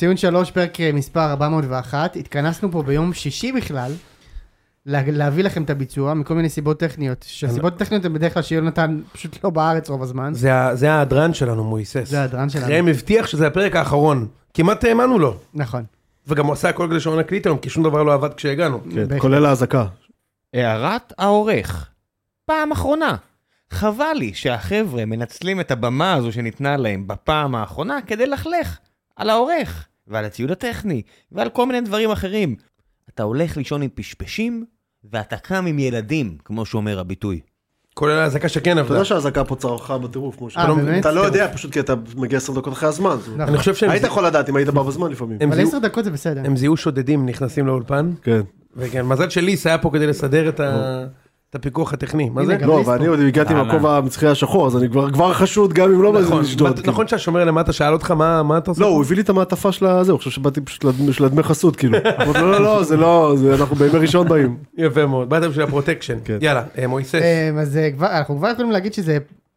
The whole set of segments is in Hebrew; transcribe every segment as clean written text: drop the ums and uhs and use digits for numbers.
ציון 3, פרק מספר 401, התכנסנו פה ביום שישי בכלל, להביא לכם את הביצוע, מכל מיני סיבות טכניות, שהסיבות טכניות הן בדרך כלל שיונתן פשוט לא בארץ רוב הזמן. זה האדרן שלנו, מויסס. זה האדרן שלנו. ראם הבטיח שזה הפרק האחרון, כמעט האמנו לו. נכון. וגם הוא עשה הכל כדי שעונה קליט היום, כי שום דבר לא עבד כשהגענו. כולל ההזקה. הערת העורך. פעם אחרונה. חבל לי שהחבר'ה מנצלים את הבמה הזו שניתנה להם בפעם האחרונה כדי לחלך על העורך ועל הציוד הטכני ועל כל מיני דברים אחרים. אתה הולך לישון עם פשפשים ואתה קם עם ילדים, כמו שאומר הביטוי. כולל ההזקה שכן עבדה. אתה יודע שההזקה פה צרחה בטירוף, כמו באמת? אתה לא יודע פשוט כי אתה מגיע 10 דקות אחרי הזמן. אני חושב שהם... היית יכול לדעת אם היית בא בזמן לפעמים. אבל 10 דקות זה בסדר. הם זיהו שודדים, נכנסים לאולפן. כן. וכן, מזל שליס היה פה כדי לסדר את הפיקוח הטכני. מה זה? לא, ואני עוד הגעתי מהכובע המצחי השחור, אז אני כבר חשוד גם אם לא מזל לשדוד. נכון שהשומר למטה שאל אותך מה אתה עושה? לא, הוא הביא לי את המעטפה של הזה, הוא חושב שבאתי פשוט של הדמי חסות, כאילו. לא, זה לא, אנחנו בימי ראשון באים. יפה מאוד, באתם בשביל הפרוטקשן. יאללה, מויסס. אז אנחנו כבר יכולים להגיד שזה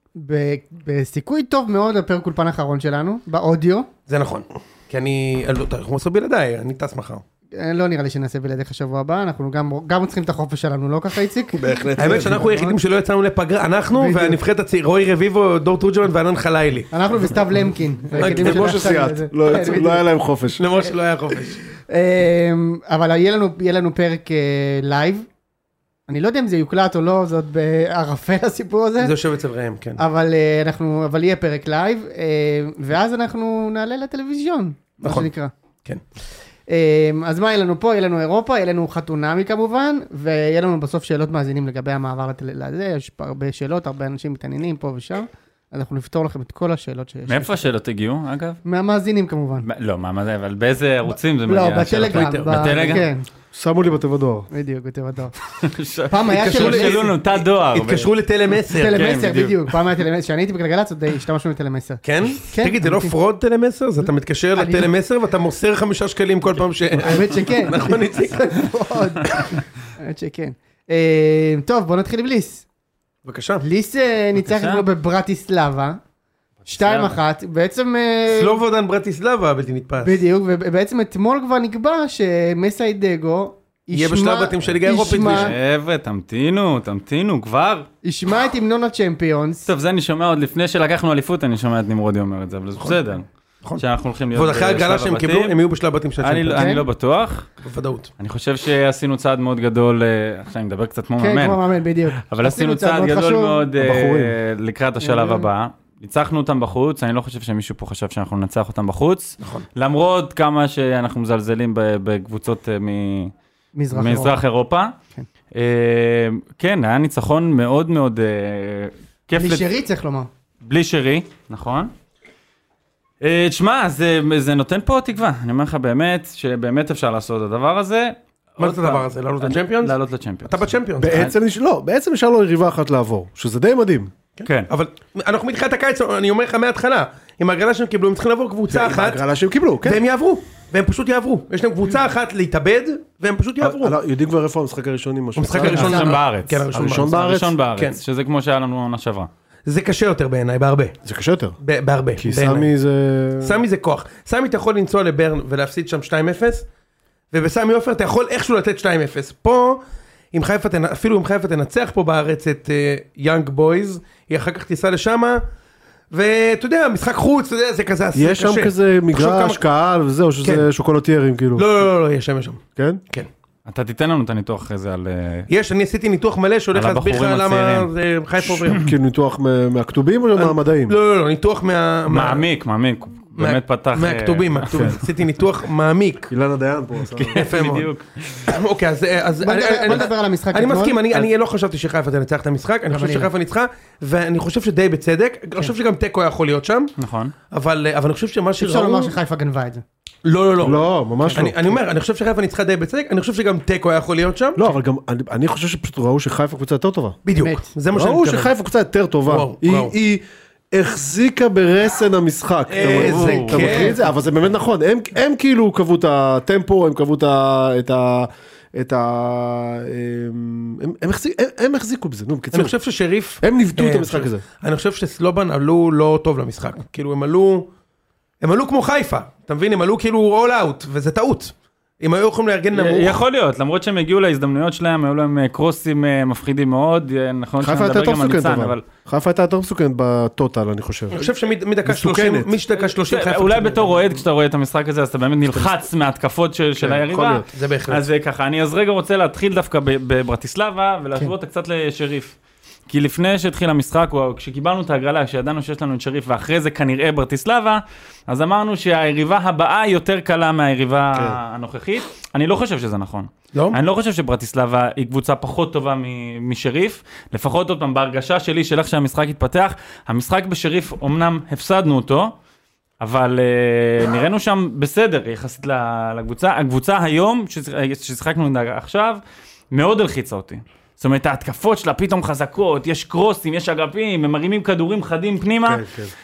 בסיכוי טוב מאוד לפרק אולפן האחרון שלנו, באודיו. זה נכון. כי אני, אנחנו עושים בלעדיי, אני טס מחר. לא נראה לי שנעשה בלעדיך שבוע הבא, אנחנו גם צריכים את החופש שלנו, לא ככה איציק? בהחלט. האמת שאנחנו היחידים שלא יצאנו לפגרה, אנחנו והנבחרת הצעיר, רועי רביבו, דור תורג'מן וענן חלילי. אנחנו וסתיו למקין. כמו שסייעת, לא היה להם חופש. למרות שלא היה חופש. אבל יהיה לנו פרק לייב, אני לא יודע אם זה יוקלט או לא, זאת בערפל הסיפור הזה. זה יושב אצל ראם, כן. אבל יהיה פרק לייב, ואז אנחנו נעלה לטלוויזיון, מה שנקרא. כן. אז מה יהיה לנו פה? יהיה לנו אירופה, יהיה לנו חתונמי כמובן, ויהיה לנו בסוף שאלות מאזינים לגבי המעבר לזה, יש הרבה שאלות, הרבה אנשים מתעניינים פה ושם, אז אנחנו נפתור לכם את כל השאלות שיש. מאיפה השאלות הגיעו, אגב? מהמאזינים כמובן. לא, אבל באיזה ערוצים זה מגיע? לא, בטלגרם. בטלגרם? כן. שמו לי בתיבת דואר. בדיוק, בתיבת דואר. פעם היה שלו לנו תא דואר. התקשרו לטלמסר. טלמסר, בדיוק. פעם היה טלמסר, כשאני הייתי בגלגלצ, עוד השתמשנו לטלמסר. כן? תגיד, זה לא פרוד טלמסר? אז אתה מתקשר לטלמסר ואתה מוסר 5 שקלים כל פעם ש... האמת שכן. נכון, איציק? האמת שכן. טוב, בוא נתחיל עם ליס. בבקשה. ליס ניצח אתמול בברטיסלבה. 2-1, בעצם... סלובודן ברטיסלבה, בלתי נתפס. בדיוק, ובעצם אתמול כבר נקבע שמסיידגו יהיה בשלב בתים של ליגה אירופית. חבר'ה, תמתינו, כבר. ישמע את המנון הצ'מפיונס. טוב, זה אני שומע עוד לפני שלקחנו אליפות, אני שומע את נמרודי אומר את זה, אבל זה בסדר. שאנחנו הולכים להיות ועוד אחרי הגרלה שהם קיבלו, הם יהיו בשלב בתים של צ'מפיונס. אני לא בטוח. בוודאות. אני חושב שעשינו צעד מאוד גדול, עכשיו אני מדבר קצת כמו מאמן. כן, כמו מאמן, בדיוק. אבל עשינו צעד גדול מאוד לקראת השלב הבא. ניצחנו אותם בחוץ, אני לא חושב שמישהו פה חשב שאנחנו ננצח אותם בחוץ. נכון. למרות כמה שאנחנו מזלזלים בקבוצות מזרח אירופה. כן, היה ניצחון מאוד מאוד כיף. בלי שרי צריך לומר. בלי שרי, נכון. תשמע, זה נותן פה תקווה. אני אומר לך באמת, שבאמת אפשר לעשות את הדבר הזה. מה זה הדבר הזה? לעלות לצ'מפיונס? לעלות לצ'מפיונס. אתה בצ'מפיונס. בעצם נשאר לו יריבה אחת לעבור, שזה די מדהים. כן. אבל אנחנו מתחילת הקיץ, אני אומר לך מההתחלה, עם ההגרלה שהם קיבלו, הם צריכים לעבור קבוצה אחת. ההגרלה שהם קיבלו, כן. והם יעברו, והם פשוט יעברו. יש להם קבוצה אחת להתאבד, והם פשוט יעברו. יודעים כבר איפה המשחק הראשון עם משהו. המשחק הראשון בארץ. כן, הראשון בארץ, שזה כמו שהיה לנו עונה שעברה. זה קשה יותר בעיניי, בהרבה. זה קשה יותר. בהרבה. כי סמי זה כוח. סמי אתה יכול לנסוע לברן ולהפסיד שם 2-0, ובסמי עופר אתה יכול איכשהו לתת 2-0. פה, אפילו אם חיפה תנצח פה בארץ את יאנג בויז, היא אחר כך תיסע לשם, ואתה יודע, משחק חוץ, זה כזה קשה. יש שם כזה מגרש, קהל וזהו, שזה שוקולטיירים כאילו. לא, יש שם. כן? כן. אתה תיתן לנו את הניתוח אחרי זה על... אני עשיתי ניתוח מלא שהולך להסביר לך למה זה חיפה עוברים. כאילו ניתוח מהכתובים או מהמדעים? לא, ניתוח מעמיק. באמת פתח... מהכתובים. עשיתי ניתוח מעמיק. אילנה דיין פה. יפה מאוד. אוקיי, אז... בוא נדבר על המשחק. אני מסכים, אני לא חשבתי שחיפה תנצח את המשחק, אני חושב שחיפה ניצחה, ואני חושב שדי בצדק, אני חושב שגם טקו יכול להיות שם. נכון. אבל אני חושב שמה שראו... אפשר לומר שחיפה גנבה את זה. לא. לא, ממש לא. אני אומר, אני חושב שחיפה ניצחה די בצדק, אני חושב שגם טקו יכול להיות שם. לא, אבל גם, אני חושב שפשוט ראו שחיפה קבוצה יותר טובה. בדיוק, זה מה שאני ראו שחיפה קבוצה יותר טובה. היא החזיקה ברסן המשחק. אתה מכיר את זה? אבל זה באמת נכון. הם כאילו קבעו את הטמפו, הם קבעו את הם החזיקו בזה, נו, בקיצור. אני חושב ששריף... הם נבדו את המשחק הזה. אני חושב שסלובן עלו לא טוב למשחק. כאילו, הם עלו כמו חיפה. אתה מבין, הם עלו כאילו all out, וזה טעות. אם היו יכולים לארגן נמוך. יכול להיות, למרות שהם הגיעו להזדמנויות שלהם, היו להם קרוסים מפחידים מאוד, נכון שנדבר גם על ניצן, אבל... חיפה הייתה יותר מסוכנת בטוטל, אני חושב. אני חושב שמדקה 30, משדקה 30 חיפה... אולי בתור אוהד, כשאתה רואה את המשחק הזה, אז אתה באמת נלחץ מההתקפות של היריבה. זה בהחלט. אז ככה, אני אז רגע רוצה להתחיל דווקא בברטיסלבה, ולהשוות קצת לשריף. כי לפני שהתחיל המשחק, כשקיבלנו את ההגרלה, כשידענו שיש לנו את שריף, ואחרי זה כנראה ברטיסלבה, אז אמרנו שהיריבה הבאה היא יותר קלה מהיריבה הנוכחית. אני לא חושב שזה נכון. לא? אני לא חושב שברטיסלבה היא קבוצה פחות טובה משריף. לפחות עוד פעם, בהרגשה שלי, של איך שהמשחק התפתח, המשחק בשריף, אמנם הפסדנו אותו, אבל נראינו שם בסדר, יחסית לקבוצה. הקבוצה היום, ששיחקנו עכשיו, מאוד הלחיצה אותי. זאת אומרת, ההתקפות שלה פתאום חזקות, יש קרוסים, יש אגפים, הם מרימים כדורים חדים פנימה.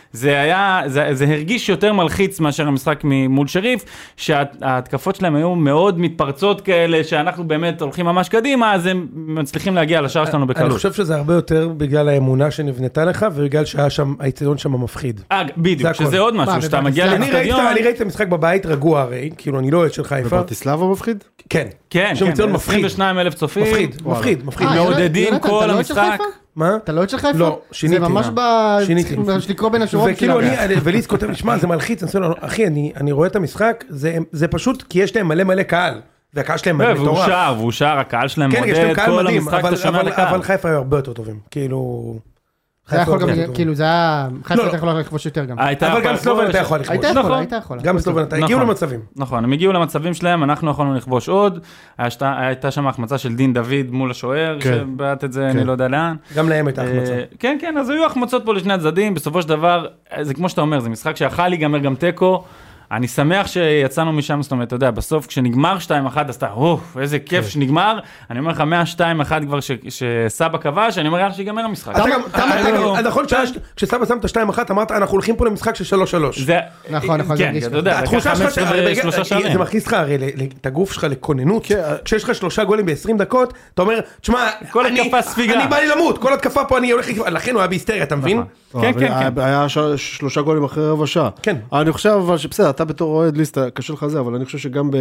זה הרגיש יותר מלחיץ מאשר המשחק מול שריף, שההתקפות שלהם היו מאוד מתפרצות כאלה, שאנחנו באמת הולכים ממש קדימה, אז הם מצליחים להגיע לשער שלנו בקלות. אני חושב שזה הרבה יותר בגלל האמונה שנבנתה לך, ובגלל שהאיצטדיון שם מפחיד. בדיוק, שזה עוד משהו, שאתה מגיע לאיצטדיון. אני ראיתי את המשחק בבית רגוע הרי, כאילו אני לא אוהד של חיפה. בברטיסלבה מפחיד? כן. כן, 22,000 צופים. מפחיד. מעודדים כל המשחק. מה? אתה לא עוד של חיפה? לא, שיניתי. זה ממש לקרוא בין השורות. וכאילו וליס כותב לי, שמע, זה מלחיץ, אחי, אני רואה את המשחק, זה פשוט כי יש להם מלא קהל, והקהל שלהם מטורף. והוא שר, הקהל שלהם מודד, כן, יש להם קהל מדהים, אבל חיפה היו הרבה יותר טובים, כאילו... זה יכול גם, כאילו זה היה, חיפה אתה יכול לכבוש יותר גם. אבל גם סלובן אתה יכול לכבוש. היית יכול. גם סלובן אתה, הגיעו למצבים. נכון, הם הגיעו למצבים שלהם, אנחנו יכולנו לכבוש עוד, הייתה שם החמצה של דין דוד מול השוער, שבאת את זה אני לא יודע לאן. גם להם הייתה החמצה. כן, אז היו החמצות פה לשני הצדדים, בסופו של דבר, זה כמו שאתה אומר, זה משחק שיכל להיגמר גם טקו, אני שמח שיצאנו משם, זאת אומרת, אתה יודע, בסוף כשנגמר 2-1, אז אתה, איזה כיף שנגמר, אני אומר לך, 100-2-1 כבר שסבא כבש, אני אומר, יאללה שיגמר המשחק. נכון, כשסבא שם את ה-2-1, אמרת, אנחנו הולכים פה למשחק של 3-3. נכון, כן, אתה יודע, התחושה שלך, זה מכניס לך הרי את הגוף שלך לכוננות, כשיש לך 3 גולים ב-20 דקות, אתה אומר, תשמע, אני בא לי למות, כל התקפה פה אני הולך, לכן הוא היה בהיסטריה, אתה מבין? כן. היה 3 גולים אחרי רבע שעה. כן. אני חושב שבסדר, אתה בתור אוהד ליסט, קשה לך זה, אבל אני חושב שגם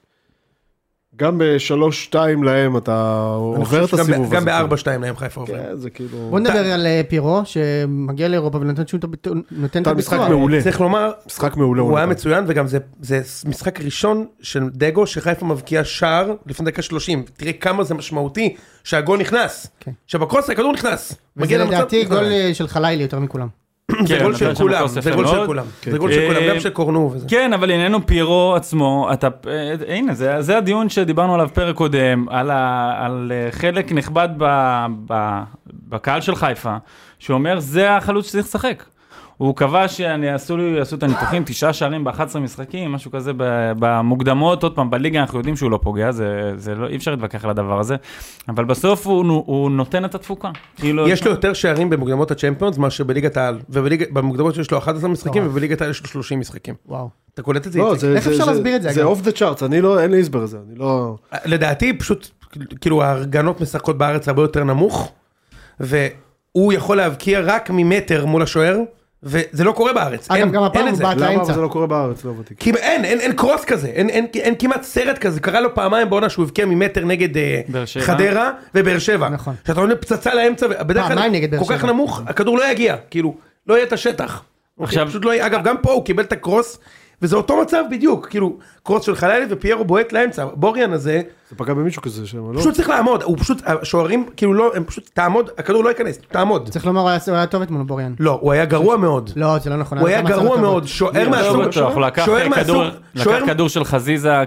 ב3-2 להם אתה עובר את הסיבוב הזה. גם ב4-2 להם חיפה עובר. כן, זה כאילו... בוא נדבר על פירו, שמגיע לאירופה ונותן את המשחק מעולה. צריך לומר, משחק מעולה. הוא היה מצוין, וגם זה משחק ראשון של דגו, שחיפה מבקיע שער לפני דקה 30. תראה כמה זה משמעותי שהגול נכנס. שבקרוס הכדור נכנס. וזה לדעתי גול של חלילי יותר מכולם. זה גול של כולם, זה גול של כולם, זה גול של כולם, גם של קורנו וזה. כן, אבל עניינו פירו עצמו, הנה, זה הדיון שדיברנו עליו פרק קודם, על חלק נכבד בקהל של חיפה, שאומר, זה החלוץ שצריך לשחק. הוא קבע שעשו את הניתוחים 9 שערים ב-11 משחקים, משהו כזה במוקדמות, עוד פעם, בליגה אנחנו יודעים שהוא לא פוגע, אי אפשר להתווכח על הדבר הזה, אבל בסוף הוא נותן את התפוקה. יש לו יותר שערים במוקדמות הצ'מפיונס, מאשר בליגת העל, ובמוקדמות שיש לו 11 משחקים, ובליגת העל יש לו 30 משחקים. וואו. אתה קולט את זה? איך אפשר להסביר את זה? זה off the charts, אין לי הסבר לזה, אני לא... לדעתי, פשוט, כאילו, ההרגנות משחקות בארץ הרבה יותר נמוך, והוא יכול להבקיע רק ממטר מול השוער, וזה לא קורה בארץ. אגב, גם הפעם הוא באת לאמצע. למה זה לא קורה בארץ? לא ותיק. כי אין קרוס כזה, אין כמעט סרט כזה, קרה לו פעמיים בעונה שהוא הבקיע ממטר נגד חדרה ובאר שבע. נכון. שאתה עונה פצצה לאמצע, בדרך כלל כל כך נמוך, הכדור לא יגיע, כאילו, לא יהיה את השטח. פשוט לא יהיה, אגב, גם פה הוא קיבל את הקרוס, וזה אותו מצב בדיוק, כאילו, קרוס של חלילי ופיירו בועט לאמצע, בוריאן הזה, זה פגע במישהו כזה שם, לא? פשוט צריך לעמוד, הוא פשוט, השוערים, כאילו לא, הם פשוט, תעמוד, הכדור לא ייכנס, תעמוד. צריך לומר, הוא היה טוב אתמול בוריאן. לא, הוא היה גרוע מאוד. לא, זה לא נכון. הוא היה גרוע מאוד, שוער כדור של חזיזה,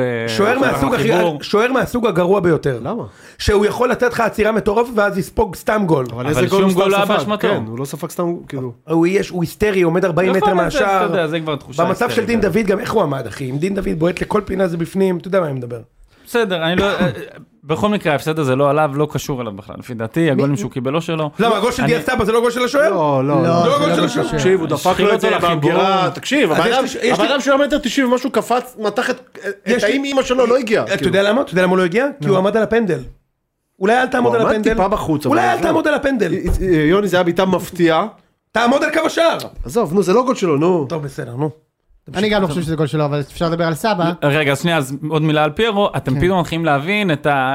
שוער מהסוג הגרוע ביותר. למה? שהוא יכול לתת לך עצירה מטורפת ואז יספוג סתם גול. אבל שום גול לא באשמתו. כן, הוא לא ספג סתם, כאילו. הוא היסטרי, הוא עומד 40 מטר מהשער. זה כבר תחושה. במצב של דין דוד גם איך הוא עמד, אחי? אם דין דוד בועט לכל פינה זה בפנים, אתה יודע מה אני מדבר. בסדר, אני לא... בכל מקרה, ההפסד הזה לא עליו, לא קשור אליו בכלל. לפי דעתי, הגולים שהוא קיבל לא שלו. למה, הגול של דיאסטאבה זה לא גול של השוער? לא גול של השוער. תקשיב, הוא דפק לו את זה במגירה. תקשיב, הבן של 1.90 משהו קפץ, מתח את האם אמא שלו לא הגיע. אתה יודע למה? אתה יודע למה הוא לא הגיע? כי הוא עמד על הפנדל. אולי אל תעמוד על הפנדל. הוא עמד טיפה בחוץ. אולי אל תעמוד על הפנדל. יוני, זה היה בעיטה מפתיעה. תעמוד על קו השער. עזוב, נו, זה לא גול שלו, נו. טוב, בסדר, נו. אני גם לא חושב שזה גול שלו, אבל אפשר לדבר על סבא. רגע, אז שנייה, אז עוד מילה על פיירו, אתם פתאום מתחילים להבין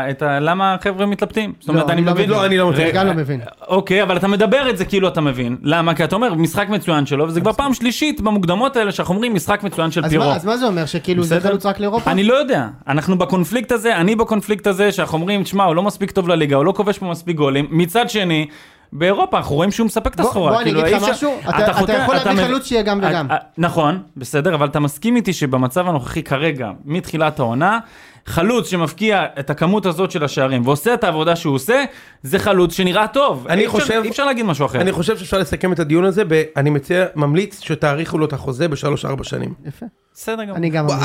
למה החבר'ה מתלבטים. זאת אומרת, אני מבין. לא, אני לא מבין. גם לא מבין. אוקיי, אבל אתה מדבר את זה כאילו אתה מבין. למה? כי אתה אומר, משחק מצוין שלו, וזה כבר פעם שלישית במוקדמות האלה שאנחנו אומרים משחק מצוין של פיירו. אז מה זה אומר? שכאילו זה חלוץ רק לאירופה? אני לא יודע. אנחנו בקונפליקט הזה, אני בקונפליקט הזה, שאנחנו אומרים, תשמע, הוא לא מספיק טוב לליגה, הוא לא כובש פה מספיק גולים. מצד שני, באירופה אנחנו רואים שהוא מספק את הסחורה. בוא אני אגיד לך משהו, אתה יכול להביא חלוץ שיהיה גם וגם. נכון, בסדר, אבל אתה מסכים איתי שבמצב הנוכחי כרגע, מתחילת העונה, חלוץ שמפקיע את הכמות הזאת של השערים, ועושה את העבודה שהוא עושה, זה חלוץ שנראה טוב. אי אפשר להגיד משהו אחר. אני חושב שאפשר לסכם את הדיון הזה, ואני ממליץ שתאריכו לו את יחוזה ב3-4 שנים. יפה. בסדר גם. אני גם ממליץ.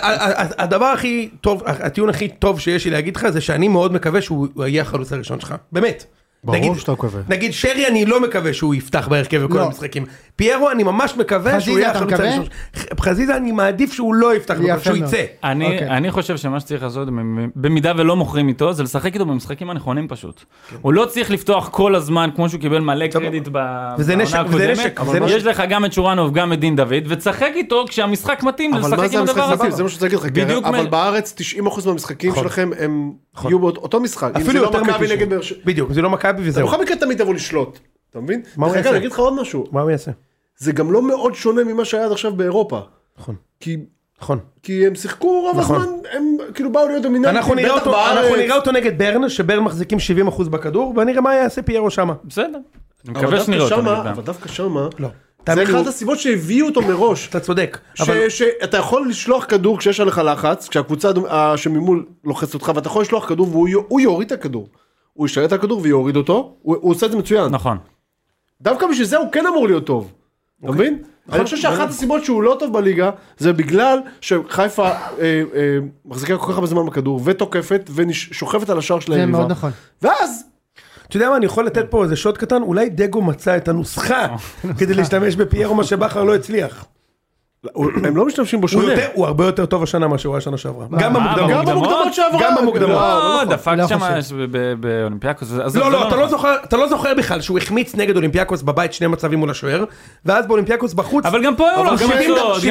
הדבר הכי טוב, הטיעון הכי טוב שיש לי להגיד לך, זה שאני מאוד מקווה שהוא יהיה החלוץ הראשון שלך. באמת. ברור שאתה מקווה. נגיד שרי אני לא מקווה שהוא יפתח בהרכב בכל המשחקים. פיירו אני ממש מקווה שהוא יהיה החלוץ הראשון. חזיזה אני מעדיף שהוא לא יפתח, שהוא יצא. אני חושב שמה שצריך לעשות, במידה ולא מוכרים איתו, זה לשחק איתו במשחקים הנכונים פשוט. הוא לא צריך לפתוח כל הזמן, כמו שהוא קיבל מלא קרדיט בעונה הקודמת. יש לך גם את שורנוב, גם את דין דוד, וצחק איתו כשהמשחק מתאים לשחק עם הדבר הזה. זה מה שצריך להגיד לך, אבל בארץ 90% מהמשחקים שלכם הם יהיו באותו משחק. אפילו יותר מ-90%. בדיוק, זה לא מכבי וזהו. בכל מקרה תמיד תבוא לשלוט, אתה מבין? מה הוא יעשה? אני אגיד לך עוד משהו. מה הוא יעשה? זה גם לא מאוד שונה ממה שהיה עד עכשיו באירופה. נכון. נכון. כי הם שיחקו רוב הזמן, הם כאילו באו להיות דומיננטים. אנחנו נראה אותו נגד ברן, שברן מחזיקים 70% בכדור, ונראה מה יעשה פיירו שמה. בסדר. אני מקווה שנראה אותו נגדם. אבל דווקא שמה, לא. זה אחת הסיבות שהביאו אותו מראש. אתה צודק. שאתה יכול לשלוח כדור כשיש עליך לחץ, כשהקבוצה שממול לוחצת אותך, ואתה יכול לשלוח כדור והוא יוריד את הכדור. הוא ישאר את הכדור ויוריד אותו, הוא עושה את זה מצוין. נכון. דווקא בשביל זה הוא כן אמור להיות טוב. אתה מבין? אני חושב שאחת הסיבות שהוא לא טוב בליגה, זה בגלל שחיפה מחזיקה כל כך הרבה זמן בכדור, ותוקפת, ושוכבת על השער של היריבה. זה מאוד נכון. ואז... אתה יודע מה, אני יכול לתת פה איזה שוט קטן, אולי דגו מצא את הנוסחה, כדי להשתמש בפיירו מה שבחר לא הצליח. הם לא משתמשים בו שונה. הוא הרבה יותר טוב השנה מה שהוא היה שנה שעברה. גם במוקדמות שעברה. גם במוקדמות. לא, דפק שם באולימפיאקוס. לא, אתה לא זוכר בכלל שהוא החמיץ נגד אולימפיאקוס בבית 2 מצבים מול השוער, ואז באולימפיאקוס בחוץ. אבל גם פה היו לו החמצות.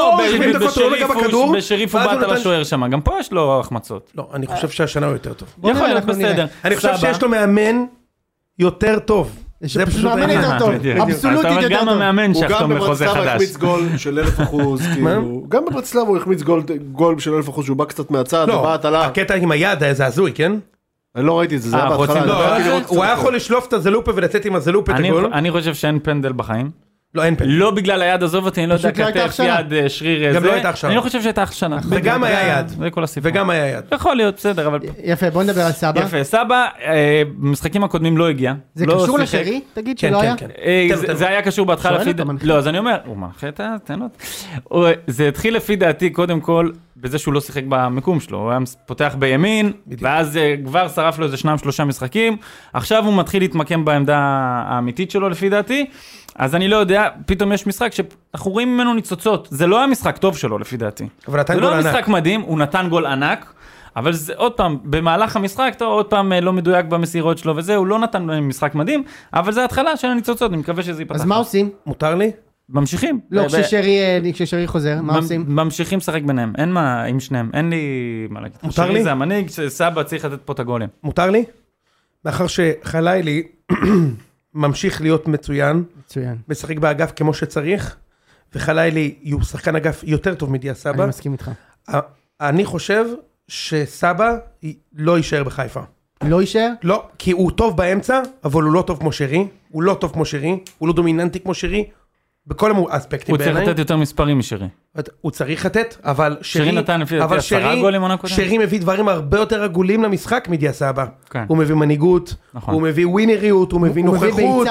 גם פה בשריף הוא באת על השוער שם. גם פה יש לו החמצות. לא, אני חושב שהשנה הוא יותר טוב. יכול להיות בסדר. אני חושב שיש לו מאמן יותר טוב. זה פשוט מאמן יותר טוב, אבסולוטית יותר טוב. גם המאמן שחתום בחוזה חדש. הוא גם החמיץ גול של 1000%, גם בברצלב הוא החמיץ גול של 1000% שהוא בא קצת מהצד, לא, הקטע עם היד היה זעזועי, כן? אני לא ראיתי את זה, זה היה בהתחלה. הוא היה יכול לשלוף את הזלופה ולצאת עם הזלופה את הגול. אני חושב שאין פנדל בחיים. לא, אין פנדל. לא בגלל היד, עזוב אותי, אני לא יודע כתף יד שריר גם לא הייתה הכשרה. אני לא חושב שהייתה הכשרה. וגם היה יד. וגם היה יד. יכול להיות, בסדר, אבל... יפה, בוא נדבר על סבא. יפה, סבא, במשחקים הקודמים לא הגיע. זה קשור לשרי? תגיד שלא היה? זה היה קשור בהתחלה לפי... לא, אז אני אומר, הוא מנחה את התנות. זה התחיל לפי דעתי, קודם כל, בזה שהוא לא שיחק במקום שלו. הוא היה פותח בימין, ואז כבר שרף לו איזה 2-3 משחקים. עכשיו הוא מתחיל להתמקם בעמדה האמיתית שלו לפי דעתי. אז אני לא יודע, פתאום יש משחק שאנחנו רואים ממנו ניצוצות. זה לא היה משחק טוב שלו לפי דעתי. זה לא היה משחק מדהים, הוא נתן גול ענק, אבל זה עוד פעם, במהלך המשחק, עוד פעם לא מדויק במסירות שלו וזה, הוא לא נתן משחק מדהים, אבל זה התחלה של הניצוצות, אני מקווה שזה ייפתח. אז מה עושים? מותר לי? ממשיכים. לא, כששרי חוזר, מה עושים? ממשיכים לשחק ביניהם, אין מה עם שניהם, אין לי מה להגיד. מותר לי? זה המנהיג, סבא צריך לתת פה את הגולים. מותר לי? מאחר שחלילי ממשיך להיות מצוין, משחק באגף כמו שצריך, וחלילי הוא שחקן אגף יותר טוב מדיה סבא. אני מסכים איתך. אני חושב שסבא לא יישאר בחיפה. לא יישאר? לא, כי הוא טוב באמצע, אבל הוא לא טוב כמו שרי, הוא לא טוב כמו שרי, הוא לא דומיננטי כמו שרי, בכל האספקטים בעיניי. הוא צריך לתת יותר מספרים משרי. הוא צריך לתת, אבל שרי נתן לפי 10 גולים עונה קודם. שרי מביא דברים הרבה יותר עגולים למשחק מדיה סבא. הוא מביא מנהיגות, הוא מביא ווינריות, הוא מביא נוכחות.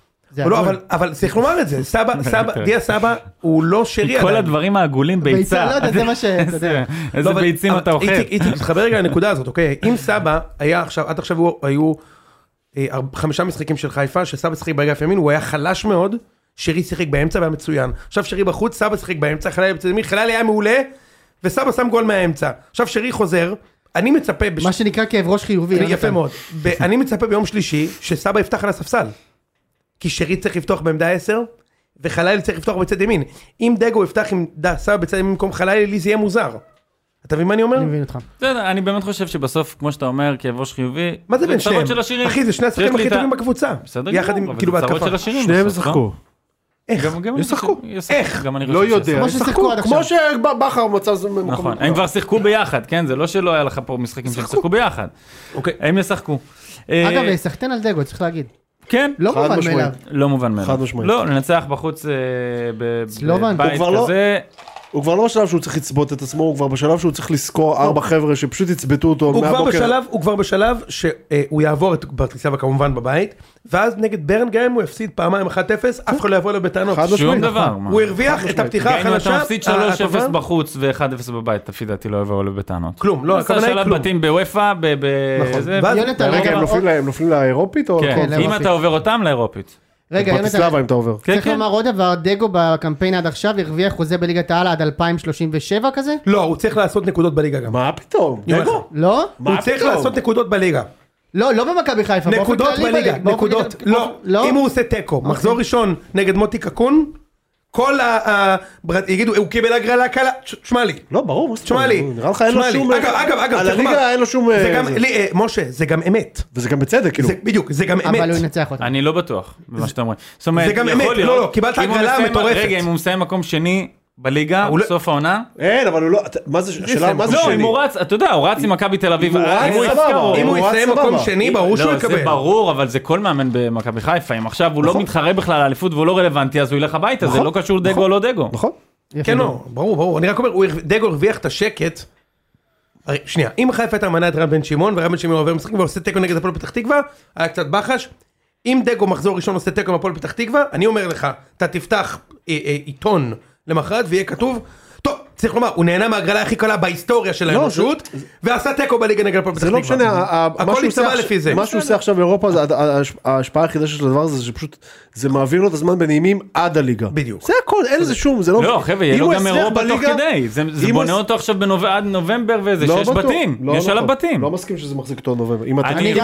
אבל צריך לומר את זה, דיה סבא הוא לא שרי. כל הדברים העגולים ביצה. ביצה, לא יודע, זה מה שאתה יודע. איזה ביצים אתה אוכל. איציק, תחבר רגע לנקודה הזאת, אוקיי? אם סבא היה עכשיו, עד עכשיו היו 5 משחקים של חיפה, שסבא שיחק באגף ימין, הוא היה חלש מאוד, שרי שיחק באמצע והיה מצוין. עכשיו שרי בחוץ, סבא שיחק באמצע, חלל היה מעולה, וסבא שם גול מהאמצע. עכשיו שרי חוזר, אני מצפה... מה שנקרא כאב ראש חיובי. יפה מאוד. אני מצפה ביום שלישי, שסבא יפתח על הספסל. כי שרי צריך לפתוח בעמדה 10, וחלילי צריך לפתוח בצד ימין. אם דגו יפתח עם סבא בצד ימין במקום חלילי, לי זה יהיה מוזר. אתה מבין מה אני אומר? אני מבין אותך. אני באמת חושב שבסוף, כמו שאתה אומר, כאב ראש חיובי, מה זה בין שניהם? אחי, זה שני השחקנים הכי טובים בקבוצה. בסדר יחד עם, כאילו בהתקפה. שניהם ישחקו. איך? ישחקו. איך? לא יודע. כמו ששיחקו עד כמו עכשיו. שבחר מצא זה מקום. נכון, הם כבר שיחקו ביחד, כן? זה לא שלא היה לך פה משחקים ששיחקו ביחד. אוקיי. הם ישחקו. אגב, סחטן על דגו, צריך להגיד. כן. לא מובן מאליו. לא מובן מאליו. חד משמעית. לא, לנצח בחוץ סלובן. בבית כזה. הוא כבר לא בשלב שהוא צריך לצבות את עצמו, הוא כבר בשלב שהוא צריך לזכור 4 חבר'ה שפשוט יצבטו אותו מהבוקר. הוא כבר בשלב שהוא יעבור את ברטיסלבה כמובן בבית, ואז נגד ברן גם אם הוא יפסיד פעמיים 1-0, אף אחד לא יבוא לו בטענות. שום דבר. הוא הרוויח את הפתיחה החלשה. אם אתה מפסיד 3-0 בחוץ ו-1-0 בבית, לפי דעתי לא יבואו לו בטענות. כלום, לא, הכוונה היא שלב כלום. בתים בוופא, רגע, הם נופלים לאירופית או? כן, אם אתה עובר אותם לאירופית. רגע, ברטיסלבה אם אתה עובר. צריך לומר עוד דבר, דגו בקמפיין עד עכשיו הרוויח חוזה בליגת העל עד 2037 כזה? לא, הוא צריך לעשות נקודות בליגה גם. מה פתאום? לא? הוא צריך לעשות נקודות בליגה. לא במכבי חיפה. נקודות בליגה, נקודות. לא, אם הוא עושה טקו, מחזור ראשון נגד מוטי קקון, כל יגידו, הוא קיבל הגרלה קלה, תשמע לי. לא, ברור, תשמע לי. נראה לך אין לו שום... אגב, על הליגה אין לו שום... משה, זה גם אמת. וזה גם בצדק, כאילו. בדיוק, זה גם אמת. אבל הוא ינצח אותה. אני לא בטוח במה שאתה אומר. זה גם אמת, לא, קיבלת הגרלה מטורפת. רגע, אם הוא מסיים מקום שני בליגה, בסוף העונה. אין, אבל הוא לא... מה זה שני? לא, אם הוא רץ, אתה יודע, הוא רץ עם מכבי תל אביב. אם הוא יסיים מקום שני, ברור שהוא יקבל. זה ברור, אבל זה כל מאמן במכבי חיפה. אם עכשיו הוא לא מתחרה בכלל על האליפות והוא לא רלוונטי, אז הוא ילך הביתה, זה לא קשור דגו או לא דגו. נכון. כן, לא, ברור. אני רק אומר, דגו הרוויח את השקט. שנייה, אם חיפה הייתה מנה את רן בן שמעון, ורן בן שמעון עובר משחקים ועושה טקו נגד הפועל פתח תקווה, היה קצת בחש. אם דגו מחזור ראשון עושה טקו עם הפועל פתח תקווה, אני אומר לך, אתה תפתח עיתון למחרת ויהיה כתוב, טוב, צריך לומר, הוא נהנה מהגרלה הכי קלה בהיסטוריה של האנושות, ועשה טקו בליגה נגד הפועל פתח תקווה. זה לא משנה, הכל יצטבע לפי זה. מה שהוא עושה עכשיו באירופה, ההשפעה היחידה של הדבר הזה, שפשוט, זה מעביר לו את הזמן בנעימים עד הליגה. בדיוק. זה הכל, אין לזה שום, זה לא... לא, חבר'ה, יהיה לו גם אירופה תוך כדי. זה בונה אותו עכשיו עד נובמבר וזה, 6 בתים. יש עליו בתים. לא מסכים שזה מחזיק אותו נובמבר. אם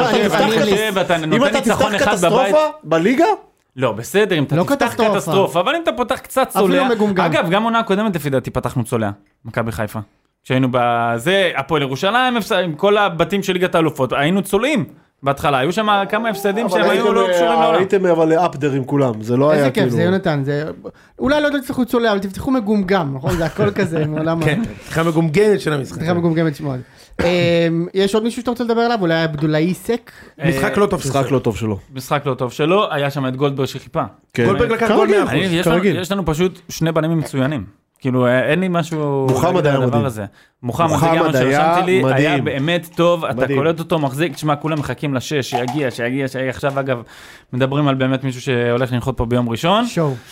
אתה תפתח קטסטרופה בליגה, לא, בסדר, אם אתה תפתח קטסטרופה, אבל אם אתה פותח קצת צולע, אגב, גם עונה הקודמת לפי דעתי פתחנו צולע, מכבי חיפה. כשהיינו בזה, הפועל ירושלים, עם כל הבתים של ליגת האלופות, היינו צולעים בהתחלה, היו שם כמה הפסדים שהם היו לא קשורים לעולם. הייתם אבל אפדר עם כולם, זה לא היה איזה כאילו... כיף, זה יונתן, אולי לא תפתחו צולע, אבל תפתחו מגומגם, נכון? זה הכל כזה מעולם... כן, תפתחה מגומגמת של המשחק. תפתחה מגומגמת שמואל. יש עוד מישהו שאתה רוצה לדבר עליו? אולי עבדולאי סק? משחק לא טוב שלו. משחק לא טוב שלו, היה שם את גולדברג שחיפה. גולדברג לקח גול 100%. יש לנו פשוט שני בלמים מצוינים. כאילו אין לי משהו... מוחמד היה מדהים. מוחמד זה גם מה שרשמתי לי, היה באמת טוב, אתה קולט אותו מחזיק, תשמע, כולם מחכים לשש, שיגיע, עכשיו אגב, מדברים על באמת מישהו שהולך לנחות פה ביום ראשון.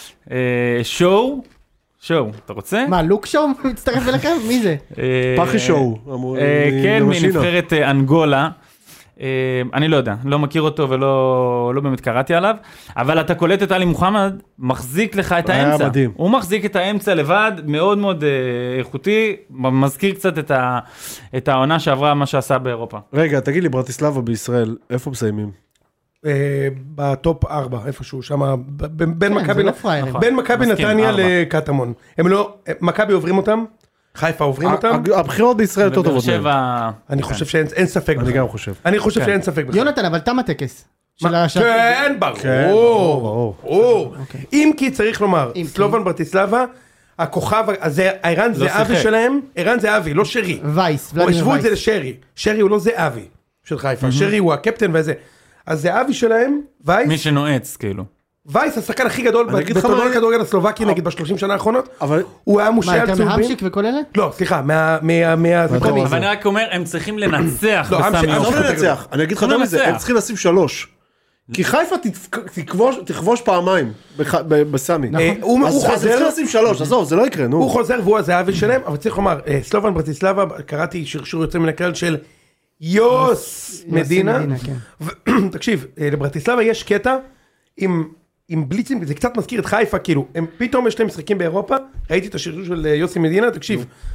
שואו, אתה רוצה? מה, לוק שואו מצטרף אליכם? מי זה? פחי שואו. כן, מנבחרת אנגולה. אני לא יודע, לא מכיר אותו ולא באמת קראתי עליו, אבל אתה קולט את עלי מוחמד, מחזיק לך את האמצע. הוא מחזיק את האמצע לבד, מאוד מאוד איכותי, מזכיר קצת את העונה שעברה מה שעשה באירופה. רגע, תגיד לי, ברטיסלבה בישראל, איפה מסיימים? בטופ 4, איפשהו, שם, בין מכבי נתניה לקטמון. הם לא, מכבי עוברים אותם? חיפה עוברים אותם? הבחירות בישראל יותר טובות. אני חושב שאין ספק. אני גם חושב. אני חושב שאין ספק. יונתן, אבל תם הטקס. כן, ברור. אם כי צריך לומר, סלובן ברטיסלבה, הכוכב, ערן זהבי שלהם, ערן זהבי, לא שרי. וייס, או השוו את זה לשרי. שרי הוא לא זהבי של חיפה. שרי הוא הקפטן וזה. אז זהבי שלהם, וייס. מי שנועץ, כאילו. וייס, השחקן הכי גדול בתולדות הכדורגל הסלובקי, נגיד ב-30 שנה האחרונות, הוא היה מושל צהובים. מה, אתה מהמשיק וכל אלה? לא, סליחה, אבל אני רק אומר, הם צריכים לנצח בסמי לא לנצח, אני אגיד לך יותר מזה, הם צריכים לשים 3. כי חיפה תכבוש פעמיים בסמי. אז הם צריכים לשים 3, עזוב, זה לא יקרה, נו. הוא חוזר והוא הזהבי שלהם, אבל צריך לומר, סלובן ברטיסלבה, קראתי שרשור יוצא מן הכלל של יוס מדינה. תקשיב, לברטיסלבה יש קטע עם בליצים, זה קצת מזכיר את חיפה, כאילו, הם פתאום יש להם משחקים באירופה, ראיתי את השרשור של יוסי מדינה, תקשיב,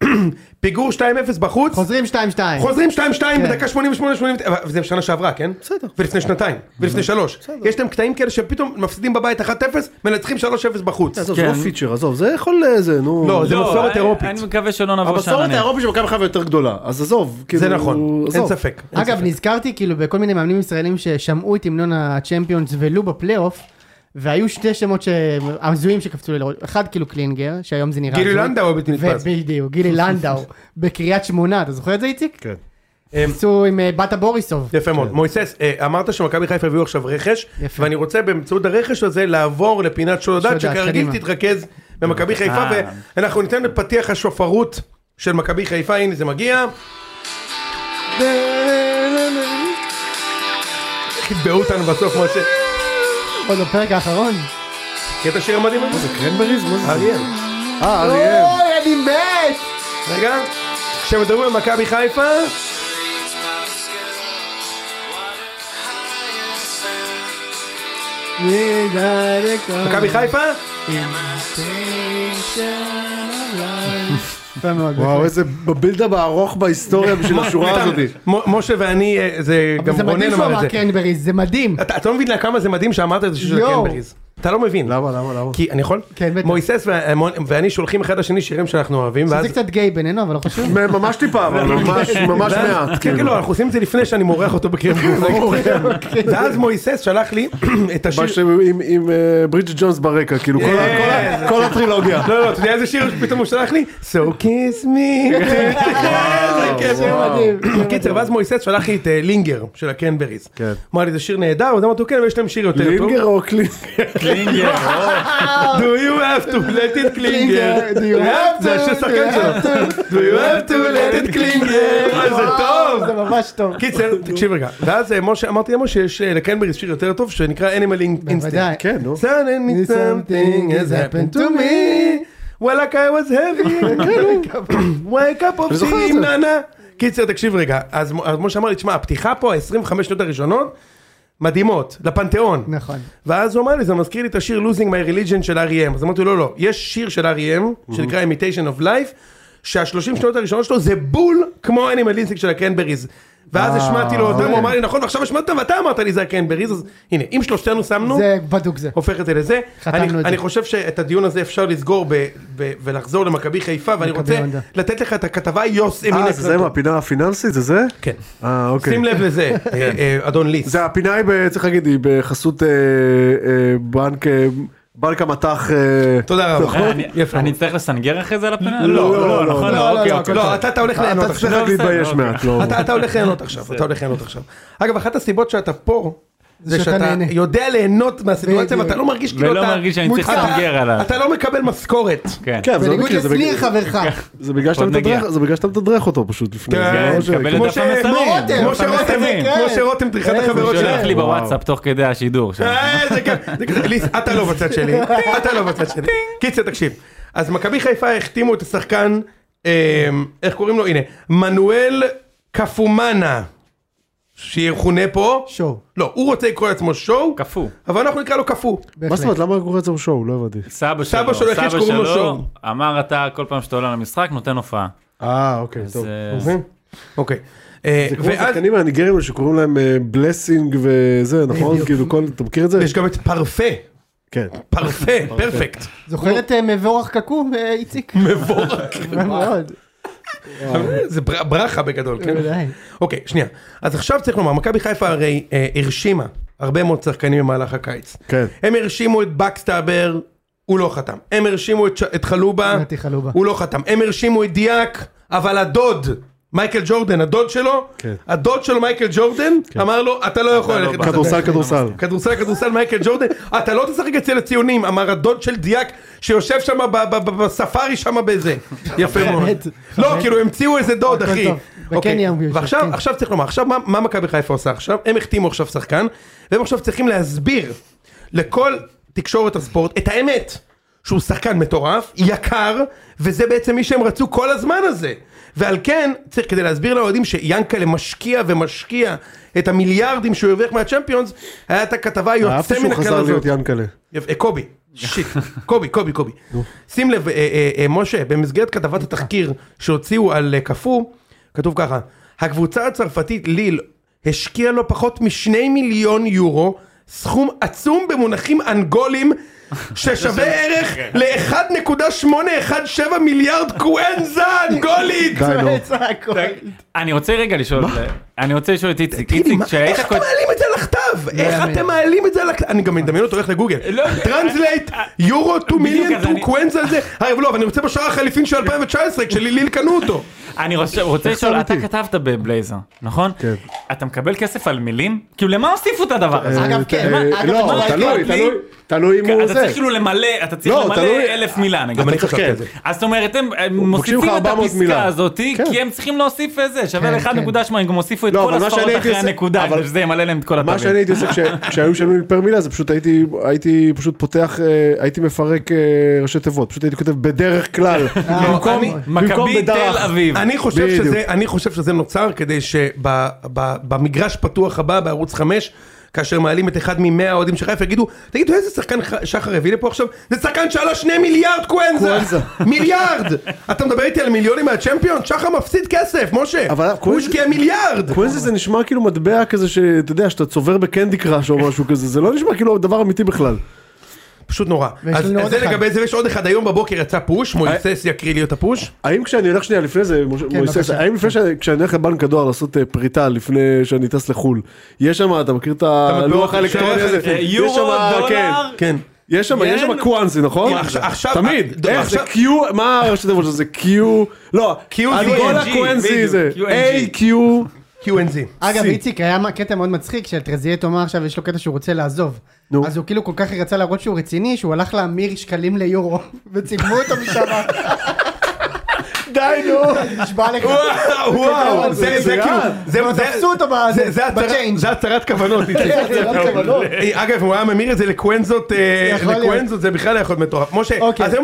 פיגור 2-0 בחוץ, חוזרים 2-2. חוזרים 2-2 בדקה 88, וזה בשנה שעברה, כן? בסדר. ולפני שנתיים, ולפני 3. יש להם קטעים כאלה שפתאום מפסידים בבית 1-0, מנצחים 3-0 בחוץ. עזוב, זה לא פיצ'ר, עזוב, זה יכול זה, נו. לא, זה מסורת אירופית. אני מקווה שלא נבוא שנה. המסורת האירופית של מכבי חיפה יותר גדולה, אז עזוב. זה נכון, אין ספק. אגב, נזכרתי כאילו בכל מיני מאמנים ישראלים ששמעו את המנון הצ'מפיונס ולו בפלייאוף, והיו שתי שמות הזויים שקפצו לי לראש, אחד כאילו קלינגר, שהיום זה נראה... גילי לנדאו הוא בלתי נתפס. בדיוק, גילי לנדאו, בקריית שמונה, אתה זוכר את זה איציק? כן. עשו עם בטה בוריסוב. יפה מאוד. מויסס, אמרת שמכבי חיפה הביאו עכשיו רכש, ואני רוצה באמצעות הרכש הזה לעבור לפינת שודד, שכרגיל תתרכז במכבי חיפה, ואנחנו ניתן לפתיח השופרות של מכבי חיפה, הנה זה מגיע. התבעו אותנו בסוף, משה. עוד בפרק האחרון. קטע שיר המדהים הזה? זה קרנבריז? מה זה? אריאל. אריאל. אוי, אני מת! רגע, כשמדברים על מכבי חיפה, מכבי חיפה? וואו, איזה בבילדאפ הארוך בהיסטוריה בשביל השורה הזאת. משה ואני, זה גם זה מדהים רונן שהוא אמר את אמר זה. קרנבריז, זה מדהים. אתה לא מבין כמה זה מדהים שאמרת את זה שזה יואו. קרנבריז. אתה לא מבין. למה? כי אני יכול? כן, בטח. מויסס ואני שולחים אחד לשני שירים שאנחנו אוהבים, זה קצת גיי בינינו, אבל לא חשוב. ממש טיפה, אבל ממש מעט. כן, כן, לא, אנחנו עושים את זה לפני שאני מורח אותו בקרנבריז. ואז מויסס שלח לי את השיר... עם ברידג'ט ג'ונס ברקע, כאילו כל הטרילוגיה. לא, אתה יודע איזה שיר פתאום הוא שלח לי? So kiss me. קיצר, ואז מויסס שלח לי את לינגר של הקרנבריז. אמר לי, זה שיר נהדר, אז אמרתי, כן, ויש להם שיר יותר טוב. לינגר או קלינגר? קלינגר, Do you have to let it קלינגר? זה השיר שחקן שלו. Do you have to let it קלינגר? זה טוב. זה ממש טוב. קיצר, תקשיב רגע. ואז אמרתי למשה שיש לקרנבריז שיר יותר טוב שנקרא Animal Instinct. בוודאי. כן, נו. Suddenly something has happened to me. Well, like I was heavy. Wake up of seeing nana. קיצר, תקשיב רגע. אז משה אמר לי, תשמע, הפתיחה פה, 25 שנות הראשונות, מדהימות, לפנתיאון. נכון. ואז הוא אמר לי, זה מזכיר לי את השיר Losing My Religion של R.E.M. אז אמרתי לו, לא, יש שיר של R.E.M. שנקרא Imitation of Life, שה30 שנות הראשונות שלו זה בול כמו Animal Instinct של הקרנבריז. ואז השמעתי לו, הוא אמר לי, נכון, ועכשיו השמעת ואתה אמרת לי זה הקרנבריז, אז הנה, אם שלושתנו שמנו, זה בדוק זה. הופך את זה לזה. חתמנו את זה. אני חושב שאת הדיון הזה אפשר לסגור ולחזור למכבי חיפה, ואני רוצה לתת לך את הכתבה יוס אמין. זה מהפינה הפיננסית, זה זה? כן. אוקיי. שים לב לזה, אדון ליס. זה הפינה היא, צריך להגיד, היא בחסות בנק המתח. תודה רבה. אני צריך לסנגר אחרי זה על הפינה? לא, נכון, אוקיי. לא, אתה הולך ליהנות אתה עכשיו. צריך להתבייש מעט. אתה הולך ליהנות עכשיו. אגב, אחת הסיבות שאתה פה, זה שאתה יודע ליהנות מהסיטואציה, ואתה לא מרגיש כאילו אתה... ולא מרגיש שאני צריך לסנגר עליו. אתה לא מקבל משכורת. כן. בניגוד לסניר חברך. זה בגלל שאתה מתדרך אותו פשוט לפני. קבל את המסרים. כמו שרותם דריכת החברות הוא שולח שלה. לי בוואטסאפ תוך כדי השידור. ליס, אתה לא בצד שלי. קיצר, תקשיב. אז מכבי חיפה החתימו את השחקן, איך קוראים לו? הנה, מנואל קפומנה. שיכונה פה, שואו. לא, הוא רוצה לקרוא לעצמו שואו, קפוא. אבל אנחנו נקרא לו קפוא. מה זאת אומרת, למה קורא את זה שואו? לא הבנתי. סבא שלו, היחיד שקוראים לו שואו. אמר אתה כל פעם שאתה עולה למשחק נותן הופעה. אוקיי, טוב. אוקיי. זה כמו שחקנים מהניגרים שקוראים להם בלסינג וזה, נכון? כאילו, אתה מכיר את זה? יש גם את פרפה. כן. פרפה, פרפקט. זוכר את מבורך קקו, איציק? מבורך. מאוד. זה ברכה בגדול, כן? אוקיי, שנייה. אז עכשיו צריך לומר, מכבי חיפה הרי הרשימה הרבה מאוד שחקנים במהלך הקיץ. כן. הם הרשימו את בקסטאבר, הוא לא חתם. הם הרשימו את חלובה, הוא לא חתם. הם הרשימו את דיאק, אבל הדוד, מייקל ג'ורדן, הדוד שלו, מייקל ג'ורדן, אמר לו, אתה לא יכול ללכת. כדורסל, מייקל ג'ורדן, אתה לא תשחק אצל הציונים, אמר הדוד של דיאק, שיושב שם בספארי שם בזה. יפה מאוד. לא, כאילו המציאו איזה דוד, אחי. ועכשיו צריך לומר, עכשיו מה מכבי חיפה עושה עכשיו? הם החתימו עכשיו שחקן, והם עכשיו צריכים להסביר לכל תקשורת הספורט את האמת, שהוא שחקן מטורף, יקר, וזה בעצם מי שהם רצו כל הזמן הזה. ועל כן, צריך כדי להסביר לאוהדים שיאנקלה משקיע ומשקיע את המיליארדים שהוא הרוויח מהצ'מפיונס, היה את הכתבה יוצא מן הכלל הזאת. אהבתי שהוא חזר להיות יאנקלה. קובי. שיט, קובי. שים לב, משה, במסגרת כתבת התחקיר שהוציאו על קפוא, כתוב ככה, הקבוצה הצרפתית ליל השקיעה לו פחות מ2 מיליון יורו, סכום עצום במונחים אנגולים, ששווה ערך ל-1.817 מיליארד קוונזה אנגולית. אני רוצה רגע לשאול, את איציק, איך אתם מעלים את זה לכתב? איך אתם מעלים את זה לכתב? אני גם מדמיין אותו, הולך לגוגל. טרנסלייט, יורו 2 מיליון, 2 קוונזה על זה. לא, אבל אני רוצה בשער החליפין של 2019, כשליל קנו אותו. אני רוצה לשאול, אתה כתבת בבלייזר, נכון? כן. אתה מקבל כסף על מילים? כאילו, למה הוסיפו את הדבר הזה? אגב, כן. לא, תלוי אם הוא אתה צריך כאילו למלא, 1,000 מילה, נגיד. אז זאת אומרת, הם מוסיפים את הפסקה הזאת, כי הם צריכים להוסיף זה, שווה ל-1.8, הם גם הוסיפו את כל הספרות אחרי הנקודה, שזה ימלא להם את כל התווים. מה שאני הייתי עושה כשהיו שלמים פר מילה, זה פשוט הייתי פשוט פותח, הייתי מפרק ראשי תיבות, פשוט הייתי כותב בדרך כלל, מכבי תל אביב. אני חושב שזה נוצר כדי שבמגרש פתוח הבא בערוץ 5, כאשר מעלים את אחד מ100 האוהדים של חיפה, תגידו איזה שחקן שחר הביא לפה עכשיו? זה שחקן שעלה 2 מיליארד קוונזה! מיליארד! אתה מדבר איתי על מיליונים מהצ'מפיון? שחר מפסיד כסף, משה! הוא השקיע מיליארד! קוונזה זה נשמע כאילו מטבע כזה שאתה יודע, שאתה צובר בקנדי קראש או משהו כזה, זה לא נשמע כאילו דבר אמיתי בכלל. פשוט נורא. אז זה לגבי זה, יש עוד אחד, היום בבוקר יצא פוש, מויסס יקריא לי את הפוש. האם כשאני הולך שנייה לפני זה, מויסס, האם כשאני הולך לבנק הדואר לעשות פריטה לפני שאני טס לחול, יש שם, אתה מכיר את הלוח האלקטרוני הזה? יורו, דולר? כן. יש שם קוואנסי, נכון? תמיד. איך זה Q, מה הראשי תיבות שזה? Q, לא, אנגולה קוואנסי זה AQ. QNZ. אגב, איציק, היה קטע מאוד מצחיק, שטרזיה תומר עכשיו יש לו קטע שהוא רוצה לעזוב. אז הוא כאילו כל כך רצה להראות שהוא רציני, שהוא הלך להמיר שקלים ליורו, וצילמו אותו משם. די נו, נשבע לך. וואו, זה כאילו, תפסו אותו בצ'יינג'. זה הצהרת כוונות. אגב, הוא היה ממיר את זה לקוונזות, זה בכלל יכול להיות מטורף. משה, אז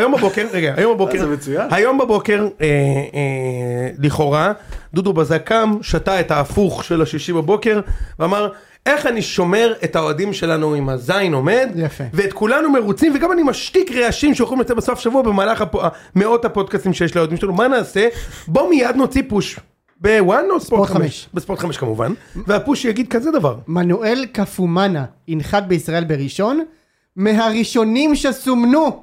היום בבוקר, לכאורה, דודו בזקם שתה את ההפוך של השישי בבוקר, ואמר, איך אני שומר את האוהדים שלנו עם הזין עומד, ואת כולנו מרוצים, וגם אני משתיק רעשים שיכולים לצאת בסוף שבוע במהלך מאות הפודקאסטים שיש לאוהדים שלנו. מה נעשה? בוא מיד נוציא פוש. בוואן או ספורט 5? בספורט 5 כמובן, והפוש יגיד כזה דבר. מנואל קפומנה ינחת בישראל בראשון, מהראשונים שסומנו.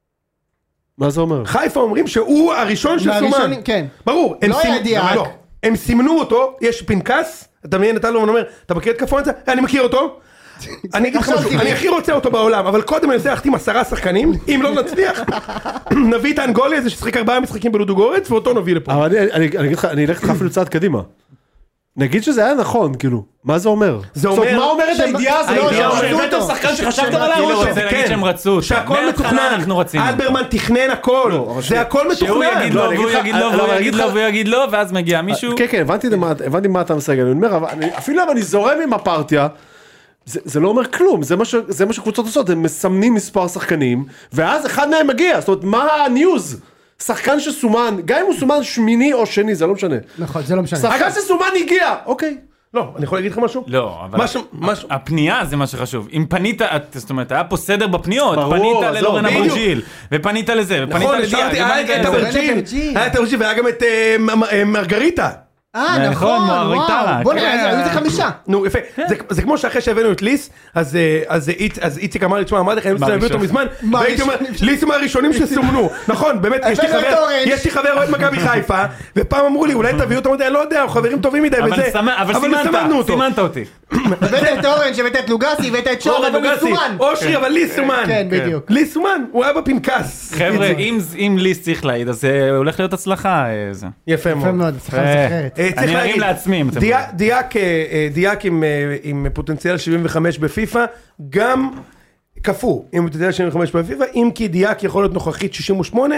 מה זה אומר? חיפה אומרים שהוא הראשון שסומן. כן. ברור. לא היה דיאק. הם סימנו אותו, יש פנקס, אתה מבין, אתה לא אומר, אתה מכיר את קפואנזה? אני מכיר אותו. אני אגיד לך משהו, אני הכי רוצה אותו בעולם, אבל קודם אני רוצה להחתים 10 שחקנים, אם לא נצליח, נביא את האנגולי הזה ששחק 4 משחקים בלודוגורץ, ואותו נביא לפה. אבל אני אגיד לך, אני אלך לך אפילו צעד קדימה. נגיד שזה היה נכון, כאילו, מה זה אומר? זה אומר... מה אומרת הידיעה הזאת? הבאתם שחקן שחשבתם עליו, או שזה להגיד שהם רצו? שהכל מתוכנן, אלברמן תכנן הכל, זה הכל מתוכנן. שהוא יגיד לו, והוא יגיד לו, והוא יגיד לו, והוא יגיד לו, ואז מגיע מישהו. כן, כן, הבנתי מה אתה מסגל, אני אומר, אפילו אם אני זורם עם הפרטיה, זה לא אומר כלום, זה מה שקבוצות עושות, הם מסמנים מספר שחקנים, ואז אחד מהם מגיע, זאת אומרת, מה הניוז? שחקן שסומן, גם אם הוא סומן שמיני או שני, זה לא משנה. נכון, זה לא משנה. שחקן שסומן הגיע, אוקיי. לא, אני יכול להגיד לך משהו? לא, אבל הפנייה זה מה שחשוב. אם פנית, זאת אומרת, היה פה סדר בפניות, פנית ללורן אברג'יל, ופנית לזה, ופנית לדיאק. היה את אברג'יל, והיה גם את מרגריטה. נכון, בוא נראה, היו זה 5. נו, יפה. זה כמו שאחרי שהבאנו את ליס, אז איציק אמר לי, תשמע, אמרתי לך, אני רוצה להביא אותו מזמן, והייתי אומר, ליס הוא מהראשונים שסומנו. נכון, באמת, יש לי חבר אוהד מכבי חיפה, ופעם אמרו לי, אולי תביאו אותו, אני לא יודע, חברים טובים מדי בזה, אבל סימנת אותי. הבאת את אורן, שהבאת את לוגסי, הבאת את שור, אבל ליס סומן. אושרי, אבל ליס סומן. כן, בדיוק. ליס סומן, הוא היה בפנקס. חבר'ה, אם ליס צריך להעיד, אז זה הולך להיות הצלחה. יפה מאוד. אני ארים לעצמי. דיאק עם פוטנציאל 75 בפיפה, גם קפוא עם פוטנציאל 75 בפיפה, אם כי דיאק יכול להיות נוכחית 68,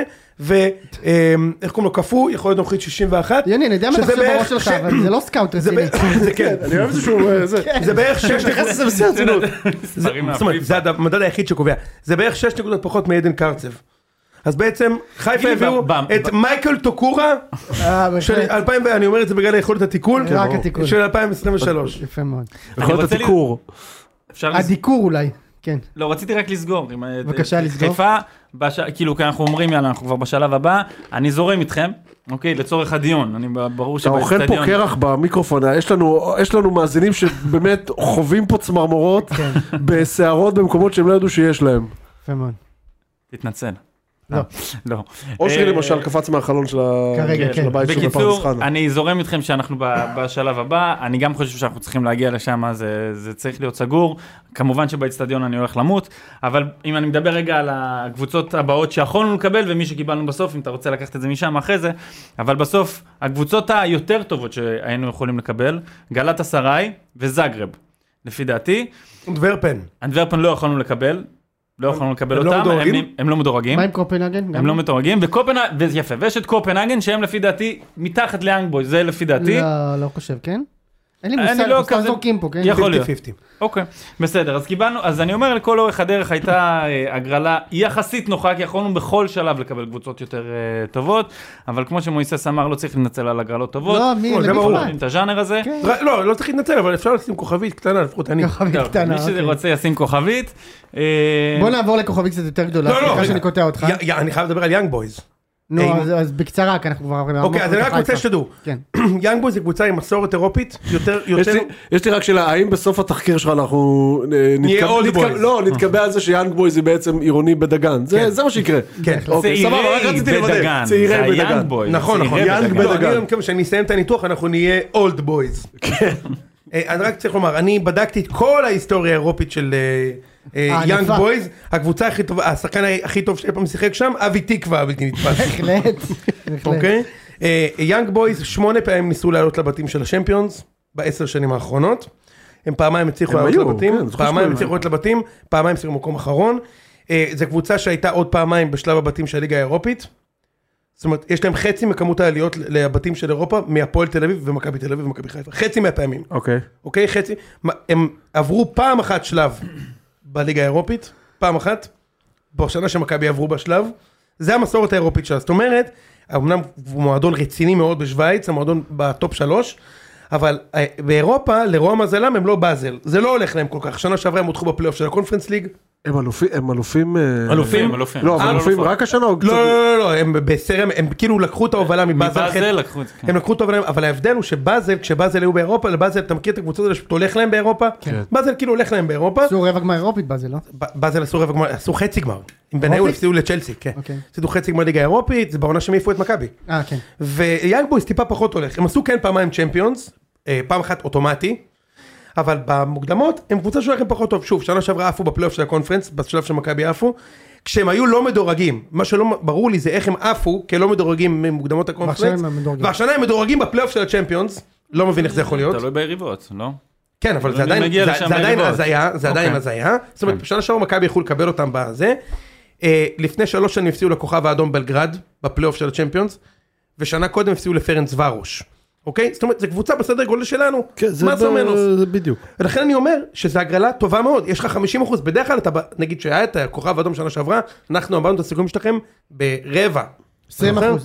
ואיך קוראים לו קפוא, יכול להיות נוכחית 61. יוני, אני יודע מה תחשוב בראש שלך, אבל זה לא סקאוט רציני. זה כן. אני אוהב שהוא... זה בערך 6 נכנס לזה בשיא הרצינות. זאת אומרת, זה המדד היחיד שקובע. זה בערך 6 נקודות פחות מעדן קרצב. אז בעצם חיפה הביאו את מייקל טוקורה של 2000, אני אומר את זה בגלל היכולת התיקול של 2023. יפה מאוד. יכולת התיקור. הדיקור אולי. כן. לא, רציתי רק לסגור. בבקשה לסגור. חיפה, כאילו, כי אנחנו אומרים, יאללה, אנחנו כבר בשלב הבא, אני זורם איתכם, אוקיי, לצורך הדיון, אני ברור אתה אוכל פה קרח במיקרופון, יש לנו מאזינים שבאמת חווים פה צמרמורות, בסערות במקומות שהם לא ידעו שיש להם. יפה מאוד. תתנצל. לא. אושרי למשל קפץ מהחלון של הבית שלו בפרדס בקיצור, חנה. אני זורם איתכם שאנחנו בשלב הבא, אני גם חושב שאנחנו צריכים להגיע לשם, זה צריך להיות סגור, כמובן שבאצטדיון אני הולך למות, אבל אם אני מדבר רגע על הקבוצות הבאות שיכולנו לקבל, ומי שקיבלנו בסוף, אם אתה רוצה לקחת את זה משם אחרי זה, אבל בסוף, הקבוצות היותר טובות שהיינו יכולים לקבל, גלאטסראי וזאגרב, לפי דעתי. אנטוורפן לא יכולנו לקבל, לא יכולנו לקבל אותם, הם לא מדורגים. מה עם קופנהגן? הם לא מדורגים, ויפה, ויש את קופנהגן שהם לפי דעתי מתחת ליאנג בויז, זה לפי דעתי. לא חושב, כן? אין לי מושג, אנחנו סתם זורקים פה, כן? יכול להיות. אוקיי, בסדר, אז קיבלנו, אז אני אומר לכל אורך הדרך הייתה הגרלה יחסית נוחה, כי יכולנו בכל שלב לקבל קבוצות יותר טובות, אבל כמו שמויסס אמר, לא צריך לנצל על הגרלות טובות. לא, מי בכלל? את הז'אנר הזה. לא צריך לנצל, אבל אפשר לשים כוכבית קטנה, לפחות אני. כוכבית קטנה, מי שרוצה ישים כוכבית. בוא נעבור לכוכבית קצת יותר גדולה, סליחה שאני קוטע אותך. אני חייב לדבר על יאנג בויז. נו, אז בקצרה, כי אנחנו כבר... אוקיי, אז אני רק רוצה שתדעו. יאנג בויז היא קבוצה עם מסורת אירופית, יותר... יש לי רק שאלה, האם בסוף התחקיר שלך אנחנו... נהיה אולד בויז. לא, נתקבע על זה שיאנג בויז היא בעצם עירוני בדגן. זה מה שיקרה. צעירי בדגן. צעירי בדגן. נכון, יאנג בדגן. כשאני אסיים את הניתוח, אנחנו נהיה אולד בויז. אני רק צריך לומר, אני בדקתי את כל ההיסטוריה האירופית של... יאנג בויז, הקבוצה הכי טובה, השחקן הכי טוב שאי פעם שיחק שם, אבי תקווה הבלתי נתפס. בהחלט. אוקיי? יאנג בויז 8 פעמים ניסו לעלות לבתים של השמפיונס, ב10 שנים האחרונות. הם פעמיים הצליחו לעלות לבתים, פעמיים הצליחו לעלות לבתים, פעמיים שיחקו במקום אחרון. זו קבוצה שהייתה עוד פעמיים בשלב הבתים של הליגה האירופית. זאת אומרת, יש להם חצי מכמות העליות לבתים של אירופה, מהפועל תל אביב ומכבי תל אביב ומכבי חיפה. חצי מהפעמים. אוקיי, חצי. הם עברו פעם אחת שלב בליגה האירופית, פעם אחת, בשנה שמכבי עברו בשלב, זה המסורת האירופית שלה, זאת אומרת, אמנם הוא מועדון רציני מאוד בשוויץ, המועדון בטופ 3, אבל באירופה, לרוע מזלם, הם לא באזל, זה לא הולך להם כל כך, שנה שעברה הם הודחו בפלייאוף של הקונפרנס ליג, הם אלופים? אלופים? לא, אבל אלופים רק השנה או קצת? לא, הם בסרם, הם כאילו לקחו את ההובלה מבאזל, הם לקחו את ההובלה, אבל ההבדל הוא שבאזל, כשבאזל היו באירופה, לבאזל, אתה מכיר את הקבוצות האלה שאתה הולך להם באירופה? באזל כאילו הולך להם באירופה. עשו רבע גמר אירופית באזל, לא? באזל עשו רבע גמר, עשו חצי גמר. עם בניון הפסידו לצ'לסי, כן. הפסידו חצי גמר ליגה האירופית, זה בעונה שהם העיפו את מכבי. כן. ויאנג בויז טיפה פחות הולך. הם עשו כן פעמיים צ'מפיונס, פעם אחת אוטומטי. אבל במוקדמות הם קבוצה שלכם פחות טוב. שוב, שנה שעברה עפו בפלייאוף של הקונפרנס, בשלב של מכבי עפו, כשהם היו לא מדורגים. מה שלא ברור לי זה איך הם עפו כלא מדורגים ממוקדמות הקונפרנס. והשנה הם מדורגים בפלייאוף של הצ'מפיונס. לא מבין איך זה יכול להיות. תלוי ביריבות, לא? כן, אבל זה עדיין הזיה, זה עדיין הזיה. זאת אומרת, בשנה שעברה מכבי יכלו לקבל אותם בזה. לפני 3 שנים הפסיעו לכוכב האדום בלגרד, בפלייאוף של הצ'מפיונס, ושנה קודם הפסיעו לפרנץ ורוש. אוקיי? זאת אומרת, זו קבוצה בסדר גודל שלנו. כן, זה בדיוק. ולכן אני אומר שזו הגרלה טובה מאוד. יש לך 50%. בדרך כלל, נגיד שהיה את הכוכב האדום שנה שעברה, אנחנו אמרנו את הסיכויים שלכם ברבע. 20%,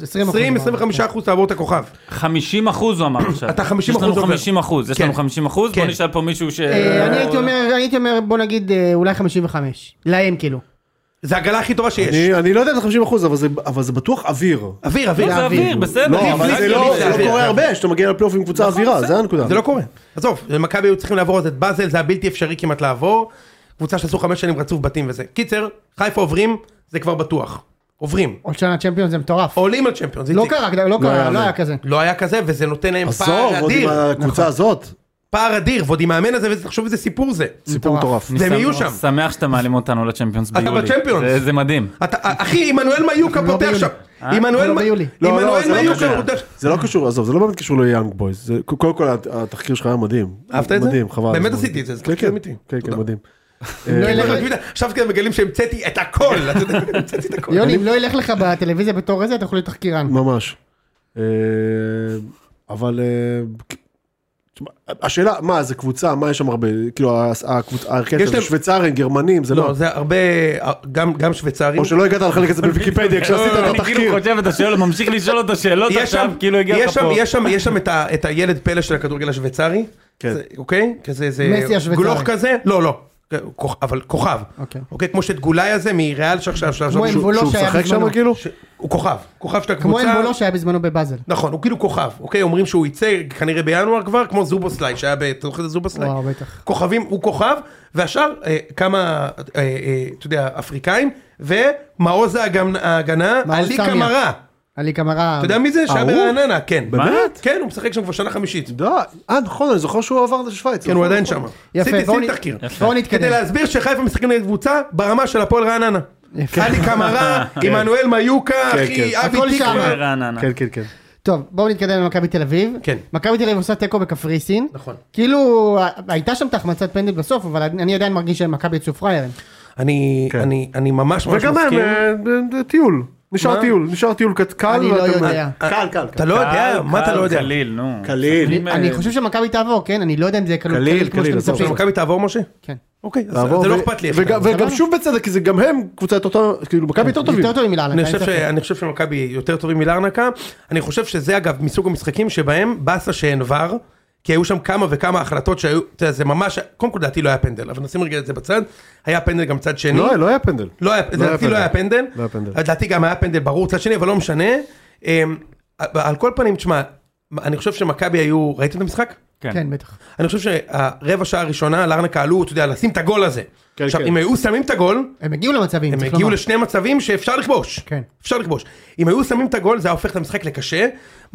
20-25% תעבור את הכוכב. 50% הוא אמר עכשיו. אתה 50%. יש לנו 50%, יש לנו 50%. בוא נשאל פה מישהו ש... אני הייתי אומר, בוא נגיד, אולי 55. להם כאילו. זה הגרלה הכי טובה שיש. אני לא יודע את 50%, אבל זה בטוח אוויר. אוויר. זה אוויר, בסדר. לא, אבל זה לא קורה הרבה, שאתה מגיע לפלייאוף עם קבוצה אווירה, זה הנקודה. זה לא קורה. עזוב, מכבי היו צריכים לעבור את באזל, זה היה בלתי אפשרי כמעט לעבור. קבוצה שעשו 5 שנים רצוף בתים וזה. קיצר, חיפה עוברים, זה כבר בטוח. עוברים. עוד שנה צ'מפיונס זה מטורף. עולים על צ'מפיונס. לא קרה, לא היה כזה. לא היה כזה, וזה נותן להם פער אדיר. הקבוצה הזאת. פער אדיר, ועוד עם מאמן הזה, ותחשוב איזה סיפור זה. סיפור מטורף. והם יהיו שם. שמח שאתה מעלים אותנו לצ'מפיונס ביולי. אתה בצ'מפיונס. זה מדהים. אחי, עמנואל מיוקה פותח שם. עמנואל מיוקה פותח. זה לא קשור, עזוב, זה לא באמת קשור ליאנג בויז. קודם כל, התחקיר שלך היה מדהים. אהבת את זה? מדהים, חבל. באמת עשיתי את זה, זה תחקיר אמיתי. כן, מדהים. עכשיו כאן מגלים שהמצאתי את הכל. יוני, אם לא ילך לך בטלוויזיה בתור הזה, אתה יכול להיות תחקירן. ממש. אבל... השאלה, מה, זה קבוצה, מה יש שם הרבה, כאילו, הקטע זה שוויצרים, גרמנים, זה לא... לא, זה הרבה, גם שוויצרים. או שלא הגעת לחלק את זה בוויקיפדיה, כשעשית את התחקיר. אני כאילו חושב את השאלות, ממשיך לשאול את השאלות עכשיו, כאילו הגעת פה. יש שם את הילד פלא של הכדורגל השוויצרי, אוקיי? כזה, זה גלוך כזה, לא, אבל כוכב. אוקיי, כמו שדגולאי הזה מריאל שעכשיו, כמו אנבולו שהיה בזמנו. הוא כוכב של הקבוצה. כמו אנבולו שהיה בזמנו בבאזל. נכון, הוא כאילו כוכב, אוקיי? אומרים שהוא יצא כנראה בינואר כבר, כמו זובוסליי, שהיה בתוכנית זובוסליי. וואו, בטח. כוכבים, הוא כוכב, והשאר כמה, אתה יודע, אפריקאים, ומעוז ההגנה, עלי קמרה. אתה יודע מי זה? שהיה ברעננה, כן. באמת? כן, הוא משחק שם כבר שנה חמישית. נכון, אני זוכר שהוא עבר לשוויץ. כן, הוא עדיין שם. יפה, עשיתי תחקיר. בואו נתקדם. כדי להסביר שחיפה משחקים נגד קבוצה ברמה של הפועל רעננה. עלי קמרה, עמנואל מיוקה, אחי, אבי תקווה. כן. טוב, בואו נתקדם למכבי תל אביב. כן. מכבי תל אביב עושה תיקו בקפריסין. נכון. כאילו, הייתה שם תחמצת פנדל בסוף, אבל אני עדיין מרגיש שמכבי יצאו פריירים. אני ממש וגם מסכים. הם, טיול. נשאר טיול קל. אני לא יודע. קל. אתה לא יודע? מה אתה לא יודע? קליל, נו. קליל. אני חושב שמכבי תעבור, כן? אני לא יודע אם זה קליל כמו שאתם עכשיו מצפים. מכבי תעבור, משה? כן. אוקיי, אז זה לא אכפת לי. וגם שוב בצדק, כי זה גם הם קבוצה יותר, כאילו מכבי יותר טובים. יותר טובים מלארנקה. אני חושב שמכבי יותר טובים מלארנקה. אני חושב שזה אגב מסוג המשחקים שבהם באסה שאין ור, כי היו שם כמה וכמה החלטות שהיו, זה ממש, קודם כל דעתי לא היה פנדל, אבל נשים רגע את זה בצד, היה פנדל גם צד שני. לא היה פנדל. דעתי לא היה פנדל. דעתי גם היה פנדל ברור צד שני, אבל לא משנה. על כל פנים, תשמע, אני חושב שמכבי היו, ראיתם את המשחק? כן, בטח. אני חושב שהרבע שעה הראשונה, לארנקה עלו, אתה יודע, לשים את הגול הזה. עכשיו, אם היו שמים את הגול, הם הגיעו למצבים. הם הגיעו לשני מצבים שאפשר לכבוש. כן. אפשר לכבוש. אם היו שמים את הגול, זה היה הופך את המשחק לקשה.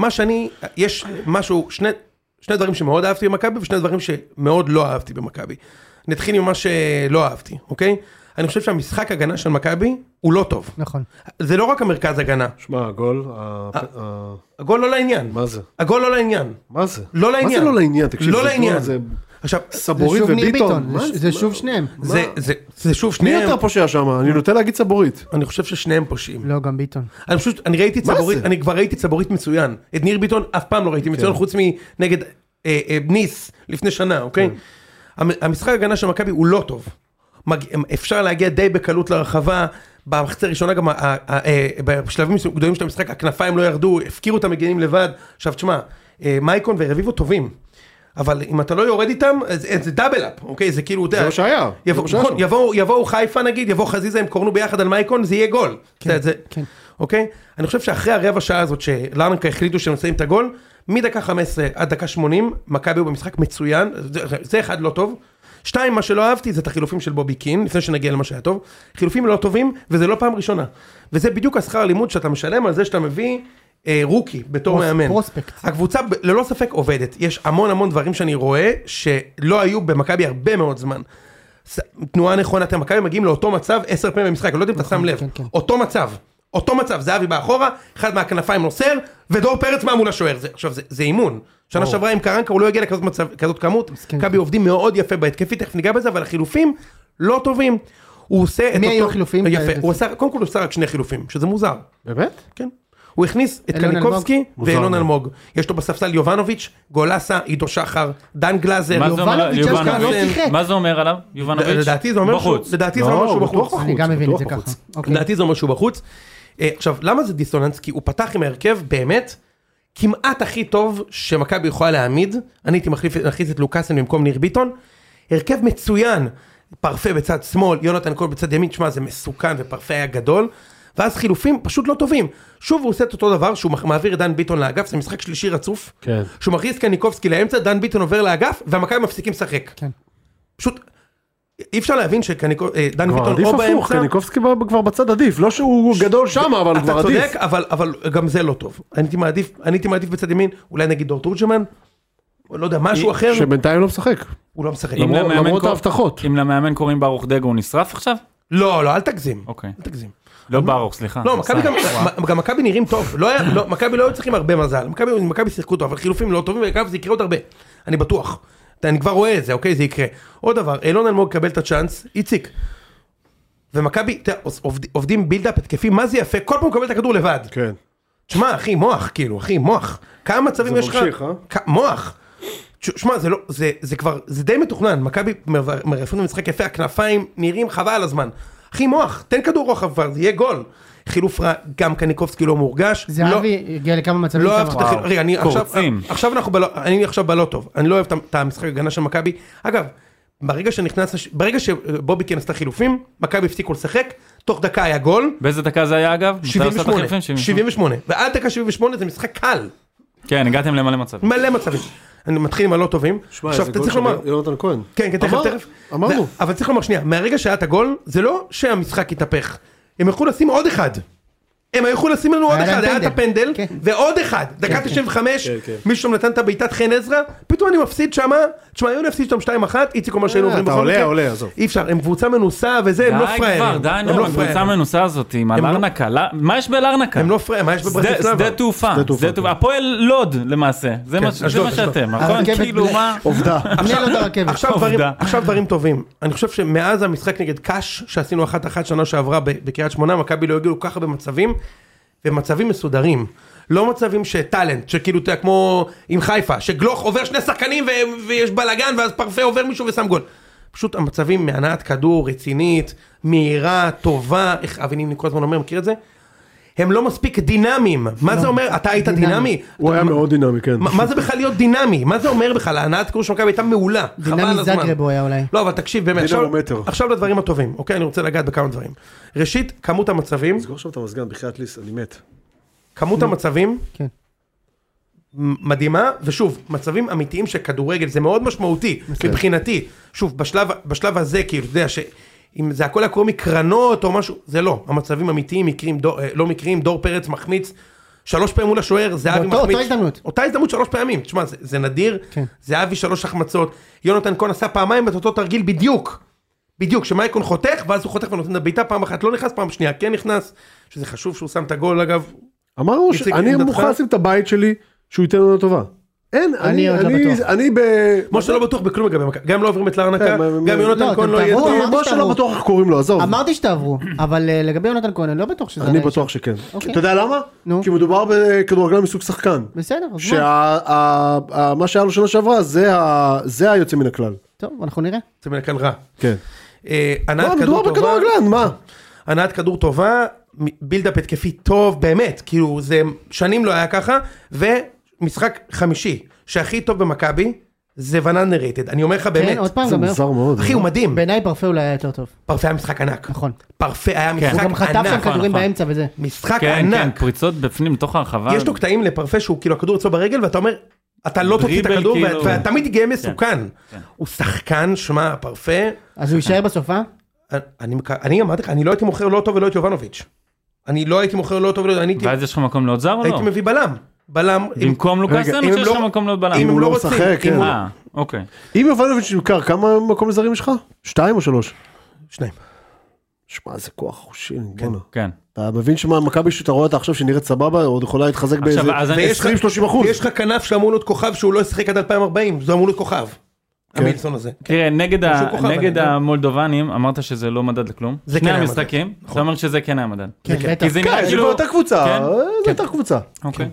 יש משהו, שני דברים שמאוד אהבתי במכבי, ושני דברים שמאוד לא אהבתי במכבי. נתחיל עם מה שלא אהבתי, אוקיי? אני חושב שהמשחק הגנה של מכבי הוא לא טוב. נכון. זה לא רק המרכז הגנה. שמע, הגול... הגול לא לעניין. מה זה? הגול לא לעניין. מה זה? לא לעניין. מה זה לא לעניין? תקשיב, לא לעניין. עכשיו, סבורית וביטון. זה שוב שניהם. זה שוב מי שניהם. יותר פושע שם? אני נוטה להגיד סבורית. אני חושב ששניהם פושעים. לא, גם ביטון. אני ראיתי צבורית, אני כבר ראיתי צבורית מצוין. את ניר ביטון אף פעם לא ראיתי מצוין, חוץ מנגד ניס לפני שנה, אוקיי? המשחק הגנה של מכבי הוא לא טוב. אפשר להגיע די בקלות לרחבה, במחצית הראשונה גם בשלבים גדולים של המשחק, הכנפיים לא ירדו, הפקירו את המגנים לבד. עכשיו תשמע, מייקון ורביבו טובים, אבל אם אתה לא יורד איתם, זה דאבל-אפ, אוקיי? זה כאילו, זה מה שהיה. יבואו חיפה נגיד, יבואו חזיזה, הם קורנו ביחד על מייקון, זה יהיה גול. אוקיי? אני חושב שאחרי הרבע שעה הזאת, שלארנקה החליטו שהם מסיים את הגול, מדקה 15 עד דקה 80, מכבי הוא במשחק מצוין, זה אחד לא טוב. שתיים, מה שלא אהבתי, זה את החילופים של בובי קין, לפני שנגיע למה שהיה טוב. חילופים לא טובים, וזה לא פעם ראשונה. וזה בדיוק השכר הלימוד שאתה משלם על זה שאתה מביא רוקי בתור מאמן. פרוספקט. הקבוצה ללא ספק עובדת. יש המון דברים שאני רואה שלא היו במכבי הרבה מאוד זמן. תנועה נכונה, אתם מכבי מגיעים לאותו מצב 10 פעמים במשחק, אני לא יודע אם אתה שם לב. אותו מצב, זהבי באחורה, אחד מהכנפיים נוסר, ודור פרץ מה מול השוער. עכשיו, זה אימון. שנה שעברה עם קרנקה, הוא לא הגיע לכזאת כמות. מכבי עובדים מאוד יפה בהתקפי, תכף ניגע בזה, אבל החילופים לא טובים. הוא עושה את אותו... מי היו החילופים? יפה, קודם כל הוא עושה רק שני חילופים, שזה מוזר. באמת? כן. הוא הכניס את קניקובסקי ואילון אלמוג. יש לו בספסל יובנוביץ', גולסה, עידו שחר, דן גלאזר. מה זה אומר עליו? יובנוביץ'? לדעתי זה אומר שהוא בחוץ. אני גם מבין את זה ככה. לדעתי זה אומר שהוא בחוץ. עכשיו, למה זה דיסוננס? כי הוא פתח עם ההרכב באמת כמעט הכי טוב שמכבי יכולה להעמיד. אני הייתי מכניס את לוקאסן במקום ניר ביטון. הרכב מצוין. פרפה בצד שמאל, יונתן קול בצד ימין. תשמע, זה מסוכן ופרפה היה גדול. ואז חילופים פשוט לא טובים. שוב הוא עושה את אותו דבר, שהוא מעביר את דן ביטון לאגף, זה משחק שלישי רצוף. כן. שהוא מכניס קניקובסקי לאמצע, דן ביטון עובר לאגף, והמכבי מפסיקים לשחק. כן. פשוט, אי אפשר להבין שדן ביטון עדיף הפוך, קניקובסקי כבר בצד עדיף, לא שהוא גדול שם, אבל כבר עדיף. אתה צודק, אבל גם זה לא טוב. אני מעדיף בצד ימין, אולי נגיד דור תורג'מן, לא יודע, משהו אחר. שבינתיים לא משחק. הוא לא משחק. למרות ההבטחות. אם למאמן קוראים ברוך דגו, הוא נשרף עכשיו? לא, אל תגזים. אוקיי. אל תגזים. לא ברוך, סליחה. לא, גם מכבי נראים טוב. מכבי לא היו צריכים הרבה מזל. מכבי שיחקו טוב, אבל חילופים לא טובים, וכך זה יקרה עוד הרבה. אני בטוח. אני כבר רואה את זה, אוקיי? זה יקרה. עוד דבר, אילון אלמוג קבל את הצ'אנס, איציק. ומכבי, עובדים בילדאפ התקפים, מה זה יפה? כל פעם קבל את הכדור לבד. כן. תשמע, אחי, מוח, כאילו, אחי, מוח. כמה מצבים יש לך? זה ממשיך, מוח. תשמע, זה כבר, זה די מתוכנן. מכבי מרפאים במשחק יפה, הכנפיים נראים חבל על הזמן. אחי מוח, תן כדור רוחב כבר, זה יהיה גול. חילוף רע, גם קניקובסקי לא מורגש. זהבי הגיע לכמה מצבים. לא אהבתי את החילוף, רגע, אני עכשיו בלא טוב. אני לא אוהב את המשחק הגנה של מכבי. אגב, ברגע שבובי קין עשתה חילופים, מכבי הפסיקו לשחק, תוך דקה היה גול. באיזה דקה זה היה אגב? 78. ועד דקה 78 זה משחק קל. כן, הגעתם למלא מצבים. מלא מצבים. אני מתחיל עם הלא טובים. עכשיו אתה צריך לומר, יונתן כהן. כן, תכף. אמרנו. אבל צריך לומר שנייה, מהרגע שהיה את הגול, זה לא שהמשחק יתהפך. הם יכולו לשים עוד אחד. הם יכולו לשים לנו עוד אחד, היה את הפנדל, ועוד אחד, דקה 95, מישהו נתן את הבעיטת חן עזרא, פתאום אני מפסיד שמה, תשמע, אני מפסיד שם 2-1, איציק אומר שהיינו עוברים בכל מקרה. עולה, עזוב. אי אפשר, הם קבוצה מנוסה וזה, הם לא פריירים. די כבר, הקבוצה מנוסה הזאת, עם הלרנקה, מה יש בלרנקה? הם לא פריירים, מה יש בברטיסלבה? שדה תעופה, הפועל לוד למעשה, זה מה שאתם, נכון? כאילו מה? עובדה. עכשיו דברים טובים, אני חושב שמאז המשחק נגד קאש, שעשינו 1-1 שנה שעברה בקריית שמונה, מכבי לא הגיעו ככה במצבים, ומצבים מסודרים, לא מצבים שטלנט, שכאילו אתה כמו עם חיפה, שגלוך עובר שני שחקנים ויש בלגן, ואז פרפה עובר מישהו ושם גול. פשוט המצבים מהנעת כדור, רצינית, מהירה, טובה, איך אבינים כל הזמן אומר, מכיר את זה? הם לא מספיק דינמיים. מה זה אומר? אתה היית דינמי? הוא היה מאוד דינמי, כן. מה זה בכלל להיות דינמי? מה זה אומר בכלל? ההנעת כדור של מכבי הייתה מעולה. דינמי זאגרב הוא היה אולי. לא, אבל תקשיב, באמת, עכשיו לדברים הטובים, אוקיי? אני רוצה לגעת בכמה דברים. ראשית, כמות המצבים. סגור שם את המזגן, בחיית ליס, אני מת. כמות המצבים. כן. מדהימה, ושוב, מצבים אמיתיים של כדורגל, זה מאוד משמעותי, מבחינתי. שוב, בשלב הזה, כאילו, אתה יודע אם זה הכל הקורא מקרנות או משהו, זה לא. המצבים אמיתיים, לא מקרים, דור פרץ מחמיץ 3 פעמים מול השוער, זהבי מחמיץ. אותה הזדמנות. אותה הזדמנות 3 פעמים. תשמע, זה נדיר. זהבי 3 החמצות. יונתן כהן עשה פעמיים את אותו תרגיל בדיוק. בדיוק, שמייקון חותך, ואז הוא חותך ונותן בעיטה פעם אחת, לא נכנס, פעם שנייה כן נכנס, שזה חשוב שהוא שם את הגול, אגב. אמרנו שאני מוכן לשים את הבית שלי, שהוא ייתן לנו טובה. אין, אני משה לא בטוח בכלום לגבי מכבי, גם לא עוברים את לרנקה, גם יונתן כהן לא יהיה טוב. משה לא בטוח איך קוראים לו, עזוב. אמרתי שתעברו, אבל לגבי יונתן כהן אני לא בטוח שזה... אני בטוח שכן. אתה יודע למה? כי מדובר בכדורגלן מסוג שחקן. בסדר, אז מה שהיה לו שנה שעברה, זה היוצא מן הכלל. טוב, אנחנו נראה. יוצא מן הכלל רע. כן. מדובר בכדורגלן, מה? הנעת כדור טובה, בילדאפ התקפי טוב, באמת, כאילו זה שנים לא היה ככה, ומשחק חמישי, שהכי טוב במכבי, זה ונן נרייטד, אני אומר לך באמת, כן, עוד פעם, זה מוזר מאוד. אחי, הוא מדהים. בעיניי פרפה אולי היה יותר טוב. פרפה היה משחק ענק. נכון. פרפה היה משחק ענק. הוא גם חטף שם כדורים באמצע וזה. משחק ענק. כן, פריצות בפנים, מתוך הרחבה. יש לו קטעים לפרפה שהוא כאילו הכדור אצלו ברגל, ואתה אומר, אתה לא תוציא את הכדור, ותמיד יגיע מסוכן. הוא שחקן, שמה, פרפה. אז הוא יישאר בסופה? אני אמרתי לך, אני לא הייתי מוכר לא טוב ולא את יובנוביץ'. אני לא הייתי מוכר לא טוב ולא... ואז יש לך מקום לעוד זר או לא? הייתי מביא בלם. בלם... במקום לוקאסן או שיש לך מקום לעוד בלם? אם הם לא רוצים. אוקיי. אם יובנוביץ' נמכר, כמה מקום לזרים יש לך? 2 או 3? 2. שמע, זה כוח חושי. כן. אתה מבין שמה, מכבי שאתה רואה אותה עכשיו שנראית סבבה, עוד יכולה להתחזק באיזה 20-30%. ויש לך כנף שאמור להיות כוכב שהוא לא ישחק עד 2040, זה אמור להיות כוכב. המילסון הזה. תראה, נגד המולדובנים, אמרת שזה לא מדד לכלום. שני המשחקים, אתה אומר שזה כן היה מדד. כן, בטח. זה כבר יותר קבוצה, זה יותר קבוצה. אוקיי.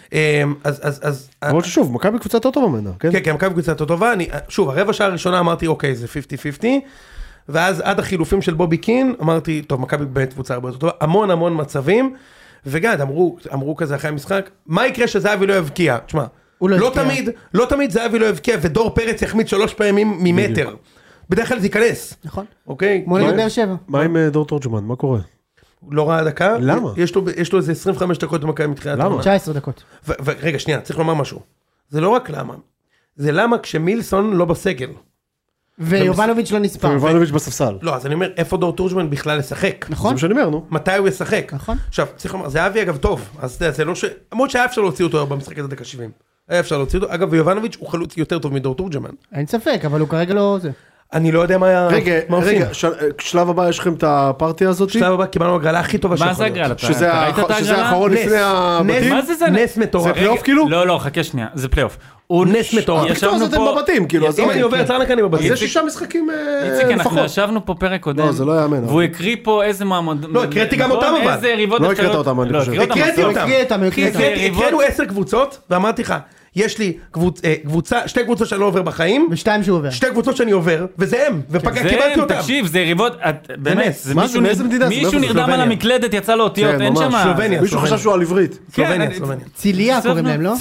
אז... אבל שוב, מכבי קבוצה יותר טובה ממנה, כן? כן, מכבי קבוצה יותר טובה. שוב, הרבע שעה הראשונה אמרתי, אוקיי, זה 50-50, ואז עד החילופים של בובי קין, אמרתי, טוב, מכבי באמת קבוצה הרבה יותר טובה, המון מצבים, וגד, אמרו כזה אחרי המשחק, מה יקרה שזהבי לא יבקיע? תשמע, לא תמיד זהבי לא יבקיע, ודור פרץ יחמיץ 3 פעמים ממטר. בדרך כלל זה ייכנס. נכון. אוקיי? כמו נגד באר שבע. מה עם דור תורג'מן? מה קורה? לא ראה דקה. למה? יש לו איזה 25 דקות במכבי מתחילת העונה. 19 דקות. רגע, שנייה, צריך לומר משהו. זה לא רק למה. זה למה כשמילסון לא בסגל. ויובנוביץ' לא נספר. ויובנוביץ' בספסל. לא, אז אני אומר, איפה דור תורג'מן בכלל לשחק? נכון. זה מה שאני אומר, נו. מתי הוא ישחק? נכון. עכשיו, צריך לומר, זה אבי אגב טוב. אז זה לא ש... למרות שהיה אפשר להוציא אותו במשחק הזה דקה 70. היה אפשר להוציא אותו. אגב, ויובנוביץ' הוא חלוץ יותר טוב מדור תורג'מן. אין ספק, אבל הוא כרגע לא זה. אני לא יודע מה היה... רגע, שלב הבא יש לכם את הפארטי הזאת? שלב הבא קיבלנו הגרלה הכי טובה מה זה הגרלה? שזה האחרון לפני הבתים? מה זה? נס מטורף. זה פלייאוף כאילו? לא, חכה שנייה, זה פלייאוף. נס מטורף. ישבנו פה... אתם בבתים, כאילו. אם אני עובר את לרנקה אני בבתים. זה 6 משחקים איציק, אנחנו ישבנו פה פרק קודם. לא, זה לא יאמן. והוא הקריא פה איזה מעמד... לא, הקראתי גם אותם אבל. איזה יריבות... לא הקראת אותם, אני חושב. הקראתי אותם. הקראנו 10 קבוצות, ואמרתי לך, יש לי שתי קבוצות שאני לא עובר בחיים, ושתיים שהוא עובר. שתי קבוצות שאני עובר, וזה הם, קיבלתי אותם. תקשיב, זה יריבות, באמת, מישהו נרדם על המקלדת, יצא לו אותיות, אין שם. מישהו חשב שהוא על עברית. סלובניה. ציליה קוראים להם, לא?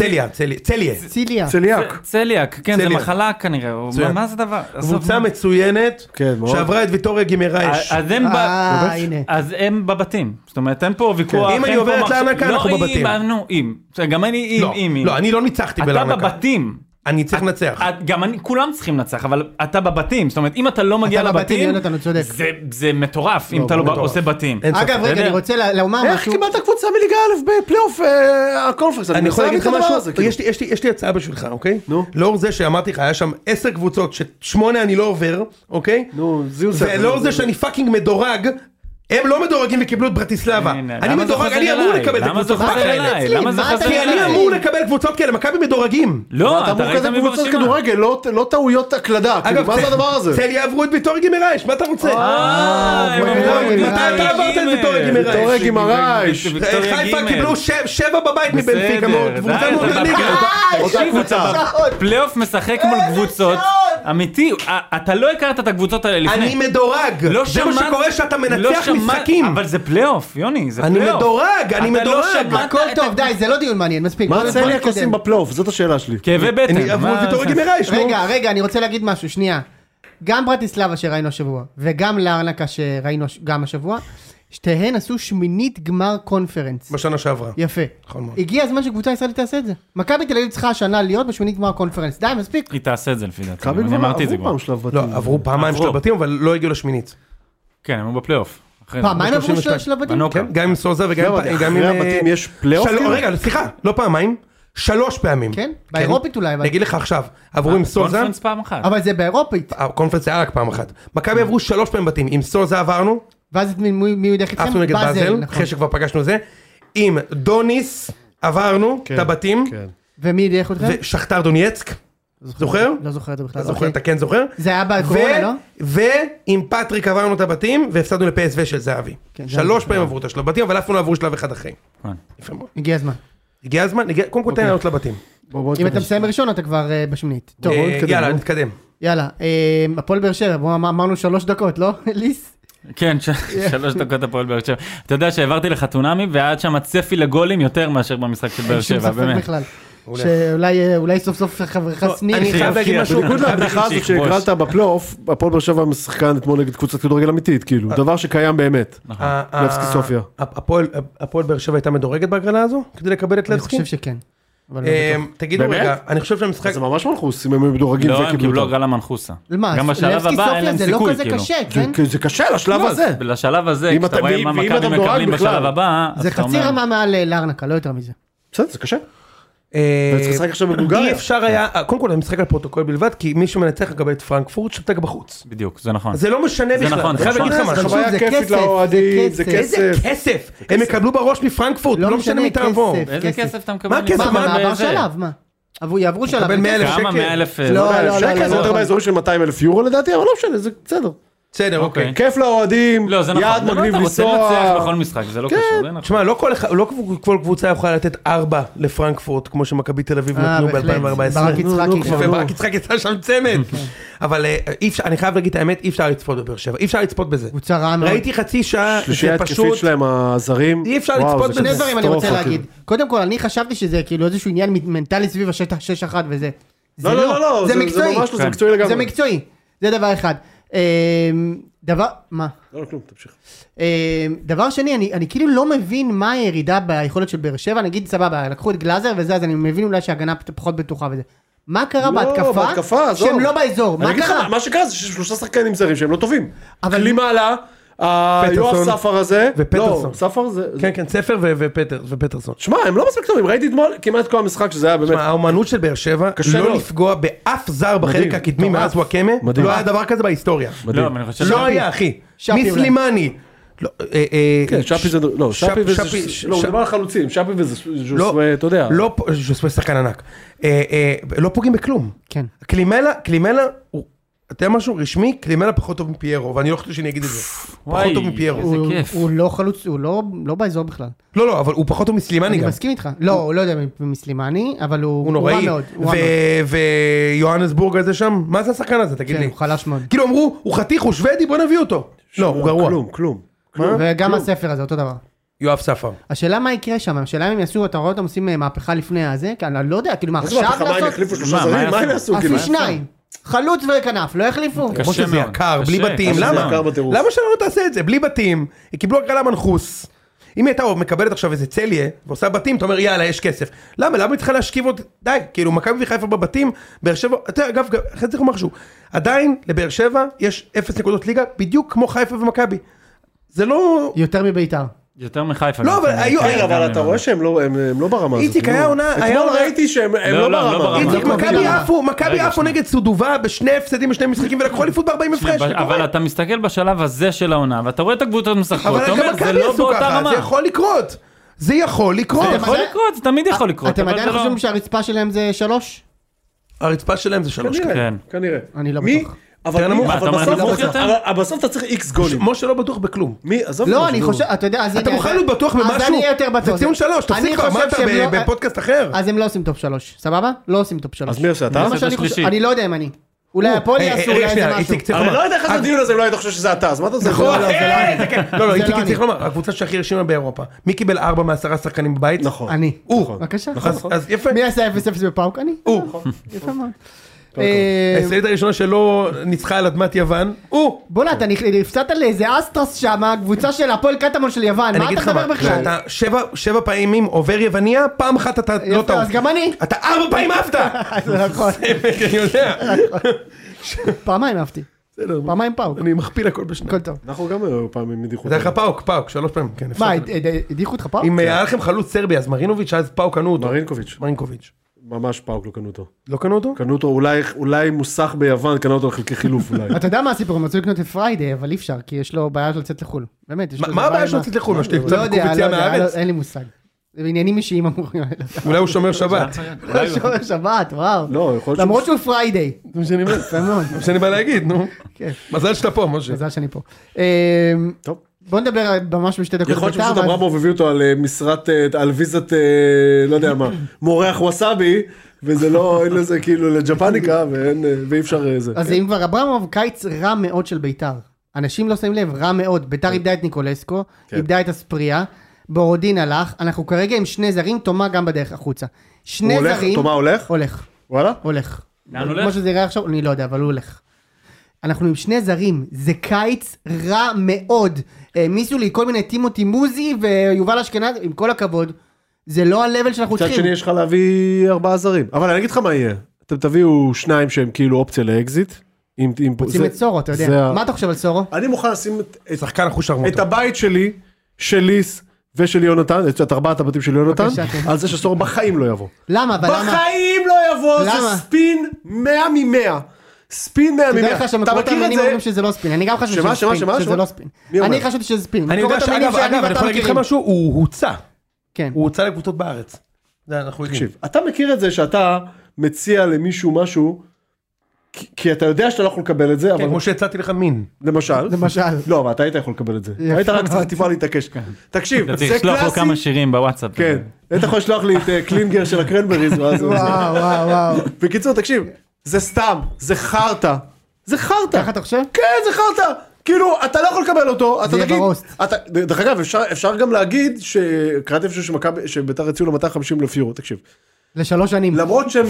צליאק, כן, זה מחלה כנראה, מה זה דבר? קבוצה מצוינת, שעברה את ויטוריה גימרייש. אז הם בבתים, זאת אומרת, אין פה ויכוח. אם אני עוברת לארנקה, אנחנו בבתים. גם אני אם. לא, אני לא ניצחתי אתה בבתים. אני צריך לנצח. גם כולם צריכים לנצח, אבל אתה בבתים, זאת אומרת, אם אתה לא מגיע לבתים, זה מטורף, אם אתה לא עושה בתים. אגב, רגע, אני רוצה לומר משהו. איך קיבלת קבוצה מליגה א' בפלייאוף הקונפרנס? אני יכול להגיד לך משהו? יש לי הצעה בשבילך, אוקיי? לאור זה שאמרתי לך, היה שם 10 קבוצות, ש8 אני לא עובר, אוקיי? ולאור זה שאני פאקינג מדורג, הם לא מדורגים וקיבלו את ברטיסלבה. אני מדורג, אני אמור לקבל את הקבוצות כאלה. למה זה חזר אליי? כי אני אמור לקבל קבוצות כאלה, מכבי מדורגים. לא, אתה ראית קבוצות כדורגל, לא טעויות הקלדה. מה זה הדבר הזה? צליה עברו את ויטוריה גימרייש, מה אתה רוצה? מתי אתה עברת את ויטוריה גימרייש? חיפה קיבלו 7 בבית מבנפיקה, קבוצה מאותה ליגה. פלייאוף משחק מול קבוצות, אמיתי, אתה לא הכרת את הקבוצות האלה לפני. אני מדורג, זה מה שקורה שאתה מנצח משחקים. אבל זה פלייאוף, יוני, זה אני פלייאוף. אני מדורג. הכל טוב, די, זה לא דיון מעניין, מספיק. מה צליאק עושים בפלייאוף? זאת השאלה שלי. כאבי בטן. אני עברו ויטוריה גימרייש. רגע, אני רוצה להגיד משהו, שנייה. גם ברטיסלבה שראינו השבוע, וגם לארנקה שראינו גם השבוע, שתיהן עשו שמינית גמר קונפרנס. בשנה שעברה. יפה. הגיע הזמן שקבוצה ישראלית תעשה את זה. מכבי תל אביב צריכה השנה להיות בשמינית גמר קונפרנס. די, מספיק. היא תעשה את זה לפי דעתי. מכבי כבר עברו פעמיים שלב בתים, אבל לא הגיעו לשמינית. כן, הם היו בפלייאוף. פעמיים עברו שלב בתים? כן, גם עם סוזה וגם עם... הבתים יש פלייאוף? רגע, סליחה, לא פעמיים, 3 פעמים. כן? באירופית אולי. אני אגיד לך עכשיו, עברו עם סוזה... קונפרנס פעם אחת. אבל זה באירופית. הקונפרנס היה רק פעם אחת. מכבי עברו 3 פעמים בתים, עם סוזה עברנו. ואז מי יודע איתכם? עפנו נגד באזל, אחרי שכבר פגשנו זה. עם דוניס עברנו את הבתים. ומי יודע אתכם? ושכתר דונייצק. זוכר? לא זוכר את זה בכלל. זוכר, אתה כן זוכר? זה היה בקורונה, לא? ועם פטריק עברנו את הבתים, והפסדנו לפסו של זהבי. 3 פעמים עברו את השלב בתים, אבל אף פעם לא עברו שלב אחד אחרי. הגיע הזמן. הגיע הזמן? קודם כל תן לעלות לבתים. אם אתה מסיים ראשון, אתה כבר בשמינית. טוב, יאללה, נתקדם. יאללה, הפועל באר שבע, אמרנו 3 דקות, לא? ליס? כן, 3 דקות הפועל באר שבע. אתה יודע שהעברתי לחתונמי, והיה שם צפי לגולים יותר מאשר במשחק של באר שבע, באמת. שאולי סוף סוף חברך סניר. אני חייב להגיד משהו. בניגוד לבדיחה הזו שהגרלת בפלייאוף, הפועל באר שבע משחקן אתמול נגד קבוצת כדורגל אמיתית, כאילו, דבר שקיים באמת. לבסקי סופיה. הפועל באר שבע הייתה מדורגת בהגרלה הזו? כדי לקבל את לבסקי? אני חושב שכן. תגידו רגע, אני חושב שהמשחק... זה ממש מנחוס, אם הם מדורגים לא, הם קיבלו הגרלה מנחוסה. גם בשלב הבא אין להם סיכוי, כאילו. זה קשה לשלב הזה. לשלב הזה, כשאתה רואה מה מכבי מקבלים בשלב הבא, זה חצי רמה מעל לארנקה, לא יותר מזה. בסדר, זה קשה. וצריך לשחק עכשיו בבולגריה. אי אפשר היה, קודם כל אני משחק על פרוטוקול בלבד, כי מי שמנצח לקבל את פרנקפורט שותק בחוץ. בדיוק, זה נכון. זה לא משנה בכלל. זה נכון. חייב להגיד לך משהו. חוויה כיפית לאוהדים, זה כסף. איזה כסף? הם יקבלו בראש מפרנקפורט, לא משנה מי תעבור. איזה כסף אתה מקבל? מה כסף? מעבר שלב, מה? יעברו שלב. מקבל 100,000 שקל. כמה 100,000? שקל זה יותר באזורים של 200,000 יורו לדעתי, אבל לא משנה, זה בסדר. בסדר, אוקיי. כיף לאוהדים, יעד מגניב לנסוע. אתה רוצה לנצח בכל משחק, זה לא קשור. תשמע, לא כל קבוצה יכולה לתת 4 לפרנקפורט, כמו שמכבי תל אביב נתנו ב-2014. ברק יצחקי. וברק יצחקי יצא שם צמד. אבל אני חייב להגיד את האמת, אי אפשר לצפות בבאר שבע, אי אפשר לצפות בזה. ראיתי חצי שעה, שלישי התקפית שלהם, הזרים. אי אפשר לצפות בזה. שני דברים אני רוצה להגיד. קודם כל, אני חשבתי שזה כאילו איזשהו עניין מנטלי סביב ה-6-1 וזה. לא, זה ממש לא, זה מקצועי לגמרי. זה מקצועי, זה דבר אחד. מה? לא, כלום, תמשיך. דבר שני, אני כאילו לא מבין מה הירידה ביכולת של באר שבע, נגיד סבבה, לקחו את גלאזר וזה, אז אני מבין אולי שההגנה פחות בטוחה וזה. מה קרה בהתקפה שהם לא באזור? מה קרה? מה שקרה זה ש3 שחקנים זרים שהם לא טובים. כלי מעלה, יואב ספר הזה, ופטרסון. ספר זה... כן, ספר ופטרסון. שמע, הם לא מספיק טובים, ראיתי אתמול כמעט כל המשחק שזה היה באמת... שמע, האומנות של באר שבע לא לפגוע באף זר בחלק הקדמי מאז וואקמה, לא היה דבר כזה בהיסטוריה. לא היה, אחי. מסלימני. כן, שפי זה... לא, שפי וזה... לא, הוא דבר על חלוצים, שפי וזה... אתה יודע. לא, ז'וסווה שחקן ענק. לא פוגעים בכלום. כן. קלימלה הוא אתה יודע משהו רשמי, קלימלה פחות טוב מפיירו, ואני לא חושב שאני אגיד את זה. פחות טוב מפיירו. איזה כיף. הוא לא חלוץ, הוא לא באזור בכלל. לא, אבל הוא פחות טוב מסלימני גם. אני מסכים איתך. לא, הוא לא יודע מסלימני, אבל הוא רע מאוד. ויוהנסבורג הזה שם, מה זה השחקן הזה, תגיד כן, לי? הוא חלש מאוד. כאילו אמרו, הוא חתיך, הוא שוודי, בוא נביא אותו. לא, הוא גרוע. כלום. וגם הספר הזה, אותו דבר. יואב ספר. השאלה מה יקרה שם, השאלה אם הם יעשו, אתה רואה אותם עושים מהפכה לפני הזה, כי אני לא יודע, כאילו מה עכשיו מה הם יחליפו 3 זרים? מה הם יעשו? עשו 2, חלוץ וכנף, לא החליפו. כמו שזה יקר, בלי בתים, למה? למה שלא תעשה את זה? בלי בתים, קיבלו הגרלה מנחוס. אם היא הייתה מקבלת עכשיו איזה צליה, ועושה בתים, אתה אומר יאללה, יש כסף. למה היא צריכה להשכיב עוד? די, כאילו מכבי וחיפה בבתים, באר שבע, אגב, אחרי זה משהו, עדיין לבאר שבע יש 0 נקודות ליגה, בדיוק כמו חיפה ומכבי. זה לא... יותר מביתר. יותר מחיפה. לא, אבל היו... כן, אבל אתה רואה שהם לא ברמה הזאת. איציק היה עונה... אתמול ראיתי שהם לא ברמה. איציק, מכבי עפו נגד סודובה בשני הפסדים בשני משחקים ולקחו אליפות ב-40 הפרש. אבל אתה מסתכל בשלב הזה של העונה, ואתה רואה את הקבוצות משחקות, אתה אומר, זה לא באותה רמה. זה יכול לקרות. זה יכול לקרות. זה יכול לקרות, זה תמיד יכול לקרות. אתם עדיין חושבים שהרצפה שלהם זה 3? הרצפה שלהם זה 3. כנראה. אני לא בטוח. אבל בסוף אתה צריך איקס גולים. משה לא בטוח בכלום. מי? עזוב. לא, אני חושב, אתה יודע, אתה מוכן להיות בטוח במשהו? אז אני יותר בטוח. זה ציון 3, תפסיק כבר, מה אתה בפודקאסט אחר? אז הם לא עושים טופ 3, סבבה? לא עושים טופ 3. אז מי עושה אתה? אני לא יודע אם אני. אולי הפועל יעשו, אולי זה משהו. אני לא יודע איך זה דיון הזה, אולי אתה חושב שזה אתה, אז מה אתה עושה? לא, איציק צריך לומר, הקבוצה שהכי הרשימה באירופה. מי קיבל 4 מ10 שחקנים בבית? נכון. אני. הוא. בבקשה. אז יפה. מי עשה 0-0 בפאוק? אני. הוא. יפה מאוד. הישראלית הראשונה שלא ניצחה על אדמת יוון, הוא. בוא'נה, אתה הפסדת לאיזה אסטרס שם, קבוצה של הפועל קטמון של יוון, מה אתה מדבר בכלל? אתה 7 פעמים עובר יווניה, פעם אחת אתה לא טוב. אז גם אני. אתה 4 פעמים אהבת. זה נכון. אני יודע. פעמיים אהבתי. בסדר. פעמיים פאוק. אני מכפיל הכל בשנה. הכל טוב. אנחנו גם פעמים הדיחו. זה היה לך פאוק, 3 פעמים. מה, הדיחו אותך פאוק? אם היה לכם חלוץ סרבי, אז מרינוביץ', אז פאוק קנו אותו. מרינקוביץ'. ממש פאוק לא קנו אותו. לא קנו אותו? קנו אותו, אולי מוסך ביוון קנו אותו לחלקי חילוף אולי. אתה יודע מה הסיפור, הם רצו לקנות את פריידי, אבל אי אפשר, כי יש לו בעיה של לצאת לחול. באמת, יש לו... מה הבעיה של לצאת לחול? לא יודע, אין לי מושג. זה בעניינים אישיים אמורים. אולי הוא שומר שבת. שומר שבת, וואו. לא, יכול להיות למרות שהוא פריידי. זה מה שאני בא להגיד, נו. מזל שאתה פה, משה. מזל שאני פה. טוב. בוא נדבר ממש בשתי דקות. יכול להיות שפשוט אברמוב הביא אותו על משרת, על ויזת, לא יודע מה, מורח ווסאבי, וזה לא, אין לזה כאילו לג'פניקה, ואי אפשר זה. אז אם כבר אברמוב, קיץ רע מאוד של ביתר. אנשים לא שמים לב, רע מאוד. ביתר איבדה את ניקולסקו, איבדה את הספריה, בורודין הלך, אנחנו כרגע עם 2 זרים, תומה גם בדרך החוצה. 2 זרים... תומה הולך? הולך. וואלה? הולך. לאן הולך? כמו שזה יראה עכשיו, אני לא יודע, אבל הוא הולך. אנחנו עם 2 זרים, זה קיץ רע מאוד. מיסו לי כל מיני טימותי מוזי ויובל אשכנז, עם כל הכבוד, זה לא הלבל שאנחנו צריכים. קצת שני יש לך להביא 4 זרים, אבל אני אגיד לך מה יהיה, אתם תביאו 2 שהם כאילו אופציה לאקזיט, רוצים את סורו, אתה יודע, מה אתה חושב על סורו? אני מוכן לשים שחקן אחוז שרמוטה. את הבית שלי, של ליס ושל יונתן, את 4 הבתים של יונתן, על זה שסורו בחיים לא יבוא. למה? בחיים לא יבוא, זה ספין 100 מ-100. ספין 100 תדע לך שמקורות המנים אומרים שזה לא ספין, אני גם חשבתי שזה לא ספין. אני חשבתי שזה ספין. אני יודע שאגב, אני יכול להגיד לך משהו, הוא הוצא. כן. הוא הוצא לקבוצות בארץ. זה אנחנו יודעים. תקשיב, אתה מכיר את זה שאתה מציע למישהו משהו, כי אתה יודע שאתה לא יכול לקבל את זה, אבל... כמו שהצעתי לך מין. למשל. לא, אבל אתה היית יכול לקבל את זה. היית רק צריך טיפה להתעקש. תקשיב, זה קלאסי. תשלח לו כמה שירים בוואטסאפ. כן. היית יכול לשלוח לי את קלינגר של הקרנבריז. וואו. בקיצור, תקשיב, זה סתם, זה חרטה. זה חרטה. ככה אתה חושב? כן, זה חרטה. כאילו, אתה לא יכול לקבל אותו. זה יהיה ברוסט. דרך אגב, אפשר גם להגיד שקראתי איפה שביתר הציעו לו 250 אלף יורו, תקשיב. ל3 שנים. למרות שהם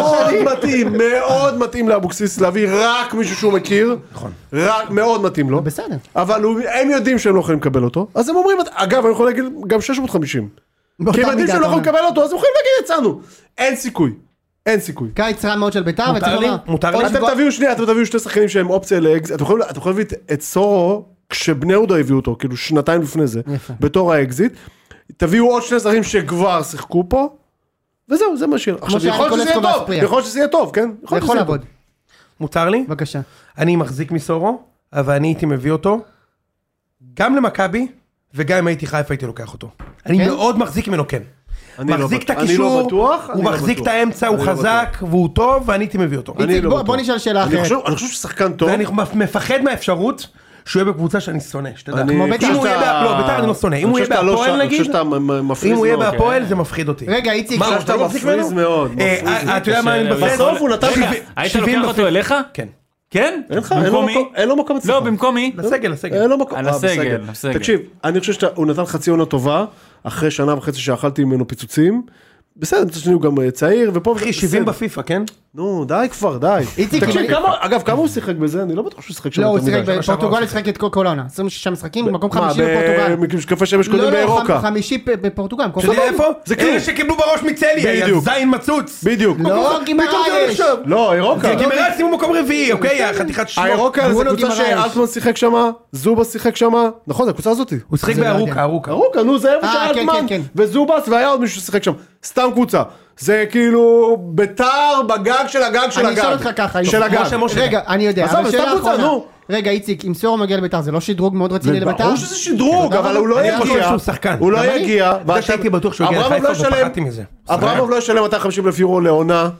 מאוד מתאים לאבוקסיס להביא רק מישהו שהוא מכיר. נכון. מאוד מתאים לו. בסדר. אבל הם יודעים שהם לא יכולים לקבל אותו. אז הם אומרים, אגב, אני יכול להגיד גם 650. כי הם יודעים שהם לא יכולים לקבל אותו, אז הם יכולים להגיד, יצאנו. אין סיכוי. אין סיכוי. קיץ רע מאוד של ביתר, מותר לי. אתם תביאו 2 שחקנים שהם אופציה לאקזיט. אתם יכולים להביא את סורו, כשבני יהודה הביאו אותו, כאילו 2 לפני זה, בתור האקזיט. תביאו עוד 2 זרים שכבר שיחקו פה. וזהו, זה מה שיר. עכשיו, יכול שזה יהיה טוב, כן? זה יכול לעבוד. מותר לי? בבקשה. אני מחזיק מסורו, אבל אני הייתי מביא אותו, גם למכבי, וגם אם הייתי חיפה הייתי לוקח אותו. אני מאוד מחזיק ממנו, כן. מחזיק את הקישור, הוא מחזיק את האמצע, הוא חזק, והוא טוב, ואני הייתי מביא אותו. בוא נשאל שאלה אחרת. אני חושב ששחקן טוב. ואני מפחד מהאפשרות שהוא יהיה בקבוצה שאני שונא, שתדע. כמו בית"ר. אם הוא יהיה, לא, בית"ר אני לא שונא. אם הוא יהיה בהפועל נגיד, אם הוא יהיה בהפועל זה מפחיד אותי. רגע, איציק. מה, אתה מפריז מאוד. אתה יודע מה אני מבסס? בסוף הוא נתן לך. היית לוקח אותו אליך? כן. כן? אין לו מקום אצלך. לא, במקומי. לסגל. אין לו מקום. על הסגל. תקשיב, אני חושב שהוא נתן חצי עונה טובה, אחרי שנה וחצי שאכלתי ממנו פיצוצים. בסדר, מצד שני הוא גם צעיר, ופה... אחי, 70 בפיפה, כן? נו, די כבר, די. תקשיב, אגב, כמה הוא שיחק בזה? אני לא בטוח שהוא שיחק שם. לא, הוא שיחק בפורטוגל, שיחק את כל העונה. 26 משחקים, במקום חמישי בפורטוגל. משקפי שמש קודם באירוקה. לא, חמישי בפורטוגל. שזה איפה? זה כלום. אלה שקיבלו בראש מצלי, זין מצוץ. בדיוק. לא, גימרייש. לא, אירוקה. גימרייש שימו מקום רביעי, אוקיי? חתיכת שמות. האירוקה זה קבוצה שאלטמן שיחק שם, זובה שיחק שם. נכון, זה הקבוצה הזאת. הוא שיחק בארוקה. ארוקה, נו, זה איפה שאלטמן וזובס, והיה עוד מישהו ששיחק שם. סתם קבוצה. זה כאילו ביתר בגג של הגג של הגג. אני אשאל אותך ככה. של הגג. רגע, אני יודע. אבל שאלה אחרונה. רגע, איציק, אם סורו מגיע לביתר, זה לא שדרוג מאוד רציני לביתר? ברור שזה שדרוג, אבל הוא לא יגיע. הוא לא יגיע. זה שהייתי בטוח שהוא יגיע לחיפה ופחדתי מזה. אברמוב לא ישלם 250,000 יורו לעונה.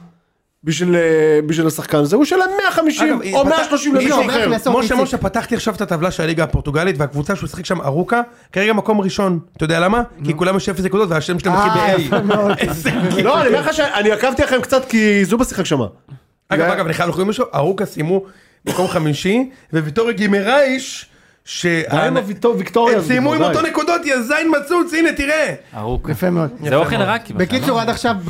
בשביל השחקן הזה, הוא שלם 150 או 130 למישהו אחר. משה, פתחתי עכשיו את הטבלה של הליגה הפורטוגלית, והקבוצה שהוא שחק שם ארוקה, כרגע מקום ראשון. אתה יודע למה? כי כולם יש 0 נקודות, והשם שלהם מתחיל ב-A. לא, אני אומר לך שאני עקבתי לכם קצת, כי זובה שיחק שם. אגב, אני חייב לחורים משהו, ארוקה סיימו מקום חמישי, וויטורי גימרייש, הם סיימו עם אותו נקודות, יא זין מצוץ, הנה תראה. ארוקה. יפה מאוד. זה אוכל רקי. בקיצור, עד עכשיו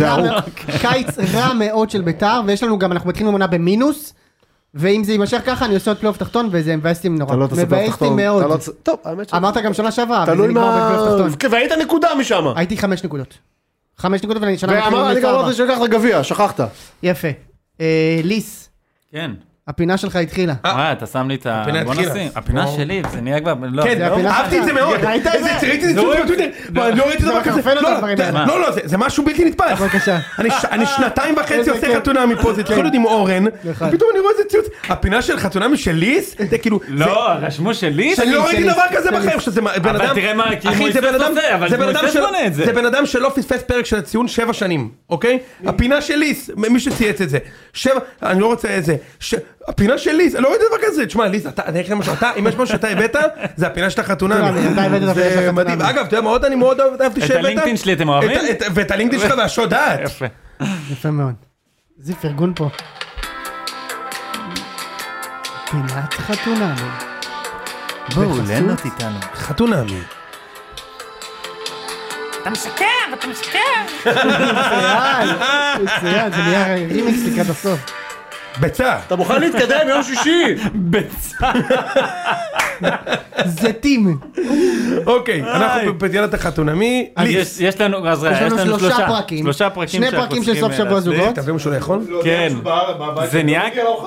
קיץ רע מאוד של ביתר, ויש לנו גם, אנחנו מתחילים עונה במינוס, ואם זה יימשך ככה, אני עושה עוד פלייאוף תחתון, וזה מבאסים נורא. מבאסים מאוד. אמרת גם שנה שעברה, וזה נגמר בפלייאוף תחתון. והיית נקודה משם. הייתי 5 נקודות. 5 נקודות, ואני שנה ואני גם אמרתי שלקח לגביע, שכחת. יפה. ליס. כן. הפינה שלך התחילה. אתה שם לי את ה... בוא נשים. הפינה שלי, זה נהיה כבר... כן, אהבתי את זה מאוד. ראיתי את זה? ראיתי את זה בטוויטר. לא ראיתי דבר כזה. לא, זה משהו בלתי נתפס. בבקשה. אני 2.5 עושה חתונה מפה, זה התחיל להיות עם אורן, פתאום אני רואה איזה ציוץ. הפינה של חתונה משל ליס, זה כאילו... לא, רשמו של ליס? שאני לא ראיתי דבר כזה בחיים, שזה בן אדם... אבל תראה מה, כי אחי, זה בן אדם שלא פספס פרק של הציון 7 שנים, אוקיי? הפינה של ליס, מי שצייץ את זה. 7, אני לא רוצה איזה... הפינה של ליס, אני לא ראיתי דבר כזה, תשמע ליס, אם יש משהו שאתה הבאת, זה הפינה של החתונה. זה מדהים, אגב, אתה יודע מה עוד אני מאוד אהבתי שהבאת? את הלינקדאין שלי אתם אוהבים? ואת הלינקדאין שלך והשוד דעת. יפה. יפה מאוד. זה פרגון פה. פינת חתונה. בואו, ליהנות איתנו. חתונה מי? אתה משקר, אתה משקר. מצוין, זה נהיה רימיקס לקראת הסוף. ביצה. אתה מוכן להתקדם יום שישי? ביצה. זה טים. אוקיי, אנחנו בפינת החתונמי. יש לנו 3 פרקים. 3 פרקים. 2 פרקים של סוף שבוע זוגות. תביאו משהו לאכול? כן. זה נהיה...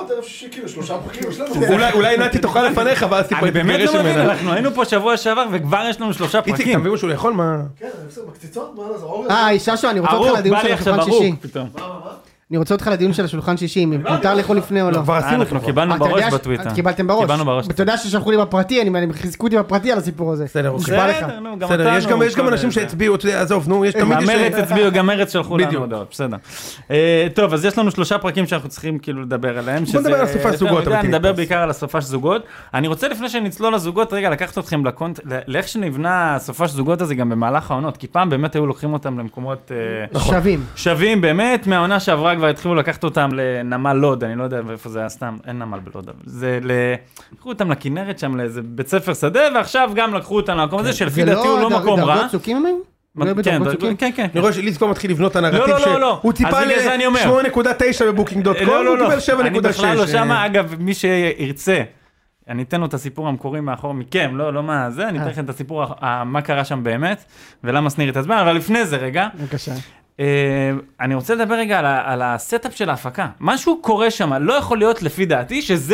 אולי נתי תאכל לפניך, ואז אני באמת לא מבין, אנחנו היינו פה שבוע שעבר וכבר יש לנו 3 פרקים. איציק, תביאו משהו לאכול? מה? כן, אני בסדר, בקציצות, מה לזה? ששו, אני רוצה אותך לדיון של השולחן שישי. אני רוצה אותך לדיון של השולחן שישי, אם מותר לאכול לפני או לא. כבר עשינו. אנחנו קיבלנו בראש בטוויטר. קיבלתם בראש. אתה יודע ששלחו לי בפרטי, אני חיזקו אותי בפרטי על הסיפור הזה. בסדר, יש גם אנשים שהצביעו, עזוב, נו, יש תמיד... המרץ הצביעו, גם מרץ שלחו לנו הודעות, בסדר. טוב, אז יש לנו 3 פרקים שאנחנו צריכים כאילו לדבר עליהם. בוא נדבר על סופש זוגות. נדבר בעיקר על הסופש זוגות. אני רוצה לפני שנצלול לזוגות, רגע, לקחת אתכם לאיך שנבנה הסופש זוגות הזה גם במהלך העונות, כי פעם באמת היו לוקחים אותם למקומות שווים באמת, מהעונה שעברה כבר התחילו לקחת אותם לנמל לוד, אני לא יודע איפה זה היה סתם, אין נמל בלוד, זה לקחו אותם לכנרת שם לאיזה בית ספר שדה, ועכשיו גם לקחו אותם למקום הזה, שלפי דעתי הוא לא מקום רע. דרגות צוקים הם? כן. אני רואה שליז כבר מתחיל לבנות את הנרטיב שהוא טיפה ל-8.9 בבוקינג.com, הוא קיבל 7.6. אני בכלל לא שמה, אגב, מי שירצה, אני אתן לו את הסיפור המקורי מאחור מכם, לא מה זה, אני אתן לכם את הסיפור, מה קרה שם באמת, ולמה סניר התעצבן, אבל לפני זה רגע, בבקשה. אני רוצה לדבר רגע על הסטאפ של ההפקה. משהו קורה שם, לא יכול להיות לפי דעתי שזה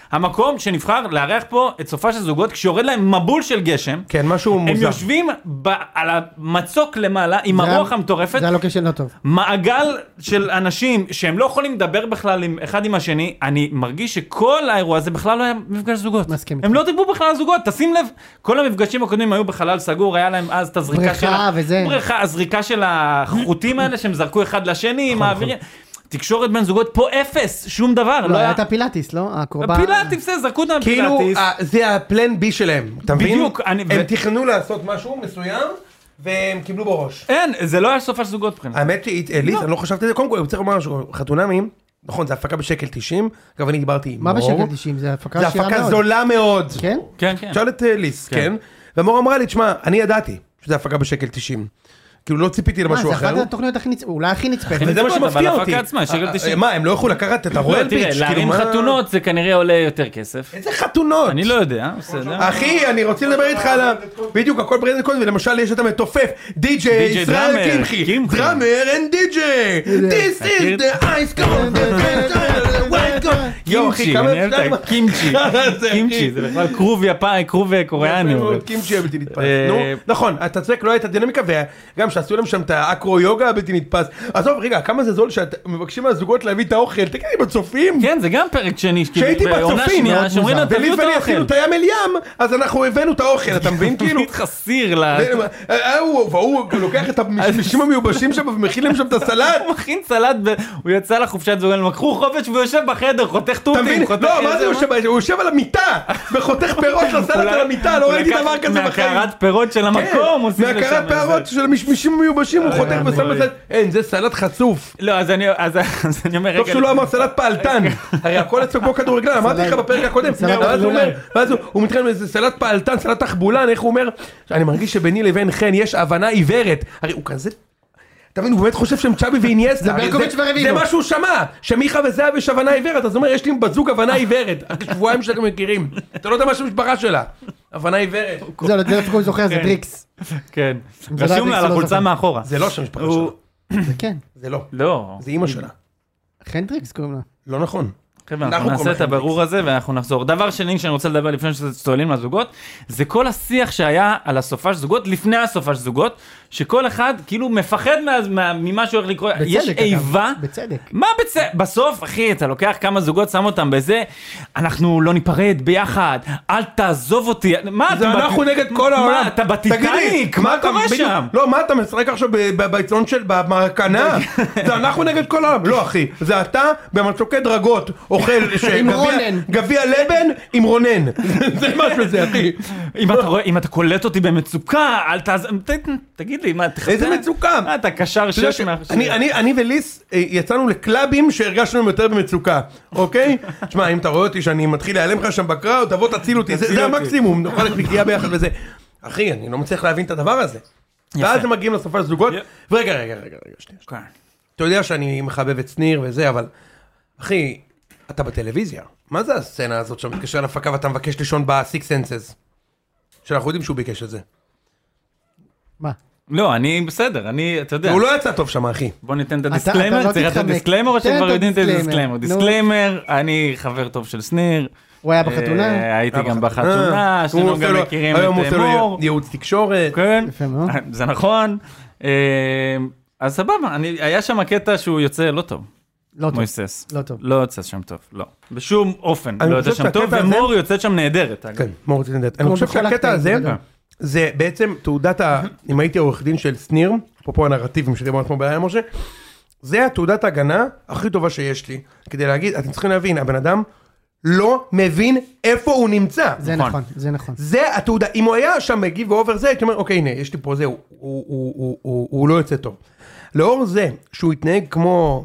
המקום שנבחר לארח פה את סופה של זוגות, כשיורד להם מבול של גשם, כן, משהו מוזר. הם יושבים על המצוק למעלה, עם הרוח המטורפת, זה הלוקיישן לא טוב. מעגל של אנשים שהם לא יכולים לדבר בכלל אחד עם השני, אני מרגיש שכל האירוע הזה בכלל לא היה מפגש זוגות. מסכים. הם לא דיברו בכלל על זוגות, תשים לב, כל המפגשים הקודמים היו בחלל סגור, היה להם אז את הזריקה של הזריקה של החוטים האלה שהם זרקו אחד לשני, מעבירים. תקשורת בין זוגות פה אפס, שום דבר. לא, היה את הפילאטיס, לא? הפילאטיס, זה זרקו אותם כאילו, פילאטיס. זה הפלן בי שלהם, אתה מבין? בדיוק. הם תכננו לעשות משהו מסוים, והם קיבלו בראש. אין, זה לא היה סופה של זוגות מבחינת. האמת שליס, אני לא חשבתי את זה, קודם כל, אני צריך לומר משהו, חתונמים, נכון, זה הפקה בשקל 90, אגב, אני דיברתי עם מור. מה בשקל 90? זה הפקה זה שירה מאוד. הפקה זולה מאוד. כן? כן, כן. שאל את ליס, כן? ומור אמרה לי, תשמע, אני ידעתי שזה הפקה בשקל 90. כאילו לא ציפיתי למשהו אחר. זה אחת התוכניות אולי הכי נצפית. וזה מה שמפתיע אותי. מה, הם לא יכולו לקחת את הרואל פיץ'? תראה, להרים חתונות זה כנראה עולה יותר כסף. איזה חתונות? אני לא יודע, בסדר. אחי, אני רוצה לדבר איתך על בדיוק, הכל ברנד קודם, ולמשל יש את המתופף, די.ג'יי ישראל קמחי, דרמר and די.ג'יי. This is the ice cold, קימצ'י, אני אוהב את הקימצ'י. קימצ'י, זה בכלל כרוב יפן, כרוב קוריאני. קימצ'י הבלתי נתפס. נכון, אתה צודק, לא הייתה דינמיקה, וגם שעשו להם שם את האקרו-יוגה הבלתי נתפס. עזוב, רגע, כמה זה זול שמבקשים מהזוגות להביא את האוכל, תגידי, בצופים? כן, זה גם פרק שני. שהייתי בצופים, ולי ואני עשינו את הים אל ים, אז אנחנו הבאנו את האוכל, אתה מבין כאילו? חסיר. והוא לוקח את המשמישים המיובשים שם ומכין להם שם את הסלט. הוא מכין סלט, הוא יצא לחופשת זוגן, לקחו חופש והוא יושב בחדר, חותך תותים. לא, מה זה הוא יושב על המיטה, וחותך פירות לסלט על המיטה, לא ראיתי דבר כזה בחיים. מהקרת פירות של המקום. מהקרת פירות של המשמישים המיובשים, הוא חותך וסלט בסלט. אין, זה סלט חצוף. לא, אז אני אומר רגע. טוב שהוא לא אמר סלט פעלתן. הרי הכל אצלו כמו כדורגלן, אמרתי לך בפרק הקודם. ואז הוא מתחיל מאיזה סלט פעלתן, סלט תחבולן, איך הוא אומר? אני מרגיש שביני לבין חן יש הבנה עיוורת. הרי הוא כזה... אתה מבין, הוא באמת חושב שהם צ'אבי ואיניאסטה. זה ברקוביץ' ורביבו. זה מה שהוא שמע, שמיכה וזהב יש הבנה עיוורת. אז הוא אומר, יש לי בזוג הבנה עיוורת. שבועיים שאתם מכירים. אתה לא יודע מה המשפחה שלה. הבנה עיוורת. זה לא תקום זוכר, זה דריקס. כן. רשום לה על החולצה מאחורה. זה לא שם המשפחה שלה. זה כן. זה לא. לא. זה אמא שלה. חנדריקס קוראים לה. לא נכון. חבר'ה, אנחנו נעשה את הברור הזה ואנחנו נחזור. דבר שני שאני רוצה לדבר לפני שצוללים לזוגות, זה כל השיח שהיה על הסופה של זוגות, לפני הסופה של זוגות, שכל אחד כאילו מפחד ממה שהולך לקרות. יש איבה. בצדק. מה בצדק? בסוף, אחי, אתה לוקח כמה זוגות, שם אותם בזה, אנחנו לא ניפרד ביחד, אל תעזוב אותי. זה אנחנו נגד כל העולם. מה, אתה בטיטניק? מה קורה שם? לא, מה אתה משחק עכשיו ביצלון של במרקנה? זה אנחנו נגד כל העולם. לא, אחי, זה אתה במצוקי דרגות. אוכל גביע לבן עם רונן. זה משהו זה, אחי. אם אתה קולט אותי במצוקה, אל תגיד לי, מה, תחתה? איזה מצוקה? אתה קשר שש אני וליס יצאנו לקלאבים שהרגשנו יותר במצוקה, אוקיי? תשמע, אם אתה רואה אותי שאני מתחיל להיעלם לך שם בקרב, תבוא תציל אותי, זה המקסימום, נוכל לקריאה ביחד וזה. אחי, אני לא מצליח להבין את הדבר הזה. ואז הם מגיעים לסופה של זוגות, ורגע, שנייה. אתה יודע שאני מחבב את שניר וזה, אבל, אחי, אתה בטלוויזיה. מה זה הסצנה הזאת שם מתקשר להפקה ואתה מבקש לישון ב-Six Senses? שאנחנו יודעים שהוא ביקש את זה. מה? לא, אני בסדר, אתה יודע. הוא לא יצא טוב שם, אחי. בוא ניתן את הדיסקליימר, צריך את הדיסקליימר או שכבר יודעים את הדיסקליימר? דיסקליימר, אני חבר טוב של שניר. הוא היה בחתונה? הייתי גם בחתונה, שנינו גם מכירים את מור. היום הוא ייעוץ תקשורת. כן, זה נכון. אז סבבה, היה שם קטע שהוא יוצא לא טוב. לא טוב. מויסס. לא טוב. לא יוצא שם טוב, לא. בשום אופן לא יוצא שם טוב, ומור יוצאת שם נהדרת. כן, מור יוצאת נהדרת. אני חושב שהקטע הזה, זה בעצם תעודת אם הייתי עורך דין של שניר, אפרופו הנרטיבים שדיברנו אתמול בעיה משה, זה התעודת ההגנה הכי טובה שיש לי, כדי להגיד, אתם צריכים להבין, הבן אדם לא מבין איפה הוא נמצא. זה נכון, זה נכון. זה התעודה, אם הוא היה שם מגיב ואובר זה, הייתי אומר, אוקיי, הנה, יש לי פה זה, הוא לא יוצא טוב. לאור זה, שהוא התנהג כמו...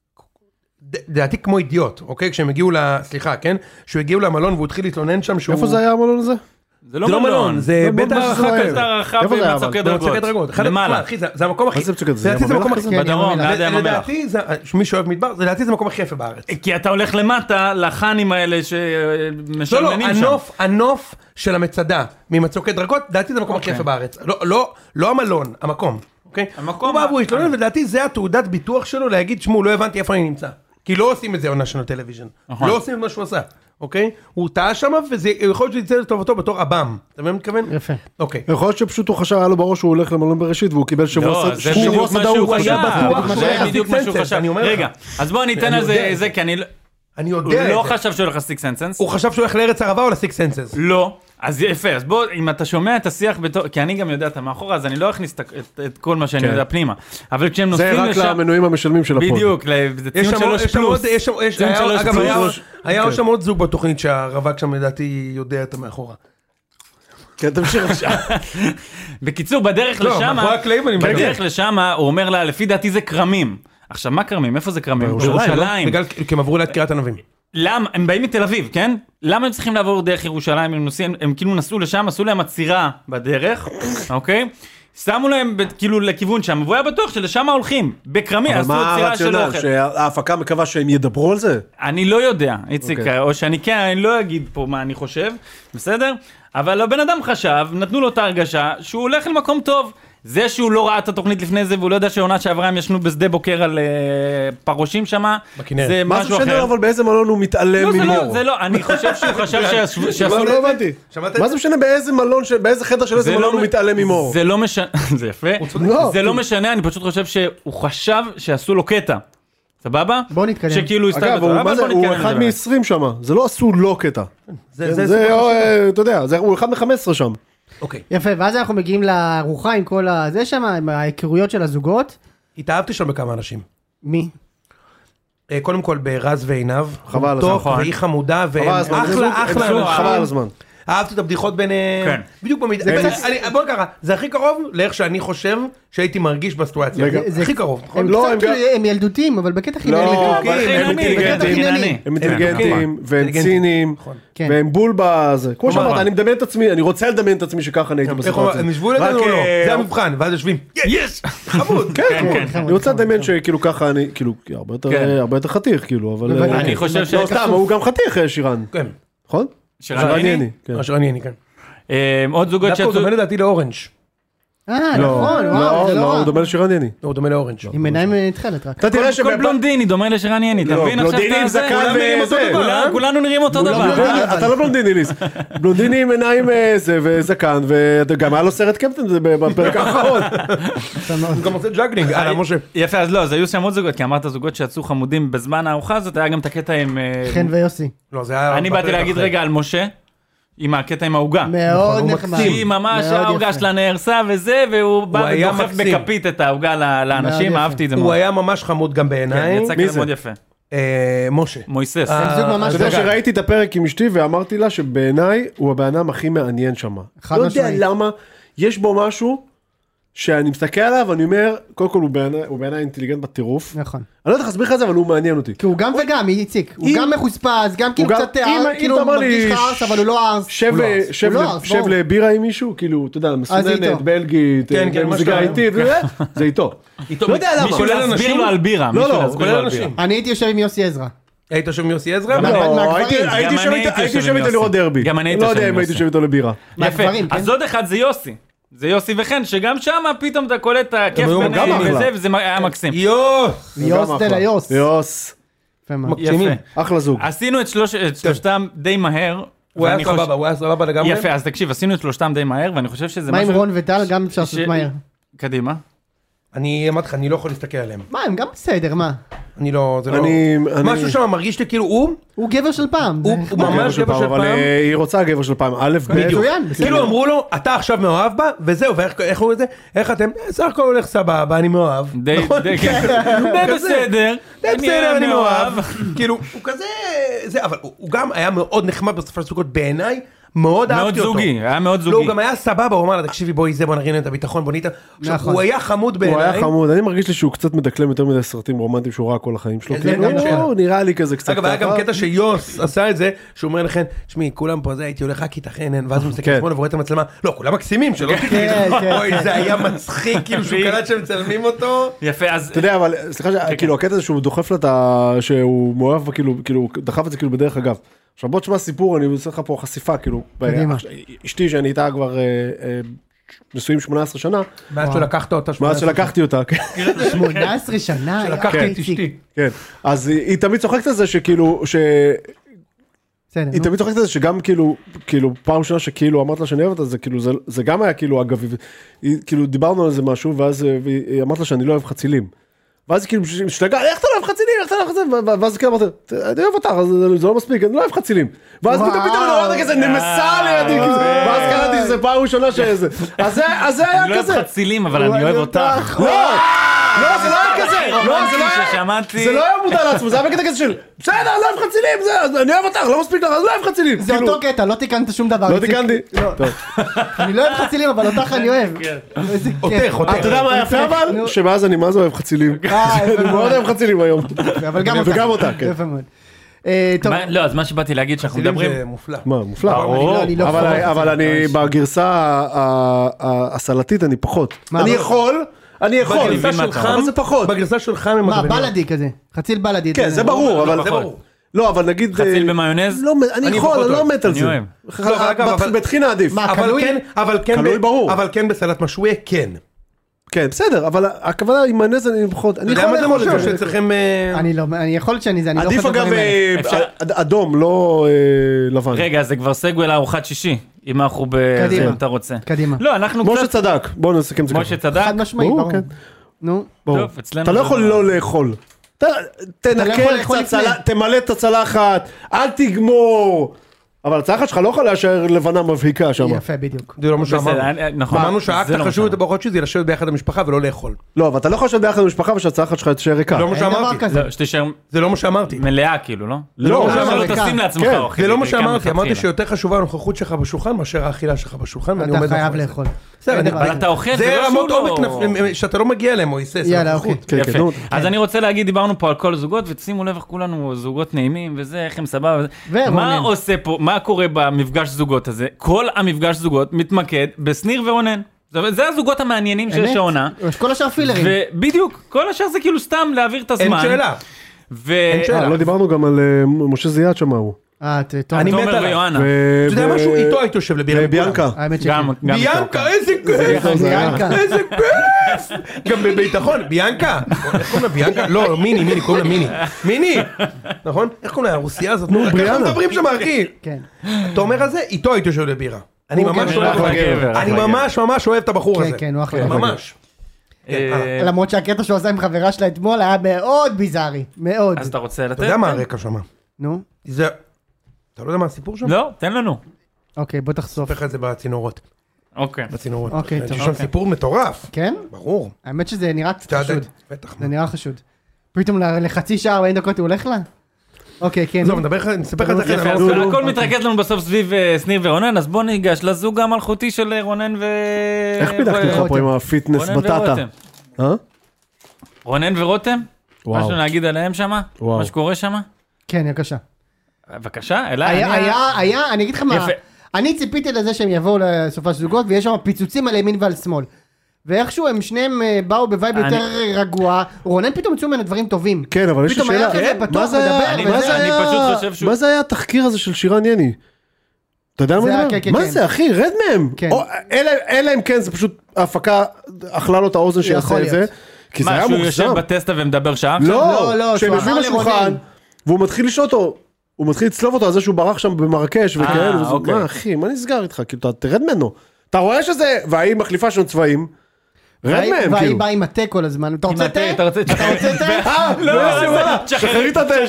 דעתי כמו אידיוט, אוקיי? כשהם הגיעו סליחה, כן? שהוא הגיעו למלון והוא התחיל להתלונן שם שהוא... איפה זה היה המלון הזה? זה לא מלון, זה בית הערכה כזה הערכה במצוקי דרגות. למעלה. זה המקום הכי... זה המקום הכי... בדרום, ליד ים המלח. לדעתי, מי שאוהב מדבר, לדעתי זה המקום הכי יפה בארץ. כי אתה הולך למטה לחנים האלה שמשלמנים שם. הנוף של המצדה ממצוקי דרגות, לדעתי זה המקום הכי יפה בארץ. לא המלון, המקום. הוא בא והוא התלונן, ולדעתי זה התעודת ביטוח שלו להגיד, שמו, לא הבנתי איפה אני נמצא. כי לא עושים את זה עונה של הטלוויז'ן. לא עושים את מה שהוא עשה. אוקיי? הוא טעה שם, וזה יכול להיות שזה לטובתו בתור אב"ם. אתה מבין מתכוון? יפה. אוקיי. יכול להיות שפשוט הוא חשב, היה לו בראש שהוא הולך למלון בראשית, והוא קיבל שבוע לא, זה בדיוק מה שהוא חשב. זה בדיוק מה שהוא חשב. רגע, אז בוא ניתן על זה, כי אני הוא יודע. לא חשב שהוא הולך לסיקס סנסנס. הוא חשב שהוא הולך לארץ ערבה או לסיקס סנסס? לא. אז יפה, אז בוא, אם אתה שומע את השיח בתור, כי אני גם יודע את המאחורה, אז אני לא אכניס את כל מה שאני יודע פנימה. אבל כשהם נוסעים לשם... זה רק למנויים המשלמים של הפוד. בדיוק, זה ציון 3 פלוס. אגב, היה עוד שם עוד זוג בתוכנית שהרווק שם לדעתי יודע את המאחורה. כן, תמשיך עכשיו. בקיצור, בדרך לשם, הוא אומר לה, לפי דעתי זה קרמים. עכשיו, מה קרמים? איפה זה קרמים? בירושלים. בגלל, כי הם עברו ליד קריית ענבים. למה? הם באים מתל אביב, כן? למה הם צריכים לעבור דרך ירושלים? הם כאילו נסעו לשם, עשו להם עצירה בדרך, אוקיי? שמו להם כאילו לכיוון שם, והוא היה בטוח שלשם הולכים, בקרמי, עשו עצירה של אוכל. שההפקה מקווה שהם ידברו על זה? אני לא יודע, איציק, או שאני כן, אני לא אגיד פה מה אני חושב, בסדר? אבל הבן אדם חשב, נתנו לו את ההרגשה, שהוא הולך למקום טוב. זה שהוא לא ראה את התוכנית לפני זה, והוא לא יודע שעונה שעברה הם ישנו בשדה בוקר על פרושים שם, זה משהו אחר. משהו אבל באיזה מלון הוא מתעלם ממור? זה לא, אני חושב שהוא חשב שעשו... לא הבנתי. מה זה משנה באיזה מלון, באיזה חדר של איזה מלון הוא מתעלם ממור? זה לא משנה, זה יפה. זה לא משנה, אני פשוט חושב שהוא חשב שעשו לו קטע. סבבה? בוא נתקדם. שכאילו אגב, הוא אחד מ-20 שם, זה לא עשו לו קטע. זה, אתה יודע, הוא אחד מ-15 שם. אוקיי. יפה, ואז אנחנו מגיעים לארוחה עם כל הזה שם, עם ההיכרויות של הזוגות. התאהבתי שם בכמה אנשים. מי? קודם כל ברז ועיניו. חבל על הזמן. והיא חמודה, אחלה. חבל על הזמן. אהבתי את הבדיחות ביניהם. בדיוק במידה. בוא נקרא, זה הכי קרוב לאיך שאני חושב שהייתי מרגיש בסיטואציה. זה הכי קרוב. הם ילדותיים, אבל בקטע חינני. הם אינטליגנטים, והם ציניים, והם בול בזה. כמו שאמרת, אני מדמיין את עצמי, אני רוצה לדמיין את עצמי שככה אני הייתי בסיטואציה. הם ישבו לדענו או לא? זה המבחן, ואז יושבים, יש! חמוד! כן, אני רוצה לדמיין שכאילו ככה אני, כאילו, הרבה יותר חתיך, כאילו, אבל... אני חושב לא סתם, הוא גם חתיך, שירן. כן. נכון? שרענייני? שרענייני, כן. עוד זוגות דווקא הוא דומה לדעתי לאורנג'. נכון, וואו, זה לא הוא רע. דומה לשרענייני. הוא דומה לאורנג'. עם עיניים נתחלת רק. אתה תראה כל בלונדיני דומה לשרענייני, אתה מבין עכשיו בלונדיני עם זקן וזה. כולנו נראים אותו דבר. אתה לא בלונדיני ליס. בלונדיני עם עיניים זה וזקן, וגם היה לו סרט קפטן בפרק האחרון. הוא גם עושה ג'אגלינג, משה. יפה, אז לא, אז היו שם עוד זוגות, כי אמרת זוגות שיצאו חמודים בזמן הארוחה הזאת, היה גם את הקטע עם... חן ויוסי. אני באתי להגיד רגע על משה. עם הקטע עם ההוגה. מאוד נחמד. שהיא ממש ההוגה שלה נהרסה וזה, והוא בא ודוחף בכפית את ההוגה לאנשים, אהבתי את זה מאוד. הוא היה ממש חמוד גם בעיניי. יצא כזה מאוד יפה. משה. מויסס. אתה יודע שראיתי את הפרק עם אשתי ואמרתי לה שבעיניי הוא הבן אדם הכי מעניין שם. לא יודע למה, יש בו משהו שאני מסתכל עליו ואני אומר, קודם כל הוא בעיניי אינטליגנט בטירוף. נכון. אני לא יודע איך להסביר לך זה, אבל הוא מעניין אותי. כי הוא גם וגם, איציק. הוא גם מחוספס, גם כאילו קצת כאילו מרגיש לך ארס, אבל הוא לא ארס. שב לבירה עם מישהו, כאילו, אתה יודע, מסוננת, בלגית, מזיגה איטית, זה איתו. לא יודע למה. מישהו להסביר לו על בירה. אני הייתי יושב עם יוסי עזרא. היית יושב עם יוסי עזרא? לא, הייתי יושב איתו לראות דרבי. גם אני הייתי יושב עם יוסי. לא יודע אם הייתי יושב איתו לבירה. יפה, אז עוד אחד זה יוסי. זה יוסי וחן, שגם שם פתאום אתה קולט את הכיף ביניהם וזה, וזה היה מקסים. יוס דלה יוס. יוס. יפה. אחלה זוג. עשינו את שלושתם די מהר. הוא היה סבבה לגמרי. יפה, אז תקשיב, עשינו את שלושתם די מהר, ואני חושב שזה משהו... מה עם רון וטל? גם אפשר לעשות מהר. קדימה. אני אמרתי לך, אני לא יכול להסתכל עליהם. מה, הם גם בסדר, מה? אני לא, זה לא... משהו שם מרגיש לי כאילו הוא גבר של פעם. הוא ממש גבר של פעם. היא רוצה גבר של פעם. א', ב'. מצוין, בסדר. כאילו אמרו לו, אתה עכשיו מאוהב בה, וזהו, ואיך הוא זה? איך אתם? סך הכל הולך סבבה, אני מאוהב. די בסדר. אני מאוהב. כאילו, הוא כזה... אבל הוא גם היה מאוד נחמד בסופו של דבר בעיניי. מאוד אהבתי אותו. היה מאוד זוגי. לא, הוא גם היה סבבה, הוא אמר לה, תקשיבי בואי זה, בוא נראים את הביטחון, בוא ניתן. הוא היה חמוד בעיניי. הוא היה חמוד, אני מרגיש לי שהוא קצת מדקלם יותר מדי סרטים רומנטיים שהוא ראה כל החיים שלו. הוא נראה לי כזה קצת ככה. אגב, היה גם קטע שיוס עשה את זה, שהוא אומר לכן, שמי, כולם פה זה, הייתי הולך רק איתכן, ואז הוא מסתכל שמאלה ורואה את המצלמה, לא, כולם מקסימים, שלא תקראי, אוי, זה היה מצחיק, כאילו שהוא קלט שהם מצלמים אותו. יפה, אז... אתה יודע, אבל סליחה, כאילו הקטע הזה שהוא דוחף לה שהוא מאוהב, כאילו דחף את זה כאילו בדרך אגב. עכשיו בוא תשמע סיפור, אני עושה לך פה חשיפה, כאילו, אשתי שאני איתה כבר נשואים 18 שנה. מאז שלקחת אותה 18 מאז שלקחתי אותה, כן. 18 שנה? שלקחתי את אשתי. כן, אז היא תמיד צוחקת על זה שכאילו, היא תמיד צוחקת את זה שגם כאילו פעם ראשונה שכאילו אמרת לה שאני אוהבת, אז זה גם היה כאילו אגב, כאילו דיברנו על זה משהו, ואז אמרת לה שאני לא אוהב חצילים. ואז כאילו משתגע, איך אתה לא אוהב חצילים? ואז כאילו אמרת, אני אוהב אותך, זה לא מספיק, אני לא אוהב חצילים. ואז פתאום אני אומרת כזה, נמסה לידי, ואז קראתי שזה פעם ראשונה שזה. אז זה היה כזה. אני לא אוהב חצילים, אבל אני אוהב אותך. לא, זה לא היה כזה. זה לא היה מודע לעצמו, זה היה בקטע כזה של, בסדר, אני לא אוהב חצילים, אני אוהב אותך, לא מספיק לך, אז לא אוהב חצילים. זה אותו קטע, לא תיקנת שום דבר. לא תיקנתי. אני לא אוהב חצילים, אבל אותך אני אוהב. אתה יודע מה יפה אבל? שמאז אני מה זה אוהב חצילים. אני מאוד אוהב חצילים היום. וגם אותה, כן. יפה מאוד. לא, אז מה שבאתי להגיד שאנחנו מדברים... זה מופלא. מה, מופלא. אבל אני בגרסה הסלטית אני פחות. אני יכול, בגרסה שלך, אבל זה פחות. בגרסה שלך הם מה, בלדי כזה? חציל בלדי. כן, זה ברור, אבל... לא, אבל נגיד... חציל במיונז? אני יכול, אני לא מת על זה. בתחינה עדיף. אבל כן בסלט משווה, כן. כן, בסדר, אבל הכוונה עם מיונז אני פחות... אתה יודע מה זה חושב שאצלכם... אני יכול להיות שאני זה, אני לא עדיף אגב אדום, לא לבן. רגע, זה כבר סגווי לארוחת שישי, אם אנחנו בזה, אם אתה רוצה. קדימה. לא, אנחנו משה צדק, בואו נסכם את זה ככה. משה צדק? חד משמעי, ברור. נו. טוב, אצלנו... אתה לא יכול לא לאכול. תנקל קצת, תמלא את הצלחת, אל תגמור. אבל הצלחת שלך לא יכולה להישאר לבנה מבהיקה שם. יפה, בדיוק. זה לא מה שאמרנו. אמרנו שהאקט החשוב את הברכות שזה לשבת ביחד המשפחה ולא לאכול. לא, אבל אתה לא יכול לשבת ביחד המשפחה ושהצלחת שלך תישאר ריקה. זה לא מה שאמרתי. זה לא מה שאמרתי. מלאה כאילו, לא? לא, לא תשים לעצמך אוכל. זה לא מה שאמרתי. אמרתי שיותר חשובה הנוכחות שלך בשולחן מאשר האכילה שלך בשולחן. אתה חייב לאכול. אבל אתה אוכל, זה רמות עומק שאתה לא מגיע אליהם, מויסס. יאללה, אוקיי. אז אני רוצה להגיד, דיברנו פה על כל זוגות, ותשימו לב איך כולנו זוגות נעימים וזה, איך הם סבבה. מה עושה פה, מה קורה במפגש זוגות הזה? כל המפגש זוגות מתמקד בסניר ורונן. זה הזוגות המעניינים של העונה. כל השאר פילרים. בדיוק, כל השאר זה כאילו סתם להעביר את הזמן. אין שאלה. לא דיברנו גם על משה זיאת שמעו. אני מת עליו. אתה יודע משהו? איתו הייתי יושב לבירה. ביאנקה. ביאנקה, איזה כיף. איזה כיף. גם בביטחון, ביאנקה. איך קוראים לה ביאנקה? לא, מיני, קוראים לה מיני. מיני. נכון? איך קוראים לה? הרוסיה הזאת? נו, בריאנה. איך מדברים שם, אחי? כן. אתה אומר על זה? איתו הייתי יושב לבירה. אני ממש אוהב את הבחור הזה. כן, הוא אחלה. ממש. למרות שהקטע שהוא עשה עם חברה שלה אתמול היה מאוד ביזארי. מאוד. אז אתה רוצה לתת? אתה יודע מה הרקע שם? נו. אתה לא יודע מה הסיפור שם? לא, תן לנו. אוקיי, בוא תחשוף. סופך את זה בצינורות. אוקיי. בצינורות. אוקיי, טוב. יש שם סיפור מטורף. כן? ברור. האמת שזה נראה קצת חשוד. בטח. זה נראה חשוד. פתאום לחצי שעה 40 דקות הוא הולך לה? אוקיי, כן. זהו, נספר לך את זה. הכל מתרכז לנו בסוף סביב שניר ורונן, אז בוא ניגש לזוג המלכותי של רונן ו... איך פילחתי לך פה עם הפיטנס בטטה? רונן ורותם? משהו להגיד עליהם שמה? מה שקורה שמה? כן, בבקשה. בבקשה, היה, אני אגיד לך מה, אני ציפיתי לזה שהם יבואו לסופש זוגות, ויש שם פיצוצים על ימין ועל שמאל. ואיכשהו הם שניהם באו בווייב יותר רגוע, רונן פתאום יצאו ממנו דברים טובים. כן, אבל יש לי שאלה, מה זה היה התחקיר הזה של שירן יני? אתה יודע מה אני אומר? מה זה אחי, רד מהם. אלא אם כן, זה פשוט ההפקה אכלה לו את האוזן שיעשה את זה. מה, שהוא יושב בטסטה ומדבר שעה? לא, כשהם יושבים לשולחן, והוא מתחיל לשאול אותו, הוא מתחיל לצלוב אותו על זה שהוא ברח שם במרקש וכאלה, מה אחי, מה נסגר איתך? כאילו, אתה תרד ממנו. אתה רואה שזה, והיא מחליפה שם צבעים, רד מהם, והיא באה עם התה כל הזמן, אתה רוצה תה? אתה רוצה תה? לא, שחררי את התה,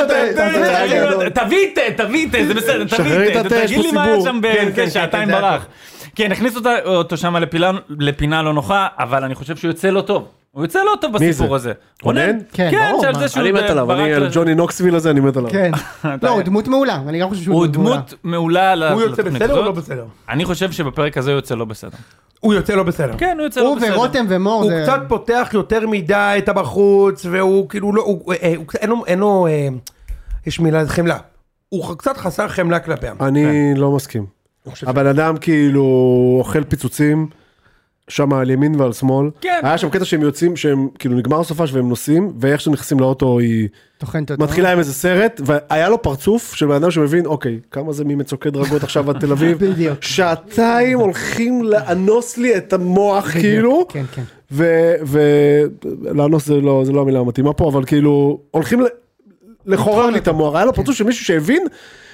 תביא תה, זה בסדר, תביא תה, תגיד לי מה היה שם שעתיים ברח. כן, הכניסו אותו שם לפינה לא נוחה, אבל אני חושב שהוא יוצא לא טוב. הוא יוצא לא טוב בסיפור הזה. רונן? כן, ברור. אני מת עליו, אני על ג'וני נוקסוויל הזה, אני מת עליו. כן. לא, הוא דמות מעולה, אני גם חושב שהוא דמות מעולה. הוא דמות מעולה. הוא יוצא בסדר או לא בסדר? אני חושב שבפרק הזה הוא יוצא לא בסדר. הוא יוצא לא בסדר. כן, הוא יוצא לא בסדר. הוא ורותם ומור הוא קצת פותח יותר מדי את הבחוץ, והוא כאילו לא, אין לו, יש מילה חמלה. הוא קצת חסר חמלה כלפיהם. אני לא מסכים. הבן אדם כאילו אוכל פיצוצים, שם על ימין ועל שמאל. כן. היה שם קטע שהם יוצאים, שהם כאילו נגמר הסופש והם נוסעים, ואיך שהם נכנסים לאוטו היא מתחילה עם איזה סרט, והיה לו פרצוף של בן אדם שמבין, אוקיי, כמה זה ממצוקי דרגות עכשיו עד תל אביב. בדיוק. שעתיים הולכים לאנוס לי את המוח כאילו. כן, כן. ולאנוס זה לא המילה המתאימה פה, אבל כאילו הולכים לחורר לי את המוח. היה לו פרצוף של מישהו שהבין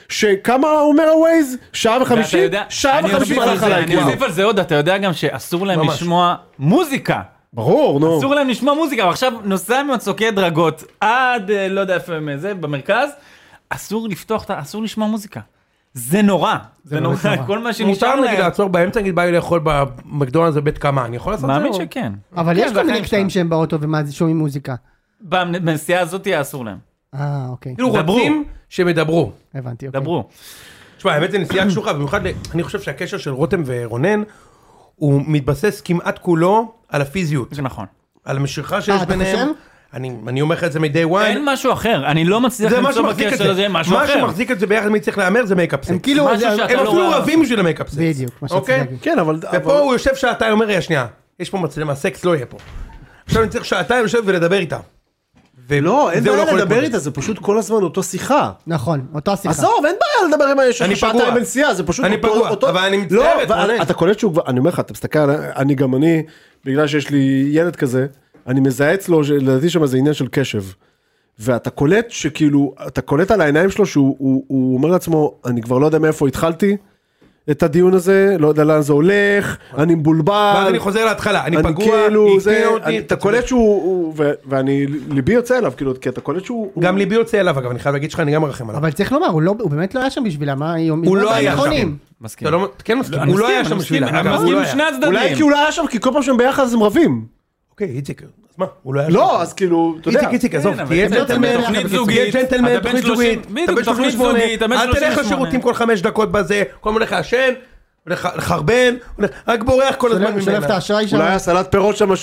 שכמה אומר הווייז? שעה ו50? שעה ו50 הלך עליי. אני אוסיף על זה עוד, אתה יודע גם שאסור להם לשמוע מוזיקה. ברור, נו. אסור להם לשמוע מוזיקה, ועכשיו נוסע מצוקי דרגות עד, לא יודע איפה הם זה, במרכז, אסור לפתוח, אסור לשמוע מוזיקה. זה נורא, זה נורא, כל מה שנשאר להם. מותר נגיד לעצור באמצע, נגיד בא לי לאכול במקדונלדס בבית קמה, אני יכול לעשות את זה? מאמין שכן. אבל יש כל מיני קטעים שהם באוטו ושומעים מוזיקה. בנסיעה הזאת יהיה אסור להם. אוקיי. כאילו רוצים שהם ידברו. הבנתי, אוקיי. דברו. תשמע, האמת זה נסיעה קשוחה, במיוחד אני חושב שהקשר של רותם ורונן, הוא מתבסס כמעט כולו על הפיזיות. זה נכון. על המשיכה שיש ביניהם. חושב? אני אומר לך את זה מ-day one. אין משהו אחר, אני לא מצליח למצוא בקשר הזה משהו אחר. מה שמחזיק את זה ביחד מי צריך לאמר זה מייקאפ הם סקס. כאילו... הם אפילו רבים בשביל המייקאפ סקס. בדיוק, מה שרציתי להגיד. כן, אבל... ופה הוא יושב שעתיים, אומר, רגע, שנייה, יש פה מצלמה, סקס לא יהיה פה. עכשיו אני צריך שעתיים לשבת ולדבר איתה. לא, אין בעיה לדבר איתה, זה פשוט כל הזמן אותו שיחה. נכון, אותו השיחה. עזוב, אין בעיה לדבר עם היש אני שעתיים פגוע. בנסיעה, זה פשוט אני פגוע, אבל אני מצטערת, רונן. אתה קולט שהוא כבר, אני אומר לך, אתה מסתכל, אני, בגלל שיש לי ילד כזה, אני מזהה אצלו, לדעתי שם זה עניין של קשב. ואתה קולט שכאילו, אתה קולט על העיניים שלו, שהוא אומר לעצמו, אני כבר לא יודע מאיפה התחלתי את הדיון הזה, לא יודע לאן זה הולך, אני מבולבל. ואז אני חוזר להתחלה, אני פגוע, כאילו, הקטין אותי. אתה קולט שהוא, ואני, ליבי יוצא אליו, כאילו, כי אתה קולט שהוא... גם ליבי יוצא אליו, אגב, אני חייב להגיד שלך, אני גם מרחם עליו. אבל צריך לומר, הוא באמת לא היה שם בשבילה, מה היום? הוא לא היה שם. מסכים. אתה לא, כן מסכים, הוא לא היה שם בשבילה. אני אגב, הוא מסכים לא עם היה. שני הצדדים. אולי כי הוא לא היה שם, כי כל פעם שהם ביחד אז הם רבים. אוקיי, איציק, אז מה? הוא לא היה שם. לא, אז כאילו, אתה יודע. איציק, עזוב, כן, תהיה אבל ג'נטלמן, תוכנית תהיה זוגית, ג'נטלמן, אתה בן תוכנית 30, זוגית, בדיוק, אתה בן תוכנית 38, זוגית, אתה בן אל תלך 38. לשירותים כל 5 דקות בזה, כל מיני לך השן, לחרבן, רק בורח כל הזמן שולף את ממנה. האשראי שם. אולי הסלט פירות שם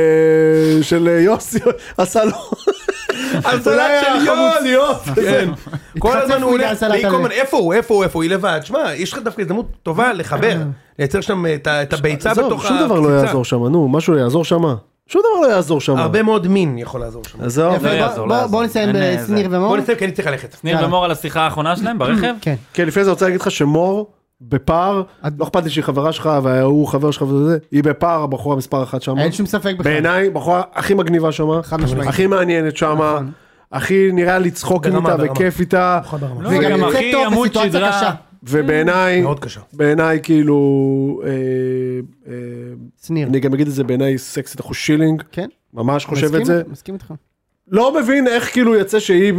של יוסי, עשה לו. הסלט של יוס, כן. כל הזמן הוא הולך, סלט והיא כל הזמן, איפה הוא, היא לבד, שמע, יש לך דווקא הזדמנות טובה לחבר, לייצר שם את הביצה בתוך שום דבר לא יעזור שם, נו, משהו יעזור שם. שום דבר לא יעזור שם. הרבה מאוד מין יכול לעזור שם. עזוב. בוא נסיים בסניר ומור. בוא נסיים כי אני צריך ללכת. ניר ומור על השיחה האחרונה שלהם ברכב? כן. כן, לפני זה רוצה להגיד לך שמור בפער, לא אכפת לי שהיא חברה שלך והוא חבר שלך וזה, היא בפער הבחורה מספר אחת שם. אין שום ספק בכלל. בעיניי, בחורה הכי מגניבה שם, חד משמעית. הכי מעניינת שם, הכי נראה לצחוק איתה וכיף איתה, וגם הכי עמוד שדרה. ובעיניי, מאוד קשה. בעיניי כאילו, שניר. אני גם אגיד את זה בעיניי סקסית אחוז שילינג, כן. ממש חושב את זה. מסכים איתך. לא מבין איך כאילו יצא שהיא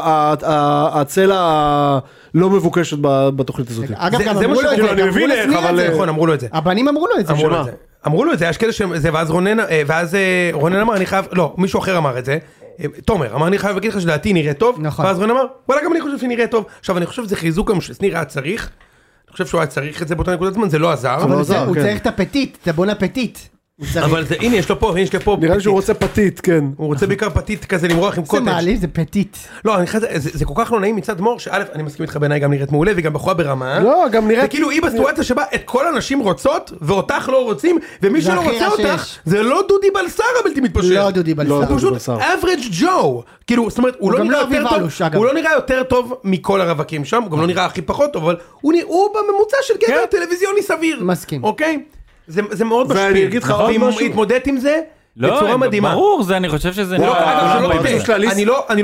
הצלע הלא מבוקשת בתוכנית הזאת. אגב, גם זה אמרו מה לו את שכאילו, זה. אני מבין איך, אבל... נכון, אמרו לו את זה. הבנים אמרו לו את זה. אמרו לו את זה, יש כזה שזה, ואז רונן אמר, אני חייב, לא, מישהו אחר אמר את זה, תומר, אמר, אני חייב להגיד לך שדעתי נראה טוב, נכון. ואז רונן אמר, וואלה, גם אני חושב שנראה טוב. עכשיו, אני חושב שזה חיזוק גם שסניר היה צריך, אני חושב שהוא היה צריך את זה באותה נקודת זמן, זה לא עזר. אבל הוא צריך את הפטיט, את הבון הפטיט. אבל זה, הנה, יש לו פה, נראה לי שהוא רוצה פתית, כן. הוא רוצה בעיקר פתית כזה למרוח עם זה קוטג'. מעליב, זה פטיט. לא, זה כל כך לא נעים מצד מור, שא', אני מסכים איתך בעיניי גם נראית מעולה, וגם בחורה ברמה. לא, גם נראית... וכאילו היא בסיטואציה שבה את כל הנשים רוצות, ואותך לא רוצים, ומי זה שלא הכי רוצה רע אותך, שיש. זה לא דודי בלסר הבלתי מתפשר. לא דודי בלסר. הוא פשוט average Joe. כאילו, זאת אומרת, הוא לא גם נראה לא אביב יותר אלוש, טוב, אגב. הוא לא נראה יותר טוב מכל הרווקים שם, הוא גם לא נראה הכי פחות טוב, אבל הוא בממוצע של גבר טלוויזיוני סביר. מסכים. אוקיי? זה מאוד ואני משפיל. אגיד לך עוד משהו. והיא התמודדת עם זה בצורה לא, מדהימה. ברור, זה אני חושב שזה... אגב, שלא הפרצוף תטעה, של הליס-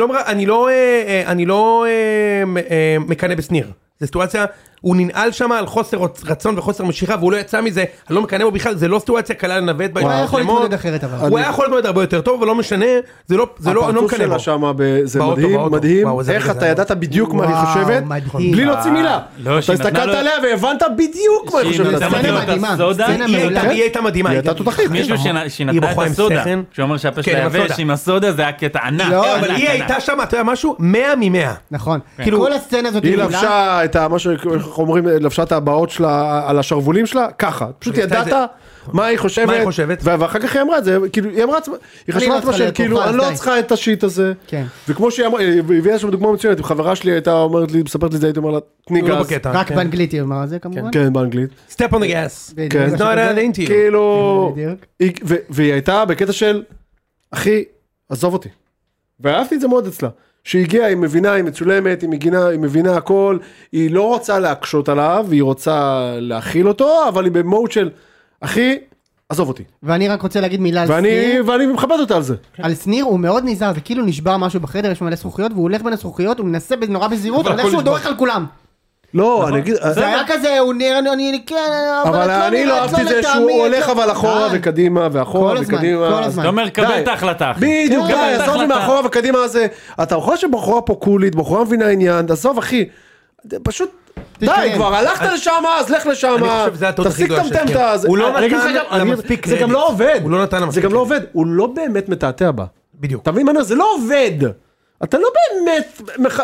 אני לא מקנא בסניר. זו סיטואציה, הוא ננעל שם על חוסר רצון וחוסר משיכה, והוא לא יצא מזה, אני לא מקנא בו בכלל, זה לא סיטואציה קלה לנווט בה. הוא היה יכול להתמודד אחרת אבל. הוא היה יכול להתמודד הרבה יותר טוב, אבל לא משנה, זה לא, אני לא הפרצוף מקנא בו. שלה שם, זה באוטו, מדהים, באוטו. מדהים, וואו, זה איך רגע, אתה זה ידעת בדיוק מה היא וואו, חושבת, מדהים. בלי להוציא מילה. לא, אתה שהיא נתנה הסתכלת לו- עליה והבנת בדיוק מה היא חושבת. שהיא על נתנה עצמה. לו את מדהימה, הסודה, סצנה היא מעולה. הייתה- היא הייתה מדהימה. היא הייתה תותחית. מישהו היא שנתנה בחורה את עם הסודה, שכל. שהוא אומר שהפה שלה כן, יבש הסודה. עם הסודה, זה היה קטע ענק. לא, אבל היא הייתה שם, אתה יודע משהו? 100 מ-100. נכון. כאילו- כל הסצנה הזאת היא מעולה. לבשה את מה שאומרים, לבשה את הבאות שלה על השרוולים שלה, ככה. פשוט עשתה את ידעת מה היא חושבת. מה היא חושבת. ואחר כך היא אמרה את זה, כאילו, היא אמרה עצמה, היא אני חשבה לא לעצמה צריכה של כאילו, להיות אני לא די. צריכה את השיט הזה. כן. וכמו שהיא אמרה, היא הביאה שם דוגמה מצוינת, חברה שלי הייתה אומרת לי, מספרת לי את זה, הייתי אומר לה, תני הוא לא גז. בקטע. רק כן. באנגלית היא אמרה זה כמובן. כן, באנגלית. Step on the gas. בדיוק, כן. משהו It's not כזה. an into you. כאילו, בדיוק. והיא הייתה בקטע של, אחי, עזוב אותי. ואהבתי את זה מאוד אצלה. שהיא הגיעה, היא מבינה, היא מצולמת, היא מבינה הכל, היא לא רוצה להקשות עליו, היא רוצה להכיל אותו, אבל היא במוד של, אחי, עזוב אותי. ואני רק רוצה להגיד מילה על שניר. ואני מכבד אותה על זה. על שניר הוא מאוד נזהר, זה כאילו נשבר משהו בחדר, יש מלא זכוכיות, והוא הולך בין הזכוכיות, הוא מנסה נורא בזהירות, אבל הכל איכשהו נשבר. דורך על כולם. לא, אני אגיד... זה היה כזה, הוא נראה, אני כן, אבל אני לא אהבתי את זה שהוא הולך אבל אחורה וקדימה ואחורה וקדימה. כל הזמן. אתה אומר, קבל את ההחלטה. בדיוק, די, עזוב לי מאחורה וקדימה הזה. אתה יכול שבחורה פה קולית, בחורה מבינה עניין, עזוב אחי. פשוט... די, כבר הלכת לשם, אז לך לשם. אני חושב שזה הטעות הכי גדולה תפסיק טמטם. הוא לא נתן למספיק זה גם לא עובד. הוא לא נתן למספיק. זה גם לא עובד. הוא לא באמת מתעתע בה. בדיוק. אתה מבין מה? זה לא עובד. אתה לא באמת,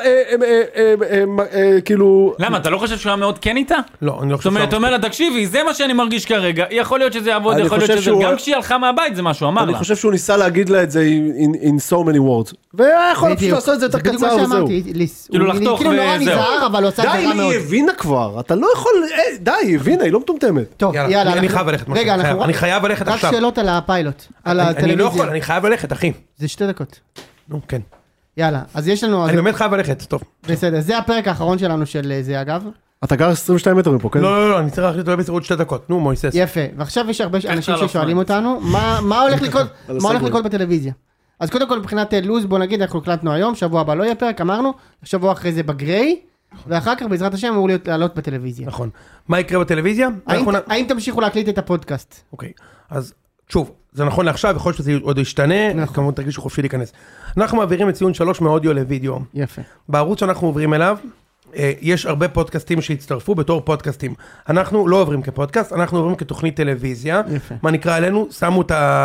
כאילו... למה, אתה לא חושב שהוא היה מאוד כן איתה? לא, אני לא חושב זאת אומרת, אתה אומר לה, תקשיבי, זה מה שאני מרגיש כרגע, יכול להיות שזה יעבוד, יכול להיות שזה... גם כשהיא הלכה מהבית זה מה שהוא אמר לה. אני חושב שהוא ניסה להגיד לה את זה in so many words. והיה יכול פשוט לעשות את זה יותר קצר וזהו. כאילו לחתוך כאילו נורא נזהר, אבל הוא עושה את זה רע מאוד. די, היא הבינה כבר, אתה לא יכול... די, היא הבינה, היא לא מטומטמת. טוב, יאללה. אני חייב ללכת. רגע, אני חייב ללכת עכשיו. רק שאלות על הפיילוט, על אני לא הטלוויזיה. יכול, אני חייב ללכת, אחי. זה 2 דקות. נו, כן. יאללה, אז יש לנו... אני באמת חייב ללכת, טוב. בסדר, זה הפרק האחרון שלנו של זה אגב. אתה גר 22 מטר מפה, כן? לא, אני צריך להחליט עוד 2 דקות. נו, מויסס. יפה, ועכשיו יש הרבה אנשים ששואלים אותנו, מה הולך לקרות בטלוויזיה? אז קודם כל מבחינת לוז, בוא נגיד, אנחנו הקלטנו היום, שבוע הבא לא יהיה פרק, אמרנו, שבוע אחרי זה בגריי, ואחר כך בעזרת השם אמור לעלות בטלוויזיה. נכון. מה יקרה בטלוויזיה? האם תמשיכו להקליט את הפודקאסט? אוקיי, אז שוב, זה נכון לעכשיו, יכול להיות שזה עוד ישתנה, כמובן תרגישו חופשי להיכנס. אנחנו מעבירים את ציון 3 מאודיו לוידאו. יפה. בערוץ שאנחנו עוברים אליו, יש הרבה פודקאסטים שהצטרפו בתור פודקאסטים. אנחנו לא עוברים כפודקאסט, אנחנו עוברים כתוכנית טלוויזיה. יפה. מה נקרא עלינו? שמו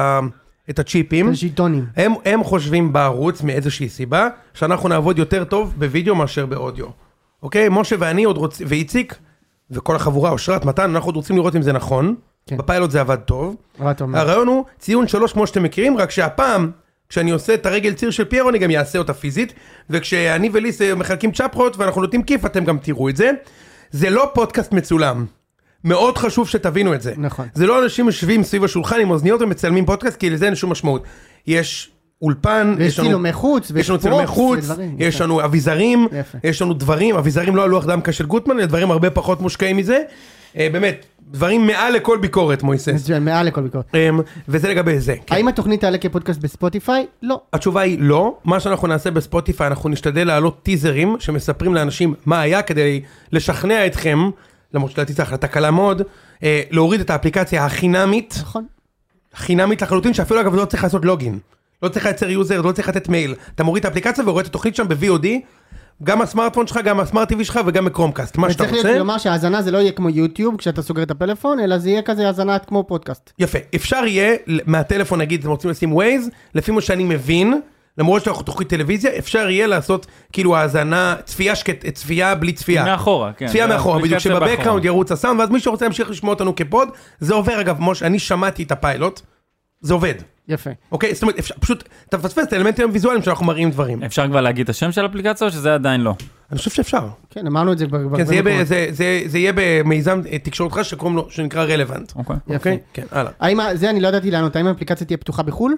את הצ'יפים. שיטונים. הם חושבים בערוץ מאיזושהי סיבה, שאנחנו נעבוד יותר טוב בווידאו מאשר באודיו. אוקיי? משה ואני עוד רוצים, ואיציק, וכל החבורה, אושרת, מתן, אנחנו עוד רוצים לראות אם זה נכון. בפיילוט זה עבד טוב. הרעיון הוא ציון 3 כמו שאתם מכירים, רק שהפעם, כשאני עושה את הרגל ציר של פיירו, אני גם אעשה אותה פיזית, וכשאני וליס מחלקים צ'פרות, ואנחנו נותנים כיף, אתם גם תראו את זה. זה לא פודקאסט מצולם. מאוד חשוב שתבינו את זה. נכון. זה לא אנשים יושבים סביב השולחן עם אוזניות ומצלמים פודקאסט, כי לזה אין שום משמעות. יש אולפן, יש צילומי חוץ, יש לנו צילומי חוץ, יש לנו אביזרים, יש לנו דברים, אביזרים לא הלוח דמקה של גוטמן, אלא דברים הרבה פחות מושקעים מזה. באמת, דברים מעל לכל ביקורת, מויסס. מעל לכל ביקורת. וזה לגבי זה. האם התוכנית תעלה כפודקאסט בספוטיפיי? לא. התשובה היא לא. מה שאנחנו נעשה בספוטיפיי, אנחנו נשתדל להעלות טיזרים שמספרים לאנשים מה היה כדי לשכנע אתכם, למרות שלדעתי זו החלטה קלה מאוד, להוריד את האפליקציה החינמית. נכון. חינמית לחלוטין, שאפילו אגב לא צריך לעשות לוגין. לא צריך לייצר יוזר, לא צריך לתת מייל. אתה מוריד את האפליקציה ורואה את התוכנית שם ב-VOD, גם הסמארטפון שלך, גם הסמארט TV שלך וגם בקרומקאסט, מה שאתה רוצה. צריך לומר שההזנה זה לא יהיה כמו יוטיוב כשאתה סוגר את הפלאפון, אלא זה יהיה כזה הזנה כמו פודקאסט. יפה, אפשר יהיה מהטלפון נגיד, אתם רוצים לשים ווייז, לפי מה שאני מבין, למרות שאנחנו תוכנית טלוויזיה, אפשר יהיה לעשות כאילו ההזנה, צפייה בלי צפייה. מאחורה, כן. צפייה מאחורה, בדיוק שבבקראונד ירוץ הסאונד, ואז מי שרוצה להמשיך לשמוע אותנו כפוד, זה עובר אגב, מוש, אני שמעתי את הפיילוט, זה עובד. יפה. אוקיי, זאת אומרת, פשוט, אתה מפספס את האלמנטים הוויזואליים שאנחנו מראים דברים. אפשר כבר להגיד את השם של האפליקציה או שזה עדיין לא? אני חושב שאפשר. כן, אמרנו את זה. כן, זה יהיה במיזם תקשורת חש שקוראים לו, שנקרא רלוונט. יפה. כן, הלאה. זה אני לא ידעתי לענות, האם האפליקציה תהיה פתוחה בחול?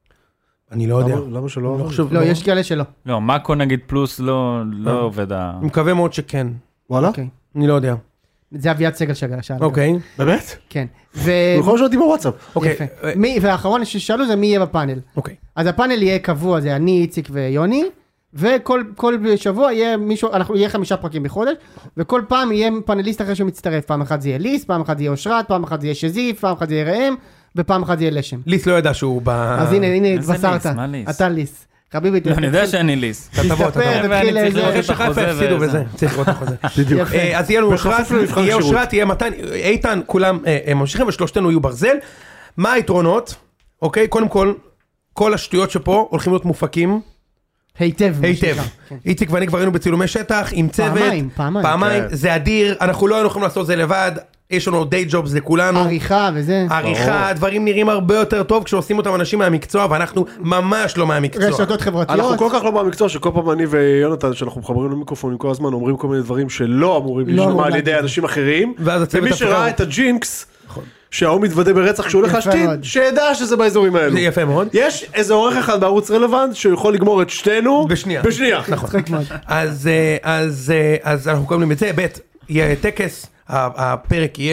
אני לא יודע. למה שלא? לא, יש כאלה שלא. לא, מאקו נגיד פלוס לא עובד. אני מקווה מאוד שכן. וואלה? אני לא יודע. זה אביעד סגל שאלה. אוקיי. באמת? כן. הוא יכול לשאול אותי בוואטסאפ. אוקיי. והאחרון ששאלו זה מי יהיה בפאנל. אוקיי. אז הפאנל יהיה קבוע, זה אני, איציק ויוני, וכל שבוע יהיה מישהו, יהיה 5 פרקים בחודש, וכל פעם יהיה פאנליסט אחר שמצטרף. פעם אחת זה יהיה ליס, פעם אחת זה יהיה אושרת, פעם אחת זה יהיה שזיף, פעם אחת זה יהיה ראם, ופעם אחת זה יהיה לשם. ליס לא ידע שהוא אז הנה, התבשרת. אתה ליס. חביבי, אני יודע שאני ליס. תבוא. צריך לראות את החוזה. בדיוק. אז יהיה לנו אושרת, יהיה מתן, איתן, כולם ממשיכים, ושלושתנו יהיו ברזל. מה היתרונות? אוקיי, קודם כל השטויות שפה הולכים להיות מופקים. היטב. איציק ואני כבר היינו בצילומי שטח, עם צוות. פעמיים. זה אדיר, אנחנו לא יכולים לעשות זה לבד. יש לנו די ג'ובס לכולנו. עריכה וזה. עריכה, דברים נראים הרבה יותר טוב כשעושים אותם אנשים מהמקצוע, ואנחנו ממש לא מהמקצוע. רשתות חברתיות. אנחנו כל כך לא מהמקצוע, שכל פעם אני ויונתן, שאנחנו מחברים למיקרופונים כל הזמן, אומרים כל מיני דברים שלא אמורים לשמוע על ידי אנשים אחרים. ומי שראה את הג'ינקס, שההוא מתוודה ברצח שהוא הולך להשתין, שידע שזה באזורים האלו. זה יפה מאוד. יש איזה עורך אחד בערוץ רלוונט, שיכול לגמור את שתינו בשנייה. נכון. אז אנחנו קוראים את זה, יהיה טקס, הפרק יהיה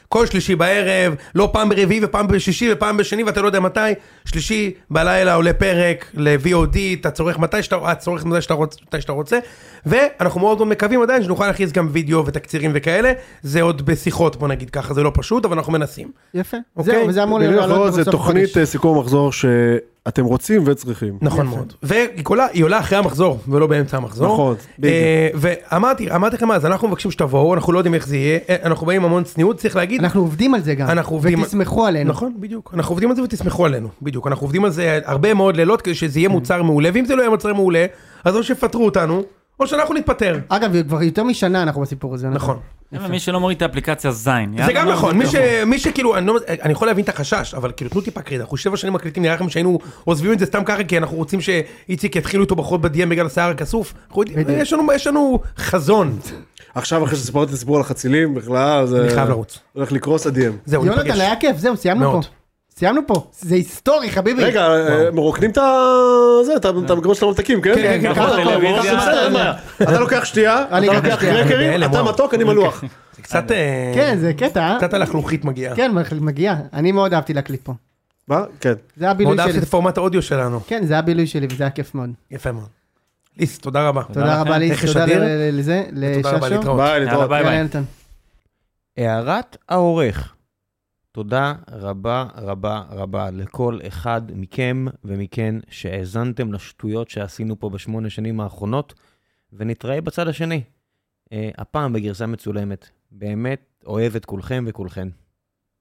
כל שלישי בערב, לא פעם ברביעי ופעם בשישי ופעם בשני, ואתה לא יודע מתי, שלישי בלילה עולה פרק ל-VOD, אתה צורך מתי שאתה רוצה, ואנחנו מאוד מאוד מקווים עדיין שנוכל להכניס גם וידאו ותקצירים וכאלה, זה עוד בשיחות, בוא נגיד ככה, זה לא פשוט, אבל אנחנו מנסים. יפה, אוקיי? זהו, וזה אמור להיות זה תוכנית סיכום המחזור שאתם רוצים וצריכים. נכון מאוד. והיא עולה אחרי המחזור, ולא באמצע המחזור. נכון. ואמרתי לכם אז, אנחנו מבקשים שתבואו, אנחנו לא יודעים איך זה יהיה, אנחנו באים המון צניעות, צריך להגיד. אנחנו עובדים על זה גם, ותסמכו עלינו. נכון, בדיוק. אנחנו עובדים על זה ותסמכו עלינו, בדיוק. אנחנו עובדים על זה הרבה מאוד לילות, כדי שזה יהיה מוצר מעולה, ואם זה לא יהיה מוצר מעולה, אז או שפטרו אותנו, או שאנחנו נתפטר. אגב, כבר יותר משנה אנחנו בסיפור הזה. נכון. מי שלא מוריד את האפליקציה זין. זה גם נכון, מי שכאילו, אני יכול להבין את החשש, אבל כאילו תנו טיפה קרידה, אנחנו 7 שנים מקליטים, נראה לכם שהיינו עוזבים את זה סתם ככה, כי אנחנו רוצים שאיציק יתחילו איתו בחוד בדיאם בגלל השיער הכסוף, יש לנו חזון. עכשיו אחרי שסיפרתי את הסיפור על החצילים, בכלל, זה... אני חייב לרוץ. הולך לקרוס הדיאם. זהו, יונתן, היה כיף, זהו, סיימנו פה. סיימנו פה, זה היסטורי, חביבי. רגע, מרוקנים את המגרון של הממתקים, כן? כן, אתה לוקח שתייה, אתה לוקח קרקרים, אתה מתוק, אני מלוח. זה קצת... כן, זה קטע. קצת הלחלוכית מגיעה. כן, מגיע. אני מאוד אהבתי להקליט פה. מה? כן. זה היה בילוי מאוד שלי. אהבתי את פורמט האודיו שלנו. כן, זה היה בילוי שלי, וזה היה כיף מאוד. יפה מאוד. ליס, תודה רבה. תודה רבה ליס, תודה לזה, תודה רבה, לששו. להתראות. ביי, להתראות. יאללה, יונתן. הערת העורך. תודה רבה רבה רבה לכל אחד מכם ומכן שהאזנתם לשטויות שעשינו פה ב8 שנים האחרונות, ונתראה בצד השני. הפעם בגרסה מצולמת. באמת אוהב את כולכם וכולכן.